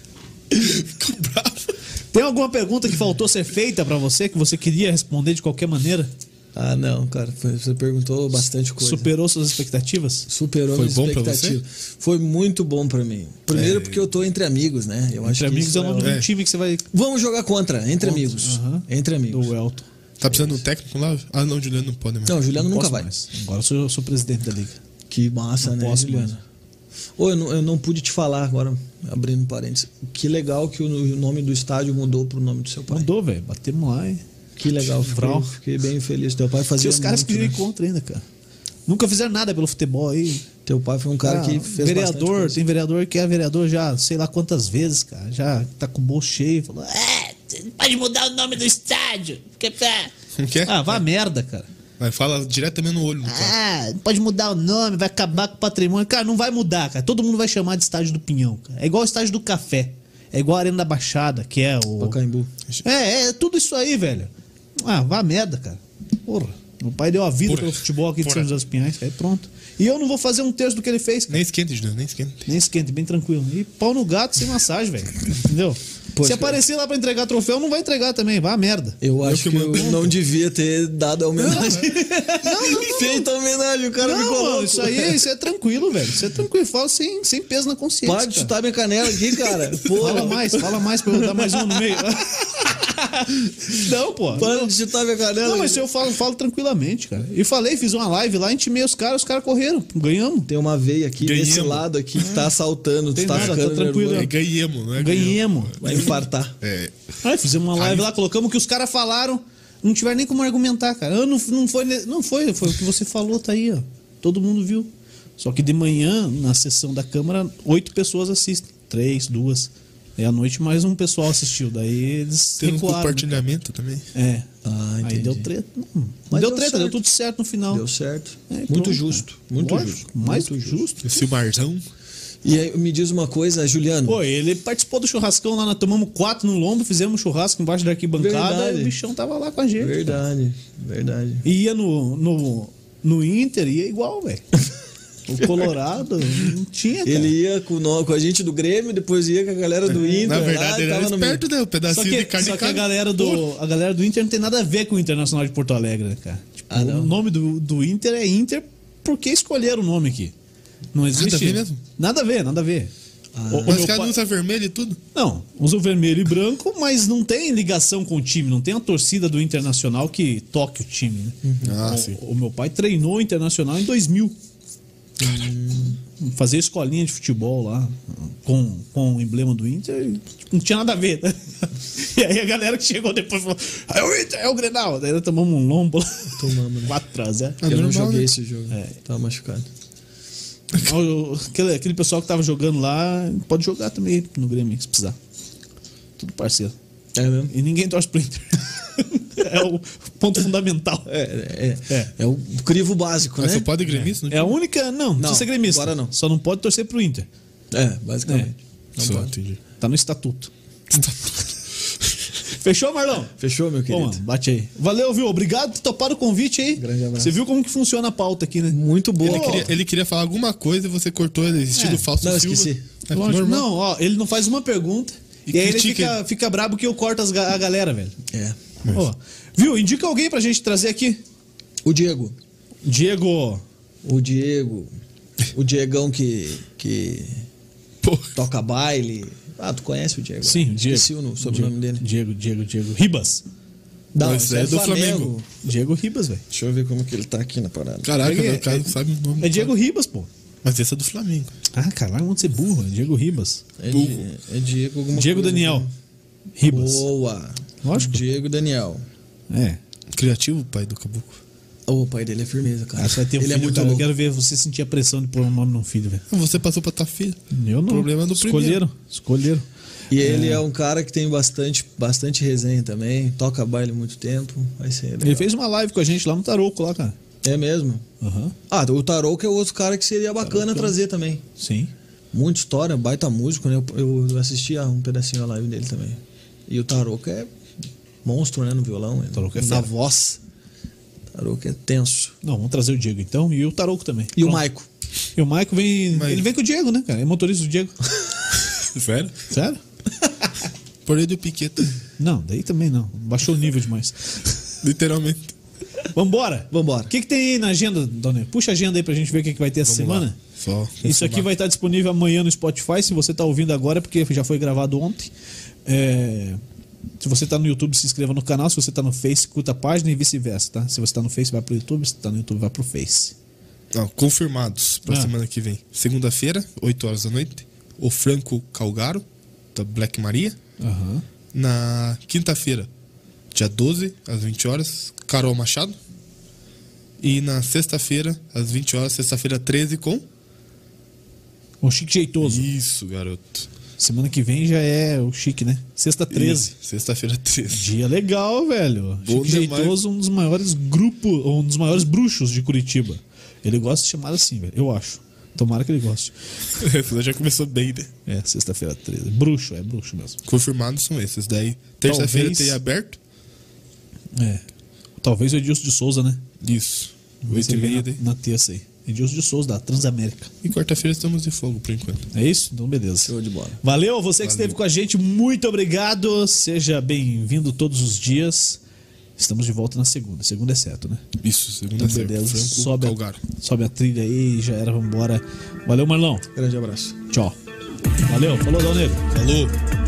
Fico bravo. Tem alguma pergunta que faltou ser feita pra você, que você queria responder de qualquer maneira? Ah, não, cara. foi- Você perguntou bastante coisa. Superou suas expectativas? Superou Foi minhas bom pra expectativas. Foi muito bom pra mim. Primeiro É. porque eu tô entre amigos, né? Eu acho Entre que amigos isso é o nome é- de um é. time que você vai... Vamos jogar contra, entre amigos. Aham. Entre amigos. Do Elton. Tá precisando de um técnico lá? Ah, não, Juliano não pode mais. Não, o Juliano nunca Posso vai. mais. Agora eu sou, eu sou presidente da liga. Que massa, Não né, posso Juliano? mais. Ô, eu não, eu não pude te falar agora, abrindo parênteses. Que legal que o, o nome do estádio mudou pro nome do seu pai. Mandou, velho. Batemos lá e... Que legal, fiquei, Vral. fiquei bem feliz. Teu pai Se fazia os caras muito, queriam ir né? contra ainda, cara. Nunca fizeram nada pelo futebol aí. Teu pai foi um cara Ah, que fez bastante vereador, coisa. tem vereador que é vereador já sei lá quantas vezes, cara. Já tá com o bolso cheio. Falou, é, você não pode mudar o nome do estádio. Porque tá... Não quer? Ah, vá a merda, cara. Mas fala diretamente no olho do cara. Ah, não pode mudar o nome, vai acabar com o patrimônio. Cara, não vai mudar, cara. Todo mundo vai chamar de estádio do Pinhão, cara. É igual o estádio do Café. É igual a Arena da Baixada, que é o... Pacaembu. É, é tudo isso aí, velho. Ah, vá a merda, cara. Porra. Meu pai deu a vida Porra. pelo futebol aqui de Porra. São José dos Pinhais. Aí pronto. E eu não vou fazer um terço do que ele fez, cara. Nem esquenta, Juliano, nem esquenta. Nem esquente, bem tranquilo. E pau no gato sem massagem, velho. Entendeu? Poxa, Se aparecer lá pra entregar troféu, não vai entregar também. Vai a merda. Eu acho que que, eu mando. não devia ter dado a homenagem. Não, não, Feita a homenagem, o cara Não, ficou mano, louco. isso aí isso é tranquilo, velho. Isso é tranquilo. Fala sem, sem peso na consciência. Para de cara. chutar minha canela aqui, cara. Porra. Fala mais, fala mais pra eu dar mais um no meio. Não, pô. Para Não, de chutar minha canela. não, mas eu falo, falo tranquilamente, cara. E falei, fiz uma live lá, intimei os caras, os caras correram. Ganhamos. Tem uma veia aqui Ganhamos. desse lado aqui que tá assaltando. Tem Tu tá nada, ficando tá tranquilo. nervoso. É, ganhemos, não é? Ganhamos. Vai infartar. É. Aí fizemos uma live lá, colocamos o que os caras falaram, não tiveram nem como argumentar, cara. Ah, não, não foi, ne- não foi, foi o que você falou, tá aí, ó. Todo mundo viu. Só que de manhã, na sessão da Câmara, oito pessoas assistem. três, duas. E à noite mais um pessoal assistiu. Daí eles Teve um recuaram. compartilhamento também. É. Ah, Aí entendi. deu treta. Não, Mas mas deu deu treta, certo. deu tudo certo no final. Deu certo. É, muito pronto, justo. cara. Muito Lógico, justo. mais muito justo. Esse Marzão. E aí, me diz uma coisa, Juliano. Pô, ele participou do churrascão lá, nós tomamos quatro no lombo, fizemos churrasco embaixo da arquibancada Verdade. e o bichão tava lá com a gente. Verdade, verdade. E ia no, no, no Inter, ia igual, velho. O Colorado não tinha, cara. Ele ia com, nó- com a gente do Grêmio, depois ia com a galera do Inter. Na lá, verdade, e ele tava era no meio. esperto, né? O Só pedacinho que, de carne só de que a carne. galera, do, a galera do Inter não tem nada a ver com o Internacional de Porto Alegre, né, cara? Tipo, Ah, não? o nome do, do Inter é Inter porque escolheram o nome aqui. Não existe. Nada a ver mesmo? Nada a ver, nada a ver. Ah. O- o Mas meu os caras pai- usam vermelho e tudo. Não, usa o vermelho e branco, mas não tem ligação com o time, não tem a torcida do Internacional que toque o time, né? Ah, o, sim. o meu pai treinou o Internacional em dois mil. Fazia escolinha de futebol lá, com, com o emblema do Inter, e, tipo, não tinha nada a ver, né? E aí a galera que chegou depois falou: é o Inter, é o Grenal. Daí nós tomamos um lombo lá. Tomamos, né? quatro a zero. É Eu não normal, joguei né? esse jogo. É. Tava machucado. O- Aquele, aquele pessoal que tava jogando lá pode jogar também no Grêmio, se precisar. Tudo parceiro. É mesmo? E ninguém torce pro Inter. É o ponto fundamental. É, é, É. é o crivo básico, Mas né? você pode gremista? É a única. Não, não Não, precisa ser gremista. agora não. Só não pode torcer pro Inter. É, basicamente. Não Só, pode. entendi. Tá no estatuto. Fechou, Marlão? Fechou, meu Bom, querido? mano, bate aí. Valeu, viu? Obrigado por topar o convite aí. Grande abraço. Você viu como que funciona a pauta aqui, né? Muito boa. Ele queria, ele queria falar alguma coisa e você cortou ele, estilo É. falso Não, Silva. esqueci. É Lógico. normal. Não, ó, ele não faz uma pergunta e, E aí ele critica fica, fica brabo que eu corto as ga- a galera, velho. É. Ó, viu? Indica alguém pra gente trazer aqui. O Diego. Diego. O Diego. O Diegão que, que Porra. toca baile. Ah, tu conhece o Diego? Sim, o Diego. Esqueci o sobrenome dele. Diego, Diego, Diego. Ribas. Não, Não, esse esse é é do do Flamengo. Flamengo. Diego Ribas, velho. Deixa eu ver como que ele tá aqui na parada. Caraca, É, o cara é- não sabe o nome. É Diego Ribas, pô. Mas esse é do Flamengo. Ah, caralho, vamos ser burro. É Diego Ribas. É, Di- é Diego alguma Diego coisa Daniel. assim. Ribas. Boa. Lógico. Diego Daniel. É. Criativo, pai do Caboclo. Oh, o pai dele é firmeza, cara. Ah, você vai ter um ele filho, é muito cara. Eu louco. quero ver você sentir a pressão de pôr um nome num filho, velho. Você passou pra tua filha. Eu não. Problema do Escolheram. Escolheram. E ele é um cara que tem bastante, bastante resenha também. Toca baile há muito tempo. Vai ser legal. Ele fez uma live com a gente lá no Tarouco, lá, cara. É mesmo? Aham. Ah, o Tarouco é outro cara que seria bacana trazer também. Sim. Muita história, baita músico, né? Eu, eu assisti a um pedacinho da live dele também. E o Tarouco é monstro, né? No violão. O Tarouco é Na fera. voz. Tarouco é tenso. Não, vamos trazer o Diego então e o Tarouco também. E o Pronto. Maico. E o Maico vem. Maico. Ele vem com o Diego, né, cara? É motorista do Diego. Sério? Sério? Por aí do Piqueta. Não, daí também não. Baixou o nível demais. Literalmente. Vambora. Vambora. O que, que tem aí na agenda, Dona? Puxa a agenda aí pra gente ver o que, que vai ter essa Vamos lá. semana. Só. Isso aqui vai estar disponível amanhã no Spotify, se você está ouvindo agora, porque já foi gravado ontem. É, Se você está no YouTube, se inscreva no canal. Se você está no Face, curta a página e vice-versa, tá? Se você está no Face, vai pro YouTube. Se está no YouTube, vai pro Face. Não, confirmados pra Ah. semana que vem. Segunda-feira, oito horas da noite. O Franco Calgaro, da Black Maria. Aham. Na quinta-feira, dia doze, às vinte horas, Carol Machado. E na sexta-feira, às vinte horas, sexta-feira treze, com. O Chique Jeitoso. Isso, garoto. Semana que vem já é o Chique, né? Sexta treze. Isso, sexta-feira treze. Dia legal, velho. Bom Chique demais. Jeitoso, um dos maiores grupos, um dos maiores bruxos de Curitiba. Ele gosta de chamar assim, velho. Eu acho. Tomara que ele goste. Essa já começou bem, né? É, sexta-feira treze. Bruxo, é bruxo mesmo. Confirmados são esses. Daí, terça-feira Talvez- tem aberto. É. Talvez o Edilson de Souza, né? Isso. Vamos ver se Oito e ele vem meia na, daí. na terça aí. Edilson de Souza, da Transamérica. E quarta-feira estamos de fogo, por enquanto. É isso? Então, beleza. Show de bola. Valeu, você que Valeu. esteve com a gente, muito obrigado. Seja bem-vindo todos os dias. Estamos de volta na segunda. Segunda é certo, né? Isso, Então, segunda-feira. beleza. Franco Sobe a, Calgaro. sobe a trilha aí e já era, vambora. Valeu, Marlão. Grande abraço. Tchau. Valeu, falou, Dal Negro. Falou!